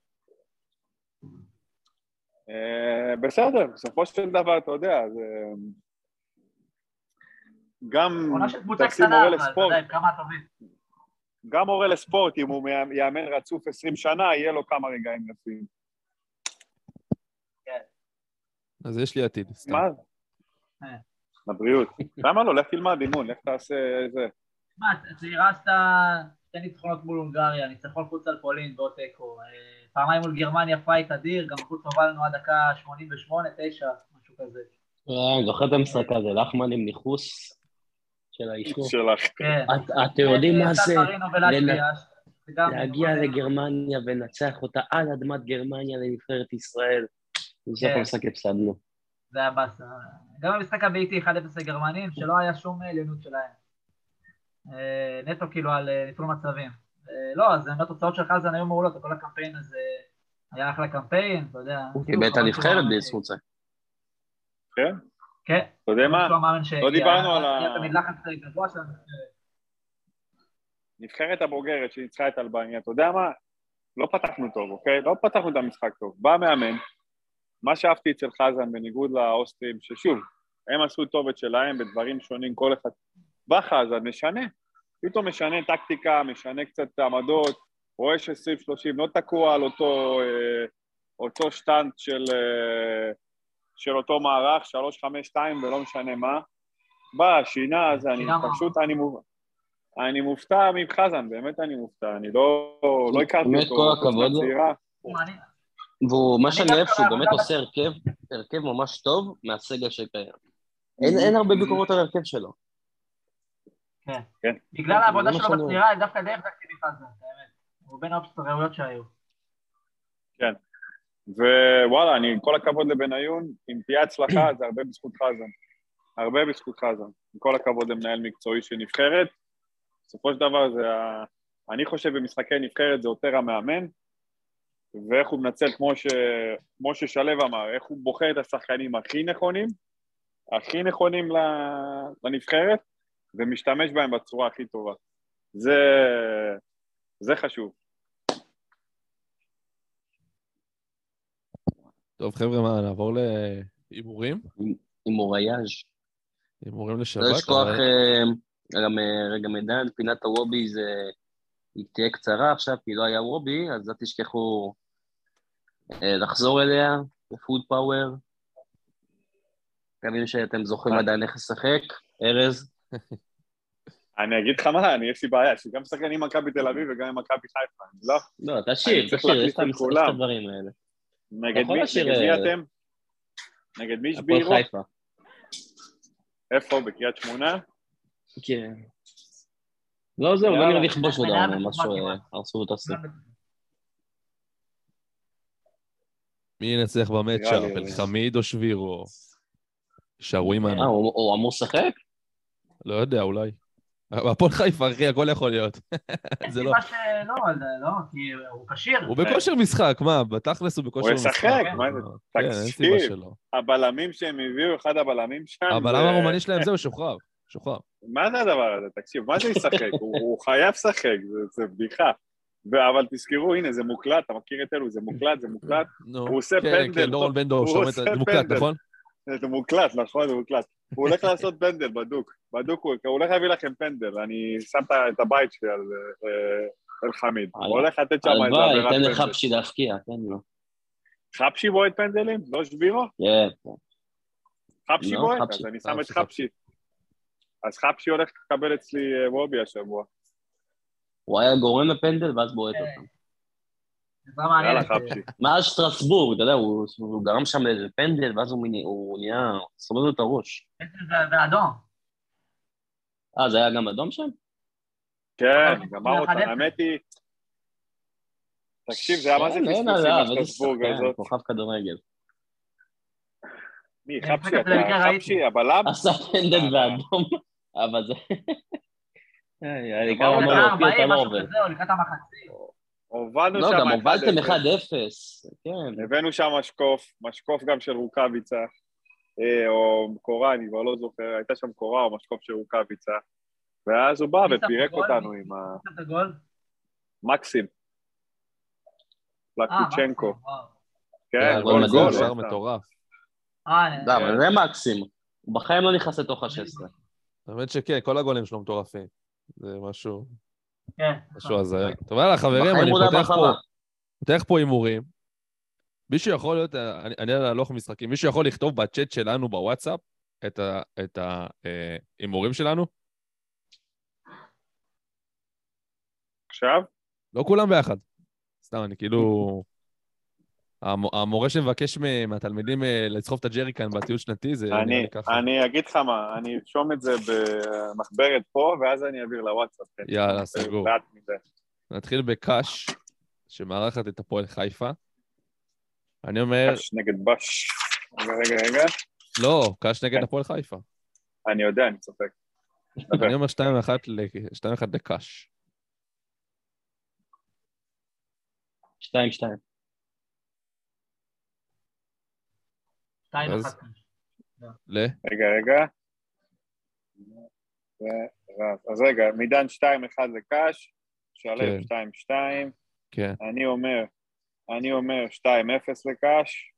בסדר, בסופו של דבר, אתה יודע, זה... גם תשים מורה לספורט, גם מורה לספורט, אם הוא יאמן רצוף עשרים שנה, יהיה לו כמה רגעים נפים. אז יש לי עתיד, סתם. מה? לבריאות. למה לא? לך תלמד אימון, לך תעשה איזה... מה, צעירה עשתה שתי ניצחונות מול הונגריה, ניצחון חוץ על פולין ועוד תיקו, פעמיים מול גרמניה פייט אדיר, גם חוץ הובל לנו עד דקה שמונים ושמונה תשע, משהו כזה. זוכר את המשחק הזה, לחמן עם ניחוס של האישור. שלך. אתם יודעים מה זה? להגיע לגרמניה ולנצח אותה על אדמת גרמניה לנבחרת ישראל. זה המשחק הפסדנו. זה היה באסה. גם המשחק הביתי אחד אפס לגרמנים, שלא היה שום עליונות שלהם. נטו כאילו על ניצול מצבים. לא, אז באמת התוצאות של חזן היו מעולות, כל הקמפיין הזה היה אחלה קמפיין, אתה יודע. הוא קיבל את הנבחרת בזכות זה. כן? כן. אתה יודע מה? לא דיברנו על ה... נבחרת הבוגרת שניצחה את אלבניה, אתה יודע מה? לא פתחנו טוב, אוקיי? לא פתחנו את המשחק טוב. בא מאמן, מה שאהבתי אצל חזן בניגוד לאוסטרים, ששוב, הם עשו טוב את שלהם בדברים שונים, כל אחד... בא חזן, משנה. פתאום משנה טקטיקה, משנה קצת עמדות, רואה שסביב שלושים, לא תקוע על אותו, אה, אותו שטנט של, אה, של אותו מערך, שלוש חמש שתיים ולא משנה מה. בא, שינה, אז אני פשוט, אני, אני מופתע מחזן, באמת אני מופתע, אני לא לא הכרתי באמת, אותו. כל הכבוד לו. צעירה. מעניין. לא. ומה אני שאני דווקא אוהב שהוא בעבודה באמת בת- עושה הרכב, הרכב ממש טוב מהסגל שקיים. אין אין הרבה ביקורות על הרכב שלו. כן. כן. בגלל העבודה זה מה שלו שאני בצעירה, דווקא די החזקתי מחזן, האמת. הוא בין האופציות הראויות שהיו. כן. ווואלה, אני, כל הכבוד לבניון, אם תהיה הצלחה, זה הרבה בזכות חזן. הרבה בזכות חזן. עם כל הכבוד למנהל מקצועי של נבחרת. בסופו של דבר, זה ה... אני חושב במשחקי נבחרת זה יותר המאמן, ואיך הוא מנצל, כמו, ש... כמו ששלב אמר, איך הוא בוחר את השחקנים הכי נכונים, הכי נכונים לנבחרת, ומשתמש בהם בצורה הכי טובה. זה, זה חשוב. טוב, חבר'ה, מה, נעבור להימורים? הימורייז'. הימורים לשבת? לא לשכוח, אבל- אה, גם, אה, רגע מידן, פינת הוובי זה, היא תהיה קצרה עכשיו, כי לא היה וובי, אז אל תשכחו אה, לחזור אליה, בפוד פאוור. מקווים שאתם זוכרים אה. עדיין איך לשחק, ארז. אני אגיד לך מה, אני יש לי בעיה, שגם שחקן עם מכבי תל אביב וגם עם מכבי חיפה, לא? לא, אני תשאיר, צריך תשאיר, להחליף יש את את המס- יש כולם. את הדברים האלה. נגד יכול מי? לשיר, נגד מי אה, אתם? נגד מי הפועל שבירו? חיפה. איפה? בקריית שמונה? כן. לא, זהו, לא יאללה. נראה לי לכבוש מניה אותם, בטוחה משהו כמעט. הרסו את הסי. מי ינצח במצ'אפ? נראה לי- אלחמיד או שבירו? שווארמן? אה, הוא הוא אמור לשחק? לא יודע, אולי. הפועל חיפה, אחי, הכל יכול להיות. זה לא... סיבה שלא, זה לא, כי הוא כשיר. הוא בכושר משחק, מה? בתכלס הוא בכושר הוא משחק. ישחק, כן. מה זה? כן, אין סיבה תקשיב. שלא. הבלמים שהם הביאו, אחד הבלמים שם, הבלם זה- הרומני שלהם זהו, שוחרר. שוחרר. מה זה הדבר הזה? תקשיב, מה זה ישחק? הוא הוא חייב לשחק, זה- זה בדיחה. ו- אבל תזכרו, הנה, זה מוקלט, אתה מכיר את אלו, זה מוקלט, זה מוקלט. נו, הוא עושה כן, פנדל. כן, דורון בן דור, הוא שומע את עושה זה, זה מוקלט, פנדל. נכון? זה מוקלט, נכון, זה מוקלט. הוא הולך לעשות פנדל בדוק. בדוק, הוא הוא הולך להביא לכם פנדל. אני שם את ה- את הבית שלי על אה, אלחמיד. הוא הולך לתת שם איזה הלוואי, עבירת תן פנדל. לחפשי להפקיע, תן לו. חפשי בועט פנדלים? לא שבירו? כן, חפשי לא, בועט? חפשי. אז אני שם את חפשי, חפשי. אז חפשי הולך לקבל אצלי אה, וובי השבוע. הוא היה גורם לפנדל ואז בועט אותם. זה מעניין. יאללה, חפשי. מאז שטרסבורג, אתה יודע, הוא הוא גרם שם לאיזה פנדל, ואז הוא מיני- הוא נהיה, סובב לו את הראש. בעצם זה- זה אדום. אה, זה היה גם אדום שם? כן, אבל גמר אותה. אחד אפס. האמת היא... תקשיב, זה היה מה זה כן, אין פספוסים עליו, איזה מהשטרסבורג שחקן, הזאת. כוכב כדורגל. מי, אני חפשי? חושב שזה במקרה אתה ראיתי. חפשי, הבלם? עשה פנדל ואדום, אבל זה... איי, העיקר הוא אמר לקח לו, אופי, אתה לא משהו עובד. כזה, או לקראת המחצית. הובלנו לא, שם גם הובלתם אחד אחד אפס. אפס. כן. הבאנו שם משקוף, משקוף גם של רוקאביצה, אה, או קורה, אני כבר לא זוכר, הייתה שם קורה או משקוף של רוקאביצה, ואז הוא בא מי שם ופירק גול? אותנו מי- עם מי שם את הגול? המקסים. אה, לקוצ'נקו. מקסים, וואו. כן, גול גול מדהים, גול. שער לא סתם. מטורף. אה, לא, אבל זה מקסימום. הוא בחיים לא נכנס לתוך ה-שש עשרה. האמת שכן, כל הגולים שלו מטורפים. זה משהו, כן. משהו הזיה. טוב, יאללה, חברים, בחיים אני הוא לא פותח פה, ברחבה. פותח פה הימורים. מישהו יכול להיות, אני אני על הלוך משחקים, מישהו יכול לכתוב בצ'אט שלנו בוואטסאפ את ה- את ההימורים שלנו? עכשיו? לא כולם ביחד. סתם, אני כאילו... המ- המורה שמבקש מ- מהתלמידים אה, לצחוב את הג'ריקן בטיול שנתי, זה נראה אני, לי ככה. אני אגיד לך מה, אני ארשום את זה במחברת פה, ואז אני אעביר לוואטסאפ. כן. יאללה, סגור. לאט מזה. נתחיל בקאש, שמארחת את הפועל חיפה. אני אומר, קש נגד בש. רגע, רגע, רגע. לא, קאש נגד הפועל חיפה. אני יודע, אני צוחק. אני אומר שתיים אחת ל- שתיים אחת לקאש. שתיים, שתיים. שתיים אז- אחת. ל? רגע, רגע. ורז. אז רגע, מידן שתיים אחד לקש, שלב כן. שתיים שתיים, כן. אני אומר, אני אומר שתיים אפס לקש.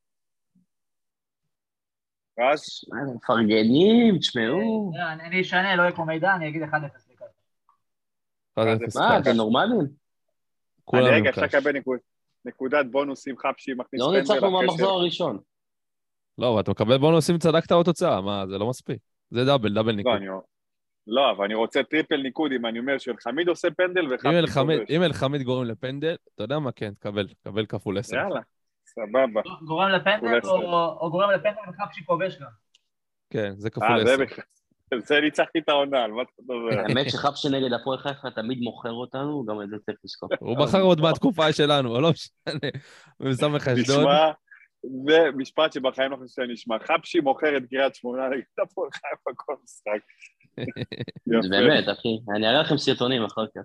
רז? מה, הם מפרגנים, תשמעו. אה, אני אני אשנה, לא יהיה כמו מידע, אני אגיד אחד אפס לקאש. אחד אפס מה, קאש. אתם נורמלים? כולם אני עם רגע, אפשר קאש. לקבל נקוד- נקודת בונוסים חפשי, מכניס לא פנדל ניצחנו אחרי מהמחזור הראשון. לא, אבל אתה מקבל בונוסים, צדקת עוד תוצאה, מה, זה לא מספיק. זה דאבל, דאבל לא, ניקוד. אני... לא, אבל אני רוצה טריפל ניקוד, אם אני אומר שאלחמיד עושה פנדל אם וחפשי אלחמיד- כובש. אם אלחמיד גורם לפנדל, אתה יודע מה? כן, תקבל, תקבל כפול עשר. יאללה, סבבה. גורם לפנדל כפול או או גורם לפנדל וחפשי כובש גם. כן, זה אה, כפול זה עשר. בכלל. זה ניצחתי את העונה, על מה אתה מדבר? האמת שחפשי נגד הפועל חיפה תמיד מוכר אותנו, גם את זה צריך לזכור. הוא בחר עוד מהתקופה שלנו, אבל לא משנה. במסמך אשדוד. נשמע, זה משפט שבחיים לא חושב שאני נשמע. חפשי מוכר את קריית שמונה נגד הפועל חיפה כל משחק. זה באמת, אחי. אני אראה לכם סרטונים אחר כך.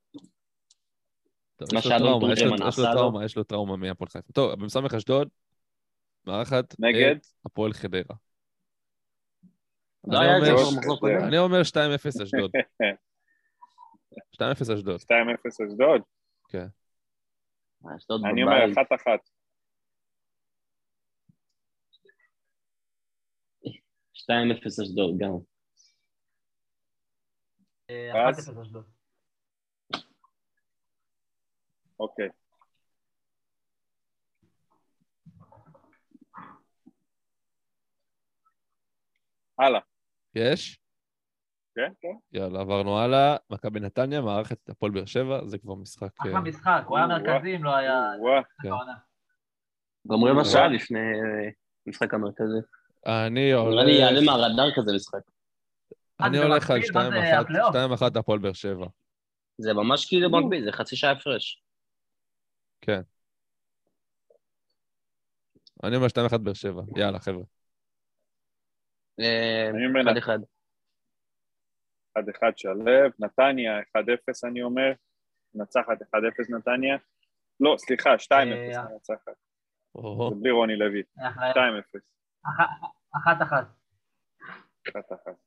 טוב, מה יש לו שאדון טראומה, יש לו- תורג'מן יש לו עשה לו. טראומה, יש לו טראומה מהפועל חיפה. טוב, במסמך אשדוד, מארחת נגד? את הפועל חדרה. לא אני היה את זה אומר- כבר מחזור קודם. אני אומר שתיים אפס אשדוד. שתיים אפס אשדוד. שתיים אפס אשדוד. אשדוד אני אומר בבית. אחת אחת. שתיים אפס אשדוד, גם. אה, ואז? אחת אפס אשדוד. אוקיי. הלאה. יש? כן, כן. יאללה, עברנו הלאה. מכבי נתניה, מארחת את הפועל באר שבע, זה כבר משחק... אחלה אה, משחק, הוא היה וואו. מרכזי אם לא היה... וואה. כן. העונה. גם רבע וואו. שעה לפני אה, משחק המרכזי. אני נראה לי יעלה הולך... מהרדאר כזה משחק. אני אה, זה הולך על במקביל? מה שתיים זה, אחת, הפלייאוף? שתיים אחת הפועל באר שבע. זה ממש כאילו במקביל, זה חצי שעה הפרש. כן. אני אומר שתיים אחת באר שבע. יאללה, חבר'ה. אה, אני אומר אחד לה. אחד. אחד אחד שלב. נתניה, אחד אפס אני אומר. נצחת אחד אפס נתניה. לא, סליחה, שתיים אפס אה, נצחת. או-הו. זה בלי רוני לוי. אחלה- שתיים אפס. אח- אחת אחת. אחת אחת.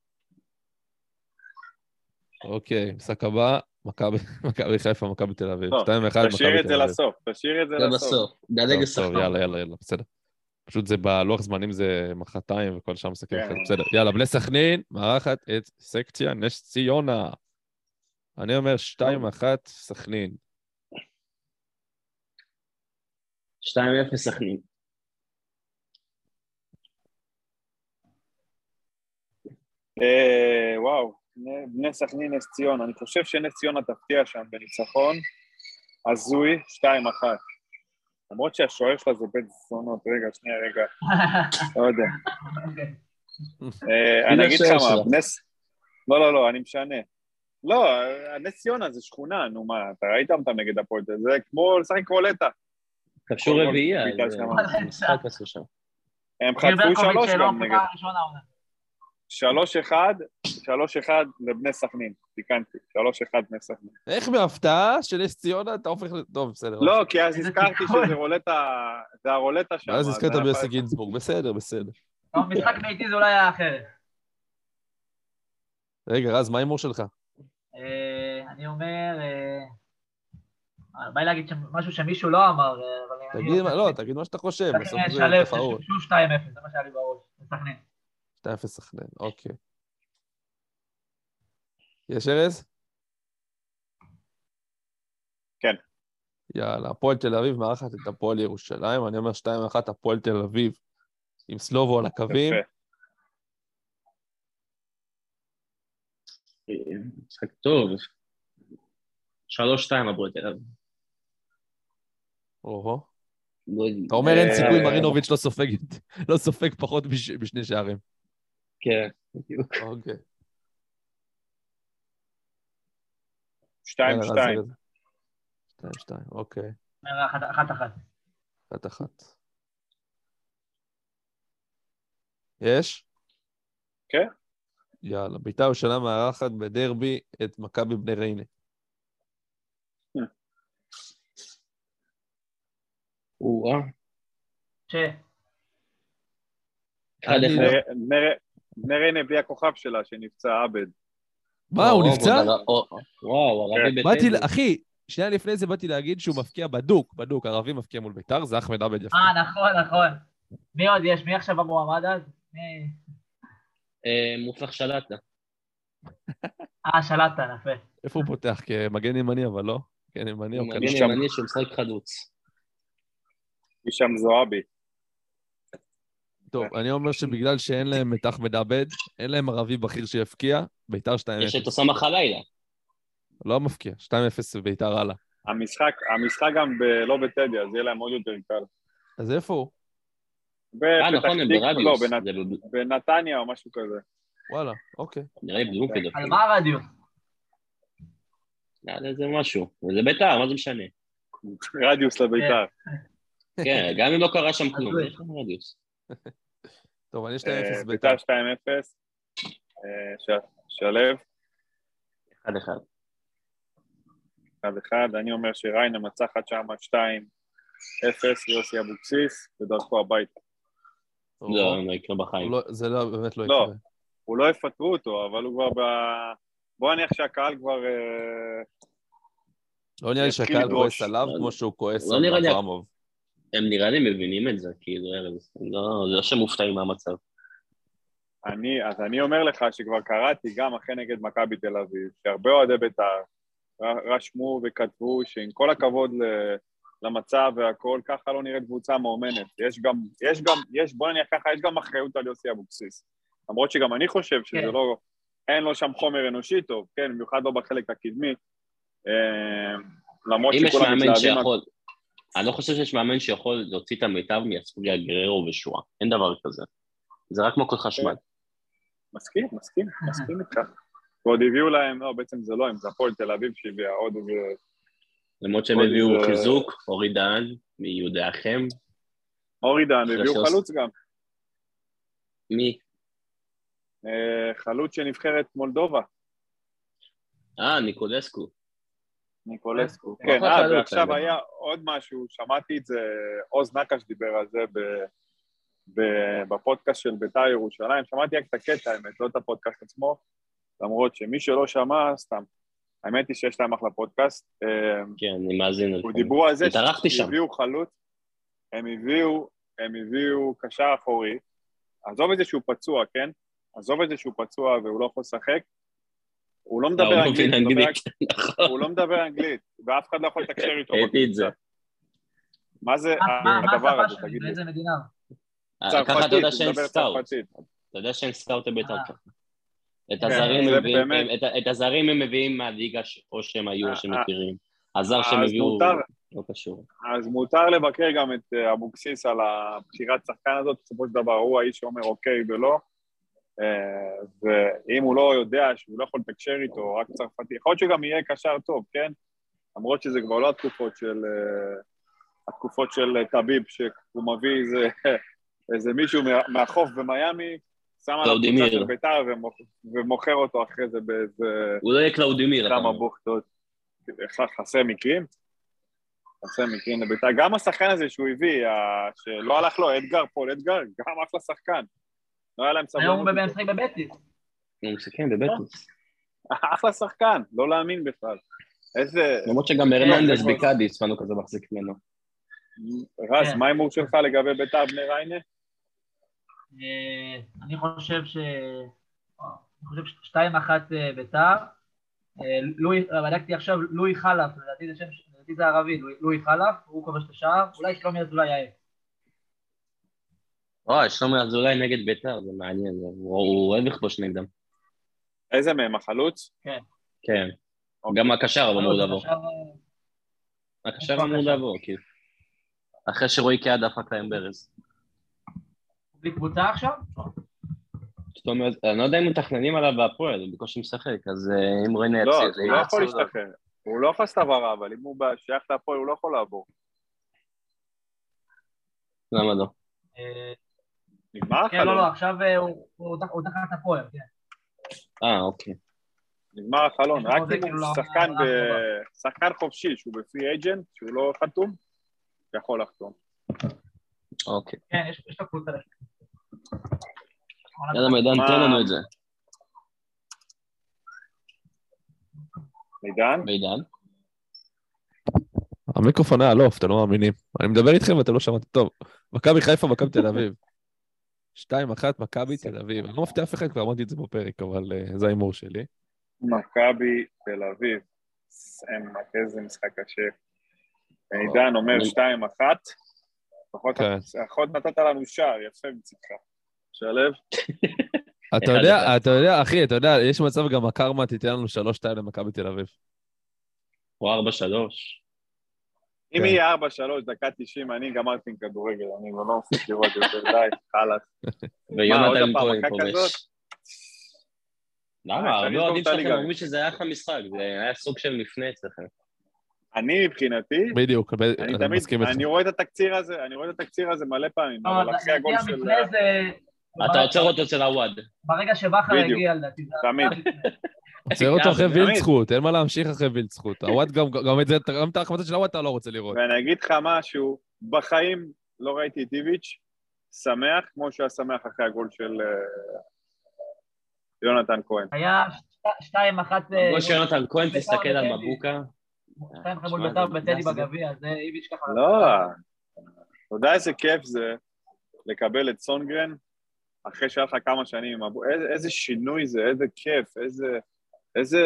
אוקיי, משחק הבא, מכבי מכבי חיפה, מכבי תל אביב. לא, שתיים אחת, מכבי תל אביב. תשאיר את זה לסוף, תשאיר את זה זה לסוף. בסוף. דלג טוב, לשחקן. טוב, יאללה, יאללה, יאללה, בסדר. פשוט זה בלוח זמנים זה מחרתיים וכל שאר משחקים כן. אחרים. בסדר, יאללה, בני סכנין, מארחת את סקציה נס ציונה. אני אומר שתיים אחת סכנין. שתיים אפס סכנין. אה, וואו, בני- בני סכנין נס ציונה. אני חושב שנס ציונה תפתיע שם בניצחון. הזוי, שתיים אחת. למרות שהשוער שלה זה בית זונות. רגע, שנייה, רגע. לא יודע. אוקיי. אה, אני מי אגיד לך השוער מה, שלה? נס... לא, לא, לא, אני משנה. לא, נס ציונה זה שכונה, נו מה, אתה ראית אותם נגד הפועל, זה כמו לשחק רולטה. כבשו כל רביעייה, בעיטה זה שם. משחק עשו שם. הם ניר חטפו ברקוביץ' שלוש שלא גם נגד. פותחה ראשונה העונה. שלוש אחד, שלוש אחד לבני סכנין, תיקנתי, שלוש אחד בני סכנין. איך בהפתעה של נס ציונה אתה הופך ל... טוב, בסדר. לא, כי אז איזה הזכרתי תיקון. שזה רולטה, זה הרולטה שם. ואז אז הזכרת היה ביוסי יכול- גינזבורג. בסדר, בסדר. טוב, משחק ביתי זה אולי היה אחרת. רגע, רז, מה ההימור שלך? אה, אני אומר... אה, בא לי להגיד שם- משהו שמישהו לא אמר, אה, אבל... אני- תגיד מה, לא, תגיד מה שאתה חושב, בסוף סכנין זה שלב, תחרות. שוב שתיים אפס, זה מה שהיה לי בראש. סכנין. שתיים אפס סכנין, אוקיי. יש ארז? כן. יאללה, הפועל תל אביב מארחת את הפועל ירושלים, אני אומר שתיים אחת הפועל תל אביב עם סלובו על הקווים. יפה. משחק טוב. שלוש שתיים הפועל תל אביב. אוהו. לא- אתה אומר אין אה, סיכוי, מרינוביץ' לא סופג, לא סופג פחות בש- בשני שערים. כן, בדיוק. אוקיי. שתיים יאללה, רז, שתיים. ארז. שתיים שתיים, אוקיי. אומר אחת אחת. אחת. אחת אחת. יש? כן. יאללה, בית"ר ירושלים מארחת בדרבי את מכבי בני ריינה. או-אה. ש... אחד אני- אחד. בני- בני- בני ריינה בלי הכוכב שלה שנפצע עבד. מה, הוא או, נפצע? עוד הר- או- וואו, ערבי בטדי. באתי, ל- אחי, שנייה לפני זה באתי להגיד שהוא מפקיע בדוק, בדוק, ערבי מפקיע מול בית"ר, זה אחמד עבד יפקיע. אה, נכון, נכון. מי עוד יש? מי עכשיו במועמד אז? מי... אה, מופלח שלטה. אה, שלטה, יפה. איפה הוא פותח? כמגן ימני, אבל לא? כן, ימני או הוא כנף? מגן שם. ימני שהוא משחק חלוץ. משם זועבי. טוב, אני אומר שבגלל שאין להם את אחמד עבד, אין להם ערבי בכיר שיפקיע, ביתר שתיים אפס. יש את אוסאמה חלילה. לא מפקיע, שתיים אפס ביתר הלאה. המשחק, המשחק גם ב, לא בטדי, אז יהיה להם עוד יותר קל. אז איפה הוא? אה, נכון, הם ברדיוס. לא, בנת... זה ב- בנתניה או משהו כזה. וואלה, אוקיי. נראה לי בלומפילד. על מה הרדיוס? יאללה, זה משהו. זה ביתר, מה זה משנה? רדיוס לביתר. כן, גם אם לא קרה שם כלום, הזוי. יש לנו רדיוס. טוב, אני שתיים אפס אה, ביתר. ביתר שתיים אפס. אה, ש- שלב, אחד אחד. אחד אחד. אני אומר שריינה מצחת שם שתיים אפס, יוסי אבוקסיס, בדרכו הביתה. לא, לא יקרה בחיים. הוא לא- זה לא, באמת לא לא. יקרה. הוא לא יפטרו אותו, אבל הוא כבר ב... בוא נניח שהקהל כבר... אה, לא נראה לי יתחיל שהקהל לדרוש. כועס עליו כמו שהוא כועס לא על נראה לי- אברמוב. הם נראה לי מבינים את זה, כאילו, ארז. לא, זה לא שהם מופתעים מהמצב. אני, אז אני אומר לך שכבר קראתי גם אחרי נגד מכבי תל אביב, שהרבה אוהדי בית"ר ר- רשמו וכתבו שעם כל הכבוד ל- למצב והכל, ככה לא נראית קבוצה מאומנת. יש גם, יש גם, יש, בוא נניח ככה, יש גם אחריות על יוסי אבוקסיס. למרות שגם אני חושב שזה כן. לא, אין לו שם חומר אנושי טוב, כן, במיוחד לא בחלק הקדמי. אה, למרות אם יש שכולם מאמן מתלהבים... שיכול... אני לא חושב שיש מאמן שיכול להוציא את המיטב מאספריה גררו ושואה. אין דבר כזה. זה רק מכות חשמל. מסכים, מסכים, מסכים איתך. ועוד הביאו להם, לא, בעצם זה לא, אם זה הפועל תל אביב שהביאה עוד איזה... למרות שהם עוד הביאו איזה- חיזוק, אורי דהן, מיהודי החם. אורי דהן, אחרי הביאו שעוש- חלוץ גם. מי? אה, חלוץ שנבחרת מולדובה, אה, ניקולסקו. ניקולסקו. כן. כן, אחלה אה, חלוץ, ועכשיו האמת. היה עוד משהו, שמעתי את זה, עוז נקש דיבר על זה ב- ב- בפודקאסט של בית"ר ירושלים, שמעתי רק את הקטע, האמת, לא את הפודקאסט עצמו, למרות שמי שלא שמע, סתם. האמת היא שיש להם אחלה פודקאסט. אה, כן, אני מאזין. הוא דיברו על זה התארחתי שם. שהביאו חלוץ, הם הביאו, הם הביאו קשר אחורי, עזוב את זה שהוא פצוע, כן? עזוב את זה שהוא פצוע והוא לא יכול לשחק, הוא לא מדבר הוא לא אנגלית, מבין הוא מדבר אנגלית. נכון. הוא לא מדבר אנגלית, ואף אחד לא יכול לתקשר איתו. ראיתי את זה. מה זה מה- מה מה הדבר השפה הזה, שלו? תגיד לי? באיזה מדינה? אה, ככה אתה צרפתית, יודע הוא שאין מדבר סקאוט. צרפתית. אתה יודע שאין סקאוט לבית"ר אה. ככה. את כן, הזרים זה הם מביאים, באמת- הם- את ה- את הזרים הם מביאים מהליגה ש- או שהם היו או שהם אה, מכירים. הזר שהם אז הביאו מותר. לא קשור. אז מותר לבקר גם את אה, אבוקסיס על הבחירת שחקן הזאת, בסופו של דבר הוא האיש שאומר אוקיי ולא, אה, ואם הוא לא יודע שהוא לא יכול לתקשר איתו, רק צרפתי, יכול להיות שגם יהיה קשר טוב, כן? למרות שזה כבר לא התקופות של, אה, התקופות של טביב, שהוא מביא איזה, איזה מישהו מה- מהחוף במיאמי, שם עליו קלאודימיר. קבוצה של בית"ר ומוכ- ומוכר אותו אחרי זה באיזה הוא לא יהיה קלאודימיר. אתה כמה אומר. בוכטות. חסר מקרים? חסר מקרים לבית"ר. גם השחקן הזה שהוא הביא, ה- שלא הלך לו, אדגר, פול אדגר, גם אחלה שחקן. לא היה להם היום הוא סבלנות. משחק בבטיס. הוא מסכן בבטוס. אחלה שחקן, לא להאמין בכלל. איזה... למרות שגם הרננדס זה כבר- בקאדיס, ואנו כזה מחזיק ממנו. רז, כן. מה ההימור שלך לגבי בית"ר בני ריינה? אה, אני חושב ש... אני חושב שתיים אחת בית"ר. אה, לואי, בדקתי עכשיו, לואי חלף, לדעתי זה שם, לדעתי זה ערבי, לואי- לואי חלף, הוא כובש את השער, אולי שלומי אזולאי יעף. וואי, שלומי אזולאי נגד בית"ר, זה מעניין. הוא הוא אוהב לכבוש נגדם. איזה מהם, החלוץ? כן. גם הקשר אמור לבוא. עכשיו, אה, הקשר איפה אמור הקשר? לבוא, כאילו. אחרי שרועי קהד דפק להם ברז. בלי קבוצה עכשיו? זאת אומרת, אני לא יודע אם מתכננים עליו בהפועל, הוא בקושי משחק, אז אה, אם ריינה לא, יפסיד... הוא לא יכול להשתחרר. הוא לא יכול לעשות עברה, אבל אם הוא שייך להפועל, הוא לא יכול לעבור. למה לא? אה, נגמר כן, לא, החלון. לא, עכשיו אה, הוא- הוא תח- הוא תחת הפועל, כן. אה, אוקיי. נגמר החלון. יש רק לו זה אם כאילו הוא לא- שחקן לא- ב- שחקן חופשי, שהוא בפרי אייג'נט, שהוא לא חתום, יכול לחתום. אוקיי. כן, יש יש לו קבוצה. יאללה, מידן, מה- תן לנו את זה. מידן? מידן? המיקרופון היה לוף, אתם לא מאמינים. אני מדבר איתכם ואתם לא שמעתם טוב. מכבי חיפה, מכבי תל אביב. שתיים אחת, מכבי תל אביב. אני לא מפתיע אף אחד, כבר אמרתי את זה בפרק, אבל uh, זה ההימור שלי. מכבי תל אביב. סמק, איזה משחק קשה. מידן אומר אני- שתיים אחת. לפחות כן. לפחות נתת לנו שער, יפה מצדך. שלב? אתה יודע, אתה יודע, אחי, אתה יודע, יש מצב גם הקרמה תיתן לנו שלוש שתיים למכבי תל אביב. או ארבע שלוש. אם יהיה ארבע שלוש, דקה תשעים, אני גמרתי עם כדורגל, אני לא מפסיק לראות יותר, די, חלאס. ויונתן כהן כובש. למה? הרבה אוהדים שלכם אומרים שזה היה אחלה משחק, זה היה סוג של מפנה אצלכם. אני מבחינתי, בדיוק, אני תמיד, אני רואה את התקציר הזה, אני רואה את התקציר הזה מלא פעמים, אבל אחרי הגול של... אתה עוצר אותו אצל הוואד. ברגע שבחר הגיע, לדעתי. תמיד. עוצר אותו אחרי וילד זכות, אין מה להמשיך אחרי וילד זכות. הוואד גם את זה, גם את ההחמצה של הוואד אתה לא רוצה לראות. ואני אגיד לך משהו, בחיים לא ראיתי את איביץ' שמח, כמו שהוא היה שמח אחרי הגול של יונתן כהן. היה שתיים אחת... הגול של יונתן כהן, תסתכל על מבוקה. שתיים אחת מול בית"ר בטדי בגביע, זה איביץ' ככה... לא, אתה יודע איזה כיף זה לקבל את סונגרן, אחרי שהיה לך כמה שנים, איזה שינוי זה, איזה כיף, איזה... איזה...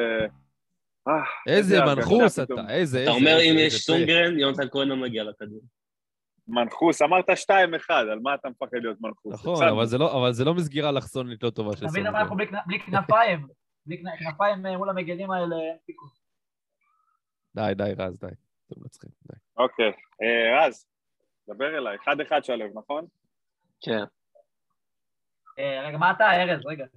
איזה מנחוס אתה, איזה... אתה אומר אם יש סונגרן, יונתן כהן לא מגיע לכדור. מנחוס, אמרת שתיים אחד, על מה אתה מפחד להיות מנחוס? נכון, אבל זה לא מסגירה לחסון לא טובה של סונגרן. תבין למה אנחנו בלי כנפיים, בלי כנפיים מול המגנים האלה, אין פיקוד. די, די, רז, די. אתם מצחיקים, די. אוקיי, רז, דבר אליי, אחד אחד שלב, נכון? כן. רגע, מה אתה, ארז? רגע.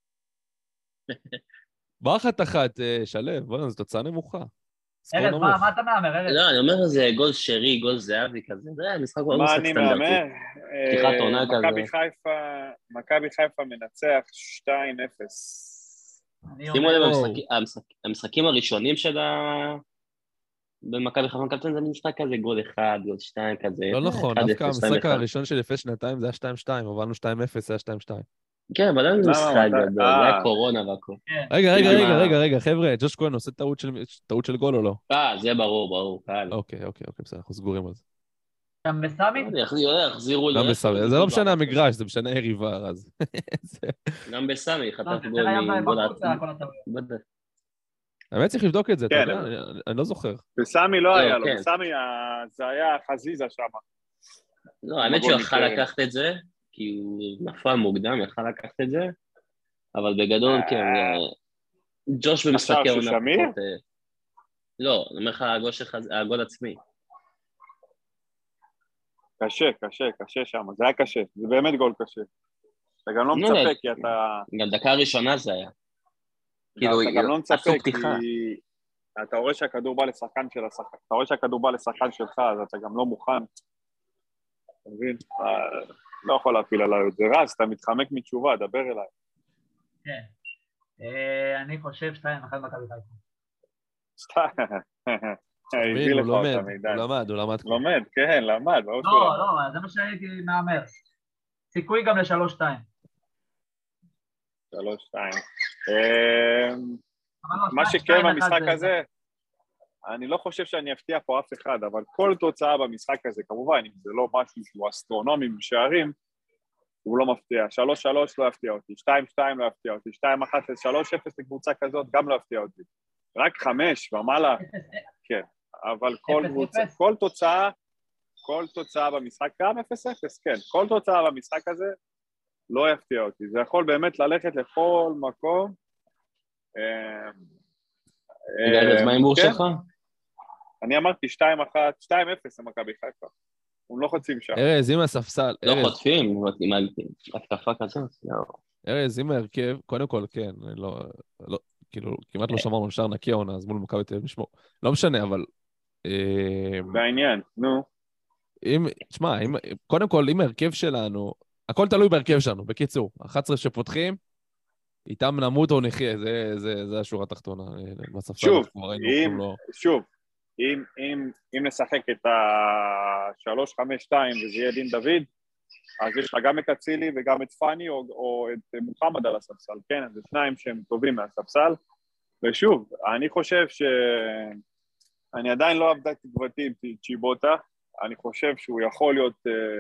באחת אחת, שלב, בוא'נה, זו תוצאה נמוכה. ארז, מה אתה מאמר, ארז? לא, אני אומר זה גול שרי, גול זהבי כזה, זה משחק מאוד מה משחק אני סטנדרטי. מאמר? פתיחת עונה כזה. מכבי חיפה, מכבי חיפה מנצח שתיים אפס. שימו לב, המשחקים הראשונים של ה... במכבי חיפה קפטן זה משחק כזה, גול אחד, גול שתיים כזה. לא נכון, דווקא המשחק הראשון של לפני שנתיים זה היה שתיים שתיים, הובלנו שתיים אפס, זה היה שתיים שתיים. כן, אבל אין משחק גדול, זה היה קורונה והכל. רגע, רגע, רגע, רגע, רגע, חבר'ה, ג'וש כהן עושה טעות של גול או לא? אה, זה ברור, ברור, קל. אוקיי, אוקיי, אוקיי, בסדר, אנחנו סגורים על זה. גם בסמי? יחזירו לי. גם בסמי, זה לא משנה המגרש, זה משנה יריבה, אז... גם בסמי, חטף גול מגול העצמי. האמת צריך לבדוק את זה, אתה יודע, אני לא זוכר. בסמי לא היה לו, בסמי זה היה חזיזה שם. לא, האמת שהוא יכל לקחת את זה, כי הוא נפל מוקדם, יכל לקחת את זה, אבל בגדול, כן, ג'וש במשחקי עונה פחות... לא, אני אומר לך, הגול עצמי. קשה, קשה, קשה שם, זה היה קשה, זה באמת גול קשה. אתה גם לא מצפה, כי אתה... גם דקה ראשונה זה היה. אתה גם לא מצפה, כי אתה רואה שהכדור בא לשחקן של השחקן, אתה רואה שהכדור בא לשחקן שלך, אז אתה גם לא מוכן. אתה מבין? לא יכול להפיל עליי את זה. רז, אתה מתחמק מתשובה, דבר אליי. כן. אני חושב שתיים אחת מכבי חיפה. שתיים. הוא לומד, הוא למד, הוא למד. לומד, כן, למד. לא, לא, זה מה שהייתי מאמר. סיכוי גם לשלוש שתיים. שלוש שתיים. מה שכן במשחק הזה, אני לא חושב שאני אפתיע פה אף אחד, אבל כל תוצאה במשחק הזה, כמובן, אם זה לא משהו שהוא אסטרונומי בשערים, הוא לא מפתיע. שלוש שלוש לא יפתיע אותי, שתיים שתיים לא יפתיע אותי, שתיים אחת שלוש אפס לקבוצה כזאת גם לא יפתיע אותי. רק חמש ומעלה, כן. אבל כל תוצאה, כל תוצאה במשחק, גם אפס אפס, כן. כל תוצאה במשחק הזה לא יפתיע אותי. זה יכול באמת ללכת לכל מקום. אז מה ההימור שלך? אני אמרתי שתיים אחת, שתיים אפס למכבי חיפה. הם לא חוטפים שם. ארז, אם הספסל... לא חוטפים, עם התקפה כזאת. ארז, אם ההרכב, קודם כל, כן, לא, כאילו, כמעט לא שמרנו שער נקי העונה, אז מול מכבי תל אביב נשמור. לא משנה, אבל... בעניין, נו. אם, תשמע, קודם כל, אם ההרכב שלנו, הכל תלוי בהרכב שלנו, בקיצור. אחת עשרה שפותחים, איתם נמות או נחיה, זה, זה, זה השורה התחתונה. שוב, אם, שוב, אם, אם, אם נשחק את ה-שלוש חמש שתיים וזה יהיה דין דוד, אז יש לך גם את אצילי וגם את פני או, או את מוחמד על הספסל, כן? זה שניים שהם טובים מהספסל, ושוב, אני חושב ש... אני עדיין לא עבדה תקוותי עם צ'יבוטה, אני חושב שהוא יכול להיות...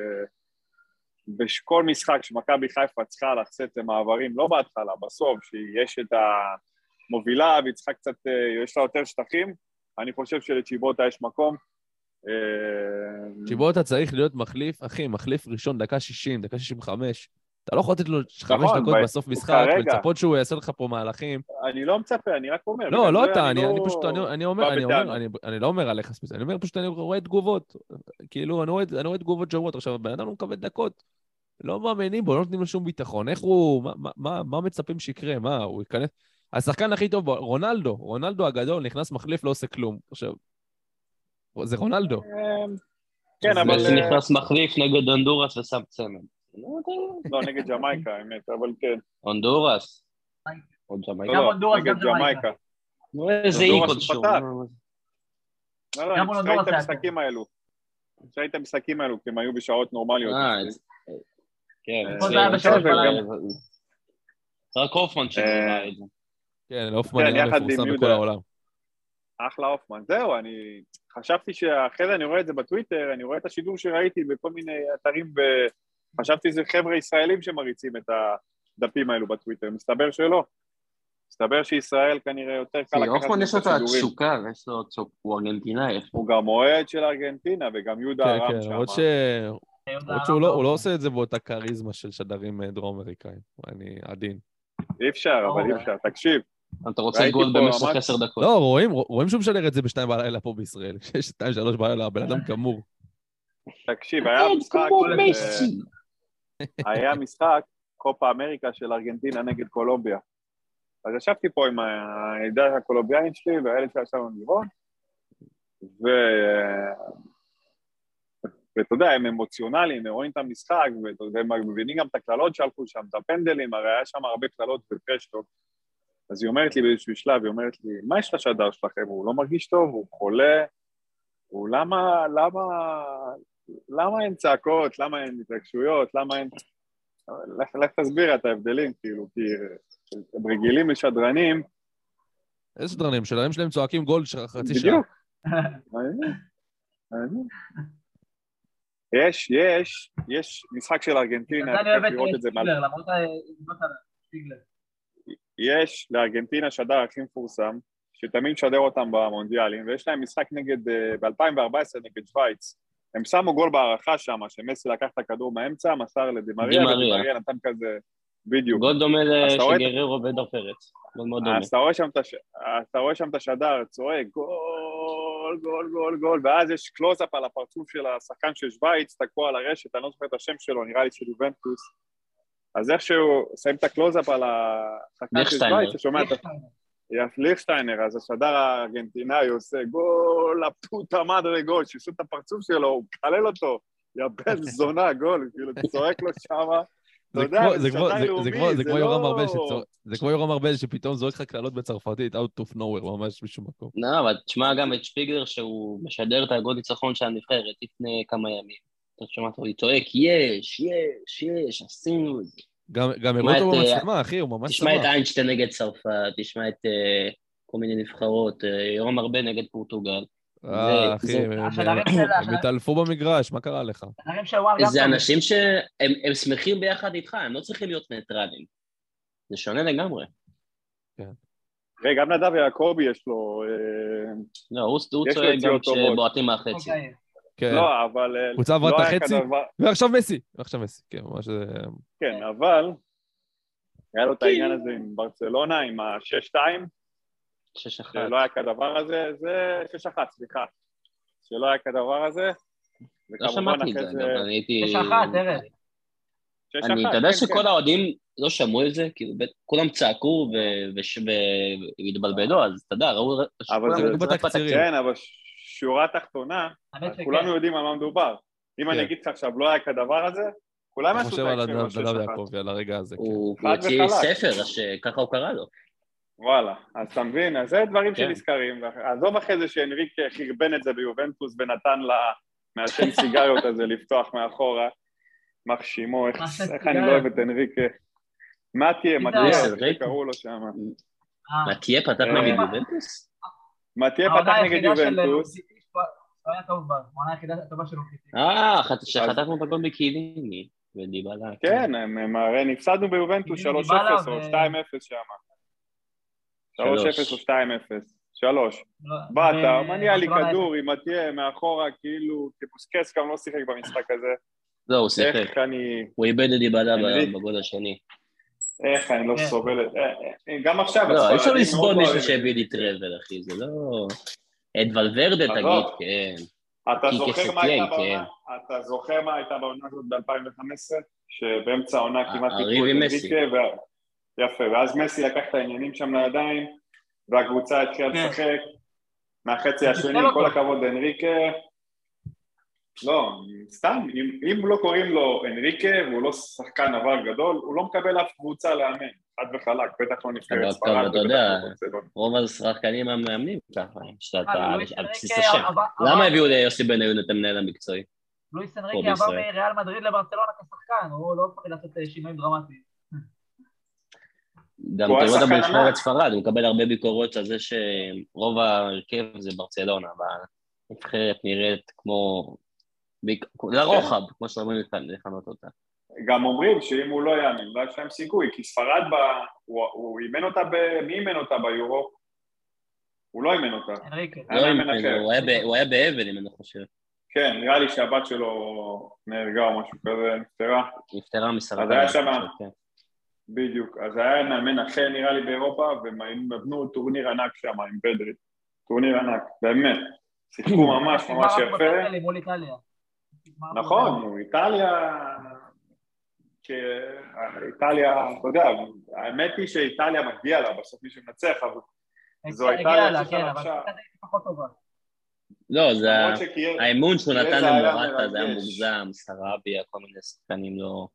בכל משחק שמכבי חיפה צריכה לצאת למעברים, לא בהתחלה, בסוף, שיש את המובילה והיא צריכה קצת, יש לה יותר שטחים, אני חושב שלצ'יבוטה יש מקום. צ'יבוטה צריך להיות מחליף, אחי, מחליף ראשון, דקה שישים, דקה שישים וחמש, אתה לא יכול לתת לו חמש נכון, דקות ב- בסוף משחק, כרגע. ולצפות שהוא יעשה לך פה מהלכים. אני לא מצפה, אני רק אומר. לא, בגלל לא זה אתה, אני לא אני פשוט, אני אני אומר, בא אני אומר, בטענות. אני- אני לא אומר עליך ספציפית, אני אומר פשוט, אני רואה תגובות. כאילו, אני רואה אני רואה תגובות שורות. עכשיו, הבן אדם לא מקבל דקות. לא מאמינים בו, לא נותנים לו שום ביטחון. איך הוא, מה- מה- מה מה מצפים שיקרה? מה, הוא ייכנס... השחקן הכי טוב, בו, רונלדו, רונלדו הגדול, נכנס מחליף, לא עושה כלום. עכשיו, זה רונלדו. אמ, כן, אז אבל... מסי אה, נכנס מחליף נגד הונדורס ושם צמד. לא, נגד ג'מייקה, האמת, אבל כן. הונדורס. עוד לא, ג'מייקה. גם לא, הונדורס, נגד גם ג'מייקה. ג'מייקה. נו, איזה הונדורס אי הוא כלשהו. פתח. לא, לא, גם אני מול פשוט ראיתי את הונדורס היה המשחקים האלו. פשוט ראיתי את המשחקים האלו, כי הם היו בשעות נורמליות. אה, אז- כן, פה זה היה זה- בשלוש זה- בלילה. רק הופמן שגרר את זה. כן, הופמן כן, נראה יחד עם מפורסם בכל יהודה. העולם. אחלה הופמן. זהו, אני חשבתי שאחרי זה אני רואה את זה בטוויטר, אני רואה את השידור שראיתי בכל מיני אתרים, וחשבתי שזה חבר'ה ישראלים שמריצים את הדפים האלו בטוויטר. מסתבר שלא. מסתבר שישראל כנראה יותר קל לקחת הופמן יש לו את השידורים. התשוקה, ויש לו, הוא ארגנטינאי. הוא גם אוהד של ארגנטינה, וגם יהודה כן, ארם כן, שם. למרות ש... למרות שהוא לא הוא לא עושה את זה באותה כריזמה של שדרים אה, דרום אמריקאים. אני עדין. אי אפשר, אבל אי אפשר. תקשיב, אתה רוצה ראיתי גול פה במשך ממש- עשר דקות. לא, רואים, רואים שהוא משדר את זה בשתיים בלילה פה בישראל. כשיש שתיים, שלוש בלילה, הבן אדם גמור. תקשיב, היה משחק, של- היה משחק קופה אמריקה של ארגנטינה נגד קולומביה. אז ישבתי פה עם הידידה הקולומביאנית שלי, והילד שלה שם לירון, ו... ואתה יודע, הם אמוציונליים, הם רואים את המשחק, והם מבינים גם את הקללות שהלכו שם, את הפנדלים, הרי היה שם הרבה קללות ופרשטוק. אז היא אומרת לי באיזשהו שלב, היא אומרת לי, מה יש לשדר שלכם? הוא לא מרגיש טוב, הוא חולה, הוא למה, למה, למה אין צעקות, למה אין התרגשויות, למה אין... לך, לך תסביר את ההבדלים, כאילו, כי הם רגילים לשדרנים. איזה שדרנים? שדרנים שלהם צועקים גול של חצי שעה. בדיוק. מעניין, מעניין. יש, יש, יש משחק של ארגנטינה, אני אוהב צריך את לראות את זה, שטיגלר, למרות שטיגלר. יש לארגנטינה שדר הכי מפורסם, שתמיד שדר אותם במונדיאלים, ויש להם משחק נגד, ב-אלפיים וארבע עשרה נגד שוויץ, הם שמו גול בהערכה שם, שמסי לקח את הכדור מהאמצע, מסר לדימריה, דימריה. ודימריה נתן כזה, בדיוק. גול דומה אז אתה רואה את- לשגררו ודור פרץ. גול מאוד דומה. אז אתה רואה שם את הש- אתה רואה שם את השדר, צועק, גול, גול, גול, גול, ואז יש קלוזאפ על הפרצוף של השחקן של שוויץ, תקוע על הרשת, אני לא זוכר את השם שלו, נראה לי של יובנטוס. אז איכשהו שמים את הקלוזאפ על השחקן של ליכטשיינר. שוויץ, ששומע את ה... יף ליכטשיינר, אז השדר הארגנטינאי עושה גול, הפוטה מדרה גול, שישו את הפרצוף שלו, הוא מקלל אותו, יא בן זונה, גול, כאילו, צועק לו שמה, אתה זה יודע, כמו- זה זה כמו- שדר זה- לאומי, זה כמו- זה זה כמו יורם לא... ארבל שצוע- זה כמו יורם ארבל שפתאום זורק לך קללות בצרפתית, out of nowhere, ממש משום מקום. לא, אבל תשמע גם את שפיגלר שהוא משדר את הגול ניצחון של הנבחרת לפני כמה ימים. אתה שומע אותו, הוא צועק, יש, יש, יש, עשינו את זה. גם גם תשמע הראו אותו את, אה, במצלמה, אחי, הוא ממש תשמע את שמח. איינשטיין נגד צרפת, תשמע את אה, כל מיני נבחרות, אה, יורם ארבל נגד פורטוגל. אה, זה- אחי, זה- הם- השדרים הם- של- הם השדרים- התעלפו במגרש, מה קרה לך? השדרים של וואן גם זה טובים. אנשים שהם הם שמחים ביחד איתך, הם לא צריכים להיות ניטרלים. זה שונה לגמרי. רגע, גם נדב יעקבי יש לו... אה, לא, הוא הוא יש לו צועק גם יציאות טובות. כשבועטים מהחצי. אוקיי. כן, לא, אבל... אה, קבוצה עברה לא את היה החצי? כדבר- ועכשיו מסי, ועכשיו מסי, כן, ממש... אה, כן, אבל... היה לו את העניין הזה עם ברצלונה, עם ה-שש שתיים, שש אחת. שלא היה כדבר הזה, זה שש אחת, סליחה. שלא היה כדבר הזה. לא שמעתי את זה, אגב, אני הייתי... יש אחת, ארז. שש אני, אחת, אתה יודע כן, שכל כן. האוהדים לא שמעו את זה? כאילו, בית- כולם צעקו ו- וש- ו- והתבלבלו, אז אתה יודע, ראו... אבל כולם זה- רק בתקצירים. בתקציר. כן, אבל שורה תחתונה, האמת שכן. כולנו יודעים על מה מדובר. אם אני כן. אגיד לך עכשיו, לא היה כדבר הזה, כולם אתה יעשו חושב את על ההקשר נדב לשש נדב אחת. יעקבי, על הרגע הזה, כן. הוא חד הוא הוציא וחלק. ספר, אז שככה הוא קרא לו. וואלה, אז אתה מבין, אז זה דברים כן. שנזכרים. עזוב אחרי זה שהנריק חרבן את זה ביובנטוס ונתן לה מהשם סיגריות הזה לפתוח מאחורה. מחשימו, איך מה זה איך אני סיגריות? לא אוהב את אנריק. מה תהיה, מה סיגריות. תהיה, אנריק? שקראו לו שם. אה, מה, תהיה פתח אה. נגד יובנטוס? מה תהיה העונה פתח נגד היחידה של יובנטוס. לוסיטיש, הוא היה טוב בה, העונה היחידה הטובה של לוסיטיש. אה, חט- שחטפנו בגול בקיליני, ודיבלה. כן, הם- הם הרי נפסדנו ביובנטוס דיבלה שלוש אפס או ו- שתיים אפס שם. שלוש שלוש. אפס או שתיים אפס. שלוש. לא, באת, ו- מניע לי ברצלונה כדור עם מתיה מאחורה, כאילו, כבוסקס גם לא שיחק במשחק הזה. לא, הוא שיחק. איך אני... הוא איבד את דיבלה אנריק. בגול השני. איך אני לא כן. סובל את... אה, אה, גם עכשיו, לא, אי אפשר הספרדים לסבול מאוד מישהו אוהבים. שהביא לי טראבל, אחי, זה לא... את ולוורדה עזוב. תגיד, כן. אתה כי זוכר מה הייתה כסטיין, בעונה? אתה זוכר מה הייתה בעונה הזאת ב-אלפיים וחמש עשרה? שבאמצע העונה כמעט הריב תיקחו את עם מסי. אנריקה, ו... יפה, ואז מסי לקח את העניינים שם לידיים, והקבוצה התחילה כן. לשחק, מהחצי השני, תסתכל כל אותו. הכבוד אנריקה, לא, סתם, אם, אם לא קוראים לו אנריקה, והוא לא שחקן עבר גדול, הוא לא מקבל אף קבוצה לאמן, חד וחלק, בטח לא אבל נבחרת טוב, ספרד, אתה ובטח יודע, לא ברצלונה. רוב השחקנים המאמנים ככה, שאתה אה, לואיס על בסיס אנריקה השם. עבר- למה עבר- הביאו ליוסי בניון את המנהל המקצועי? לואיס פה אנריקה עבר בישראל. מריאל מדריד לברצלונה כשחקן, הוא לא צריך לעשות שינויים דרמטיים. גם הוא היה תראו אותה שחקן בנבחרת ענק. ספרד, הוא מקבל הרבה ביקורות על זה שרוב ההרכב זה ברצלונה, והנבחרת נראית כמו... לרוחב, כמו שאומרים לכנות אותה. גם אומרים שאם הוא לא יאמן, לא יש להם סיכוי, כי ספרד, ב... הוא, הוא אימן אותה, ב... מי אימן אותה ביורו? הוא לא אימן אותה. אנריקה. היה לא, מאמן אחר. הוא היה ב- הוא היה באבן, אם אני חושב. כן, נראה לי שהבת שלו נהרגה או משהו כזה, נפטרה. נפטרה מסרטן. אז היה אני שם- חושב, כן. בדיוק. אז היה מאמן אחר נראה לי באירופה, והם נתנו טורניר ענק שם עם פדרי. טורניר ענק, באמת. שיחקו ממש ממש נגמר יפה. בפנדלים מול איטליה. נכון, איטליה... איטליה, אתה יודע, האמת היא שאיטליה מגיעה לה, בסוף מי שמנצח, אבל זו הגיע איטליה לה, שצריכה כן, אבל עכשיו. קצת הייתי פחות טובה. לא, זה ה- למרות שקיאל- האמון שהוא קיאל נתן זה היה למורטה, זה היה מרגש. מוגזם, סרביה, כל מיני שחקנים לא...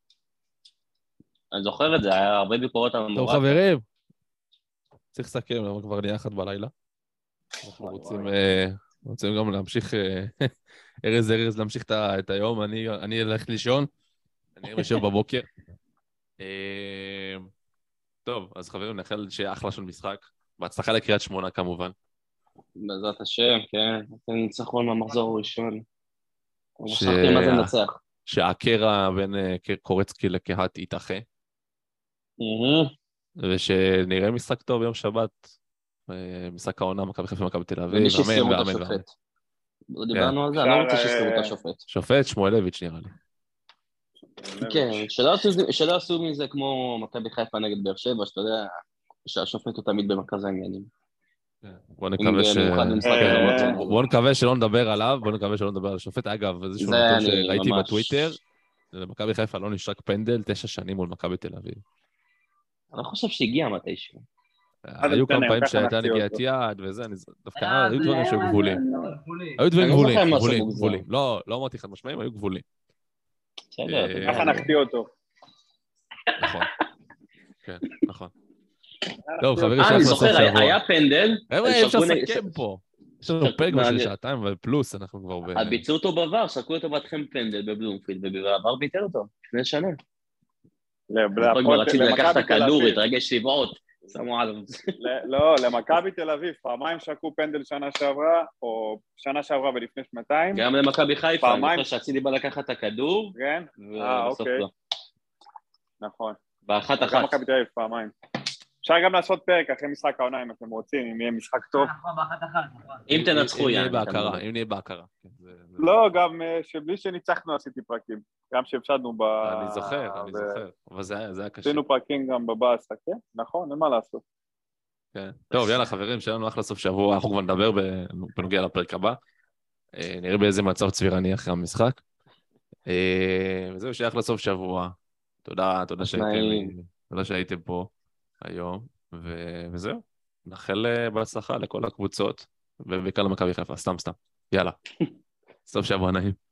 אני זוכר את זה, היה הרבה ביקורות על טוב, מורטה. חברים, צריך לסכם, למה כבר נהיה אחת בלילה. אנחנו רוצים אה, רוצים גם להמשיך, אה, ארז ארז להמשיך את ה- את היום, אני אני אלך לישון, אני יושב בבוקר. אה, טוב, אז חברים, נאחל שיהיה אחלה של משחק. בהצלחה לקריית שמונה כמובן. בעזרת השם, כן. אתם ניצחון מהמחזור הראשון. ש- שכחתי מה זה לנצח. שהקרע בין אה, קורצקי לקהת יתאחה, מהמם. ושנראה משחק טוב ביום שבת, אה, משחק העונה, מכבי חיפה ומכבי תל אביב, ומי שיסתירו אמן את ואמן ואמן. השופט. לא דיברנו על זה, אני לא רוצה אפשר, שיסתירו את אה, השופט. שופט שמואלביץ' נראה לי. כן, שלא עשו- שלא עשו מזה כמו מכבי חיפה נגד באר שבע, שאתה יודע שהשופט הוא תמיד במרכז העניינים. בוא נקווה ש... במיוחד במשחק אה, הזה. בוא נקווה שלא נדבר עליו, בוא נקווה שלא נדבר על השופט. אגב, איזשהו זה נתון אני שראיתי ממש- בטוויטר, למכבי חיפה לא נשרק פנדל תשע שנים מול מכבי תל אביב. אני לא חושב שהגיע מתישהו. היו בסדר, כמה פעמים ככה שהייתה נחצי נגיעת אותו. יד וזה, אני דווקא אה, היו זה- דברים שהיו גבולים. גבולי. היו דברים אני לא גבולים, זוכר משהו גבולים, מוגזם. גבולים. לא, לא אמרתי חד משמעיים, היו גבולים. בסדר, אה, אתה יודע. ככה נחטיא אותו. נכון. כן, נכון. טוב, חברים, אה, שאנחנו אני לסוף זוכר, היה- שבוע. היה פנדל. חבר'ה, הם אי אפשר שרקו נגד- לסכם פה. יש לנו שרקו- פרק כבר של מעניין. שעתיים ופלוס, אנחנו כבר ב... ביצעו אותו בעבר, שרקו אותו בהתחם פנדל בבלומפילד, ובעבר ביטל אותו, לפני שנה. להפועל- כבר רציתי לקחת את למכבי תל הכדור, אביב. התרגש לבעוט, שמו עליו. ל- לא, למכבי תל אביב, פעמיים שקעו פנדל שנה שעברה, או שנה שעברה ולפני שנתיים, גם למכבי חיפה, אני פעמיים. זוכר שאצילי בא לקחת את הכדור, כן? אה, ובסוף אוקיי. לא. נכון. באחת גם אחת. מכבי תל אביב פעמיים. אפשר גם לעשות פרק אחרי משחק העונה אם אתם רוצים, אם יהיה משחק טוב. נכון, באחת אחת, נכון. אם תנצחו, אם נהיה יאללה. בהכרה, אם נהיה בהכרה. כן, זה- זה- לא, גם אה, שבלי שניצחנו עשיתי פרקים. גם שהפסדנו ב... אני זוכר, אני ו- זוכר. אבל זה היה זה היה קשה. עשינו פרקים גם בבאסה, כן? נכון, אין מה לעשות. כן. טוב, יאללה, חברים, שיהיה לנו אחלה סוף שבוע, אנחנו כבר נדבר ב- בנוגע לפרק הבא. אה, נראה באיזה מצב צבירה נהיה אחרי המשחק. אה, וזהו, שיהיה אחלה סוף שבוע. תודה, תודה שהייתם, נעים. תודה שהייתם פה היום, ו- וזהו. נאחל אה, בהצלחה לכל הקבוצות, ובעיקר למכבי חיפה, סתם סתם. יאללה. סוף שבוע נעים.